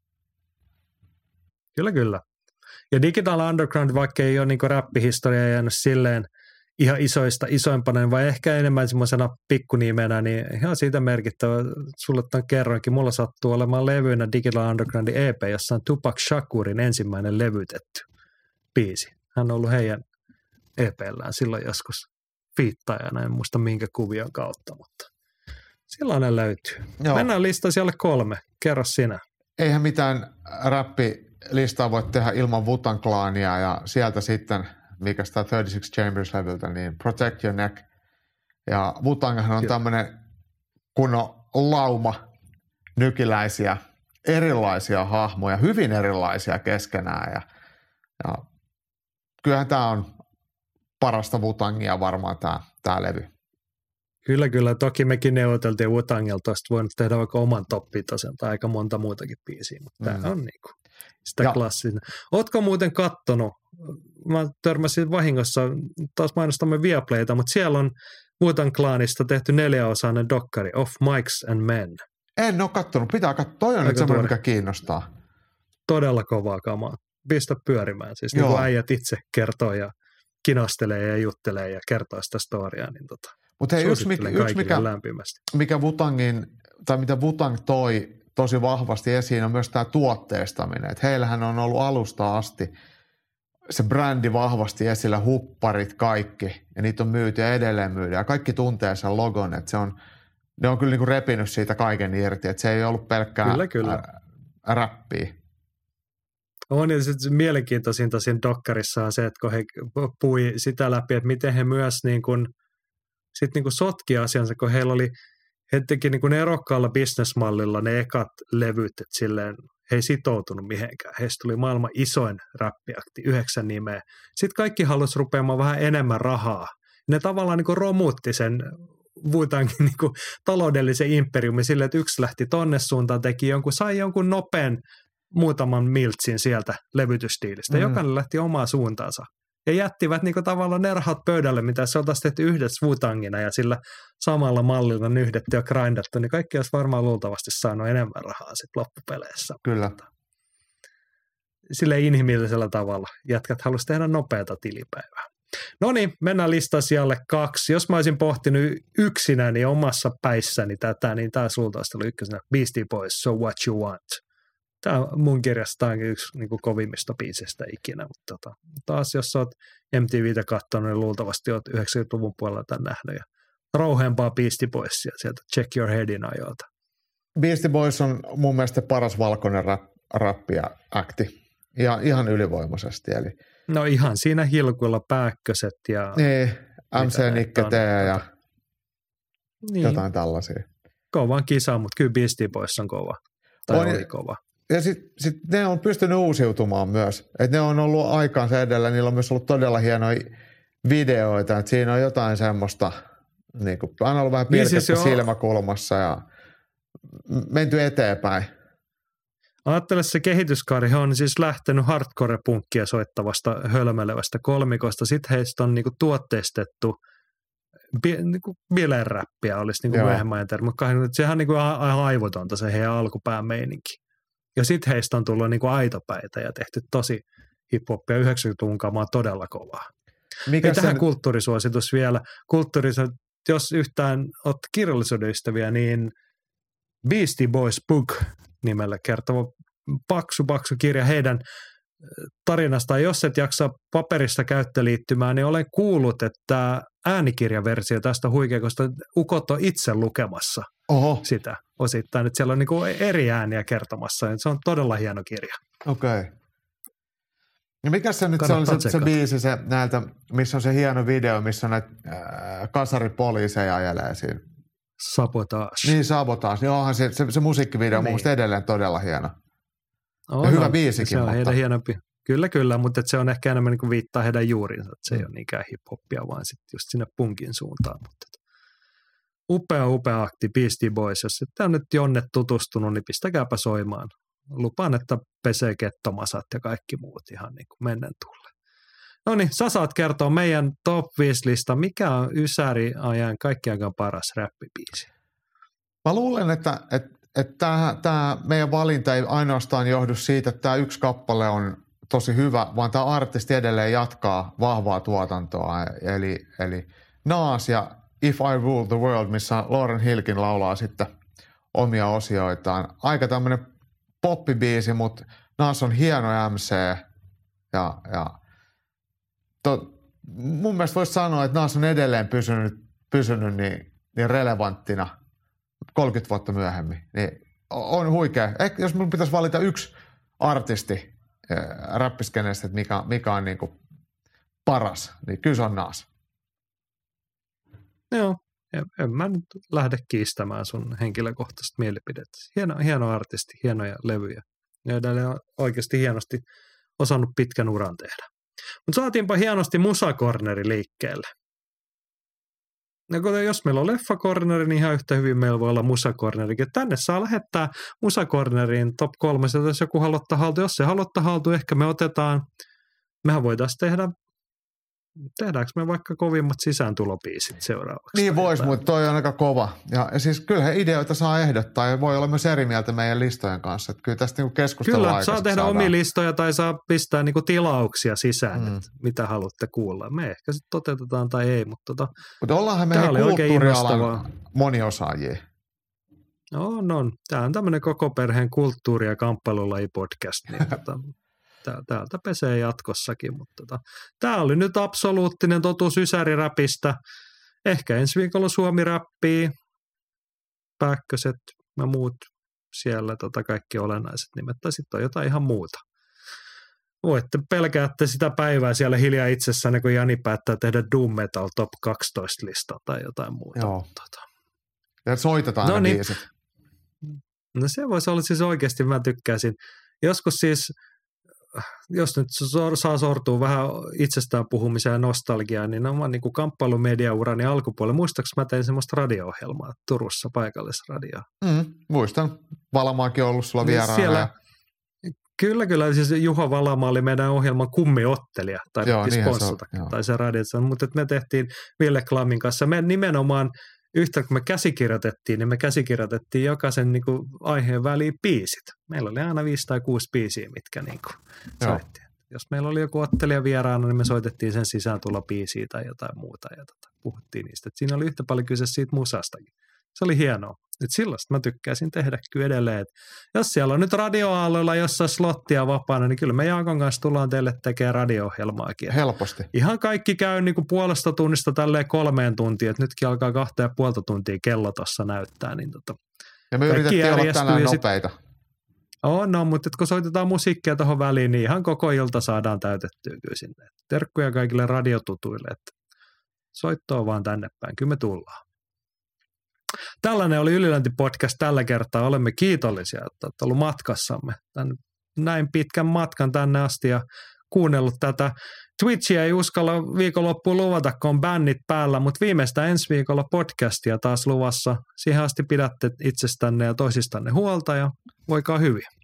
Kyllä, kyllä. Ja Digital Underground, vaikka ei ole niin räppihistoria jäänyt silleen ihan isoista isoimpana, vai ehkä enemmän semmoisena pikkunimenä, niin ihan siitä merkittävä. Sulle tämän kerroinkin, mulla sattuu olemaan levyynä Digital Undergroundin E P, jossa on Tupac Shakurin ensimmäinen levytetty biisi. Hän on ollut heidän E P:llään silloin joskus fiittajana, en muista minkä kuvion kautta, mutta sellainen löytyy. Joo. Mennään listaan siellä kolme. Kerro sinä. Eihän mitään räppilistaa voi tehdä ilman Wu-Tang Clania ja sieltä sitten, mikä sitä kolmekymmentäkuusi Chambers-levyltä, niin Protect Your Neck. Ja Wu-Tanghan on tämmöinen kunnon lauma nykiläisiä, erilaisia hahmoja, hyvin erilaisia keskenään. Ja, ja kyllähän tämä on parasta Wu-Tangia varmaan tämä, tämä levy. Kyllä, kyllä. Toki mekin neuvoteltiin Wu-Tangilta, että voinut tehdä vaikka oman toppitasen tai aika monta muutakin biisiä, mutta mm. tämä on niinku sitä ja. klassista. Ootko muuten kattonut, mä törmäsin vahingossa, taas mainostamme Viaplayta, mutta siellä on Wu-Tang Clanista tehty neljäosainen dokkari, Of Mics and Men. En ole kattonut, pitää katsoa. Toi on nyt semmoinen, mikä kiinnostaa. Todella kovaa kamaa. Pistä pyörimään. Siis niin kuin äijät itse kertoo ja kinastelee ja juttelee ja kertoo sitä storiaa, niin tota, mutta hei, yksi, mikä, yksi mikä, mikä Wu-Tangin, tai mitä Wu-Tang toi tosi vahvasti esiin, on myös tämä tuotteistaminen. Et heillähän on ollut alusta asti se brändi vahvasti esillä, hupparit kaikki, ja niitä on myyty ja edelleen myydä, ja kaikki tuntee sen logon, että se on, ne on kyllä niinku repinyt siitä kaiken irti, että se ei ollut pelkkää kyllä, kyllä. Ä, räppiä. On, ja sitten mielenkiintoisinta siinä dokkarissa on se, että kun he pui sitä läpi, että miten he myös niin kuin, sit niin kuin sotki asiansa, kun heillä oli, he teki niin kuin erokkaalla bisnesmallilla ne ekat levyt, että silleen he ei sitoutunut mihinkään. Heistä tuli maailman isoin räppiakti, yhdeksän nimeä. Sitten kaikki halusi rupeamaan vähän enemmän rahaa. Ne tavallaan niin kuin romutti sen Wu-Tangin niin kuin taloudellisen imperiumin silleen, että yksi lähti tonne suuntaan, teki jonkun, sai jonkun nopean muutaman miltsin sieltä levytystiilistä. Mm. Jokainen lähti omaa suuntaansa. Ja jättivät niinku tavallaan ne rahat pöydälle, mitä se oltaisiin tehty yhdessä Wu-Tangina ja sillä samalla mallilla nyhdetty ja grindattu, niin kaikki olisi varmaan luultavasti saanut enemmän rahaa sitten loppupeleissä. Kyllä. Sille inhimillisellä tavalla. Jätkät halusi tehdä nopeata tilipäivää. No niin, mennään listan sijalle kaksi. Jos mä olisin pohtinut yksinäni omassa päissäni tätä, niin tämä luultavasti oli ykkösenä Beastie Boys, So What You Want. Tämä on mun kirjasta onkin yksi niin kuin kovimmista biisistä ikinä, mutta tota, taas jos olet M T V:tä katsonut, niin luultavasti olet yhdeksänkymmentäluvun puolella tämän nähnyt ja rouheampaa Beastie Boysia sieltä Check Your Headin ajoilta. Beastie Boys on mun mielestä paras valkoinen rap, rappi ja akti, ja ihan ylivoimaisesti. Eli no ihan siinä hilkuilla Pääkköset ja niin, M C Nikke T ja niin. Jotain tällaisia. Kovaan kisa, mutta kyllä Beastie Boys on kova. Tai on, oli kova. Ja sitten sit ne on pystynyt uusiutumaan myös. Että ne on ollut aikaansa edellä, niillä on myös ollut todella hienoja videoita. Että siinä on jotain semmoista, niin kuin, aina ollut vähän pilkettä niin siis silmäkulmassa ja menty eteenpäin. Ajattele se kehityskaari, he on siis lähtenyt hardcore-punkkia soittavasta hölmölevästä kolmikosta. Sitten heistä on niinku tuotteistettu niinku bileräppiä olisi niinku myöhemmin termi. Sehän on niinku ihan aivotonta se heidän alkupään meininki. Ja sitten heistä on tullut niinku aitopäitä ja tehty tosi hip-hoppia yhdeksänkymmentäluvun kamaa todella kovaa. Mikä ja tähän kulttuurisuositus vielä. Kulttuurisuositus, jos yhtään olet kirjallisuuden ystäviä, niin Beastie Boys Book nimellä kertova paksu, paksu kirja heidän tarinasta. Jos et jaksa paperista käyttöliittymään, niin olen kuullut, että äänikirjaversio tästä huikea, koska ukot on itse lukemassa Oho. sitä osittain. Että siellä on niinku eri ääniä kertomassa. Se on todella hieno kirja. Okei. Okay. Ja mikä se nyt Kannattaa se on se, se biisi se, näiltä, missä on se hieno video, missä näitä äh, kasaripoliiseja ajelee siinä? Sabotage. Niin, Sabotage. Onhan se, se, se musiikkivideo on niin. mun mielestä edelleen todella hieno. Oh, ja hyvä no, biisikin. Se on mutta... heidän hienompi. Kyllä, kyllä, mutta se on ehkä enemmän niin kuin viittaa heidän juuriinsa. Että se mm. ei ole niinkään hip-hoppia, vaan sitten just sinne punkin suuntaan. Mutta upea, upea akti Beastie Boys. Jos ette on nyt Jonne tutustunut, niin pistäkääpä soimaan. Lupaan, että pesee kettomasat ja kaikki muut ihan niin kuin mennen tulle. No niin, sä saat kertoa meidän top viisi lista. Mikä on Ysäri ajan kaikkiaan paras räppibiisi? Mä luulen, että, että, että tämä, tämä meidän valinta ei ainoastaan johdu siitä, että tämä yksi kappale on tosi hyvä, vaan tämä artisti edelleen jatkaa vahvaa tuotantoa. Eli, eli Nas ja If I Rule the World, missä Lauryn Hillkin laulaa sitten omia osioitaan. Aika tämmöinen poppibiisi, mutta Nas on hieno M C ja, ja to, mun mielestä voisi sanoa, että Nas on edelleen pysynyt, pysynyt niin, niin relevanttina kolmekymmentä vuotta myöhemmin. Niin on huikea. Eh, jos mun pitäisi valita yksi artisti äh, räppiskenestä, että mikä, mikä on niin kuin paras, niin kyllä se on Nas. Joo. En, en mä nyt lähde kiistämään sun henkilökohtaista mielipidettä. Hieno, hieno artisti, hienoja levyjä. Ja edelleen on oikeasti hienosti osannut pitkän uran tehdä. Mutta saatiinpa hienosti musakorneri liikkeelle. Ja jos meillä on leffakorneri, niin ihan yhtä hyvin meillä voi olla musakornerikin. Tänne saa lähettää musakorneriin top kolme, jos joku haluaa haltuun. Jos se haluaa haltuun, ehkä me otetaan, mehän voitaisiin tehdä Tehdäänkö me vaikka kovimmat sisääntulobiisit seuraavaksi? Niin voisi, mutta toi on aika kova. Ja, ja siis kyllähän ideoita saa ehdottaa ja voi olla myös eri mieltä meidän listojen kanssa. Että kyllä tästä niinku keskustellaan Kyllä, saa tehdä saadaan. Omia listoja tai saa pistää niinku tilauksia sisään, mm. että mitä haluatte kuulla. Me ehkä sitten toteutetaan tai ei, mutta tota, Mutta ollaanhan meidän kulttuurialan moniosaajia. No, no, tämä on tämmöinen koko perheen kulttuuri- ja kamppailulaji-podcast, niin tota, täältä pesee jatkossakin, mutta tota, tämä oli nyt absoluuttinen totuus Ysäri-räpistä. Ehkä ensi viikolla Suomi räppii, Pääkköset ja muut siellä tota, kaikki olennaiset nimet, tai sitten on jotain ihan muuta. Voitte pelkäätte sitä päivää siellä hiljaa itsessään, kun Jani päättää tehdä Doom Metal Top kaksitoista listaa tai jotain muuta. Joo. Tota. Ja soitetaan no ne niin. biisit. No se voisi olla siis oikeasti, mä tykkäisin. Joskus siis, jos nyt saa sortua vähän itsestään puhumiseen ja nostalgiaan, niin on vaan niin kuin kamppailumediaurani alkupuolella. Muistaaks mä tein semmoista radio-ohjelmaa Turussa, paikallisradioa? Mm, muistan. Valamaakin on ollut sulla vieraana. Siellä, ja... Kyllä, kyllä. Siis Juho Valamaa oli meidän ohjelman kummiottelija, tai joo, sponssata, se, tai se radio. Mutta me tehtiin Ville Klammin kanssa. Me nimenomaan yhtä kun me käsikirjoitettiin, niin me käsikirjoitettiin jokaisen niin kuin aiheen väliin biisit. Meillä oli aina viisi tai kuusi biisiä, mitkä niin kuin soittiin. Jos meillä oli joku ottelija vieraana, niin me soitettiin sen sisääntulobiisiä tai jotain muuta ja tota, puhuttiin niistä. Et siinä oli yhtä paljon kyse siitä musastakin. Se oli hienoa. Et sillaista mä tykkäisin tehdä kyllä edelleen. Et jos siellä on nyt radioaalloilla jossain slottia vapaana, niin kyllä me Jaakon kanssa tullaan teille tekemään radio-ohjelmaakin. Et helposti. Ihan kaikki käy niin kuin puolesta tunnista tälleen kolmeen tuntiin, että nytkin alkaa kahta ja puolta tuntia kello tuossa näyttää. Niin tota, ja me yritettiin olla tänään nopeita. On, no, mutta kun soitetaan musiikkia tuohon väliin, niin ihan koko ilta saadaan täytettyä kyllä sinne. Terkkuja kaikille radiotutuille, että soittoa vaan tänne päin. Kyllä me tullaan. Tällainen oli Ylilöinti-podcast tällä kertaa. Olemme kiitollisia, että olette ollut matkassamme tämän, näin pitkän matkan tänne asti ja kuunnellut tätä. Twitchiä ei uskalla viikonloppuun luvata, kun on bännit päällä, mutta viimeistään ensi viikolla podcastia taas luvassa. Siihen asti pidätte itsestänne ja toisistanne huolta ja voikaa hyvin.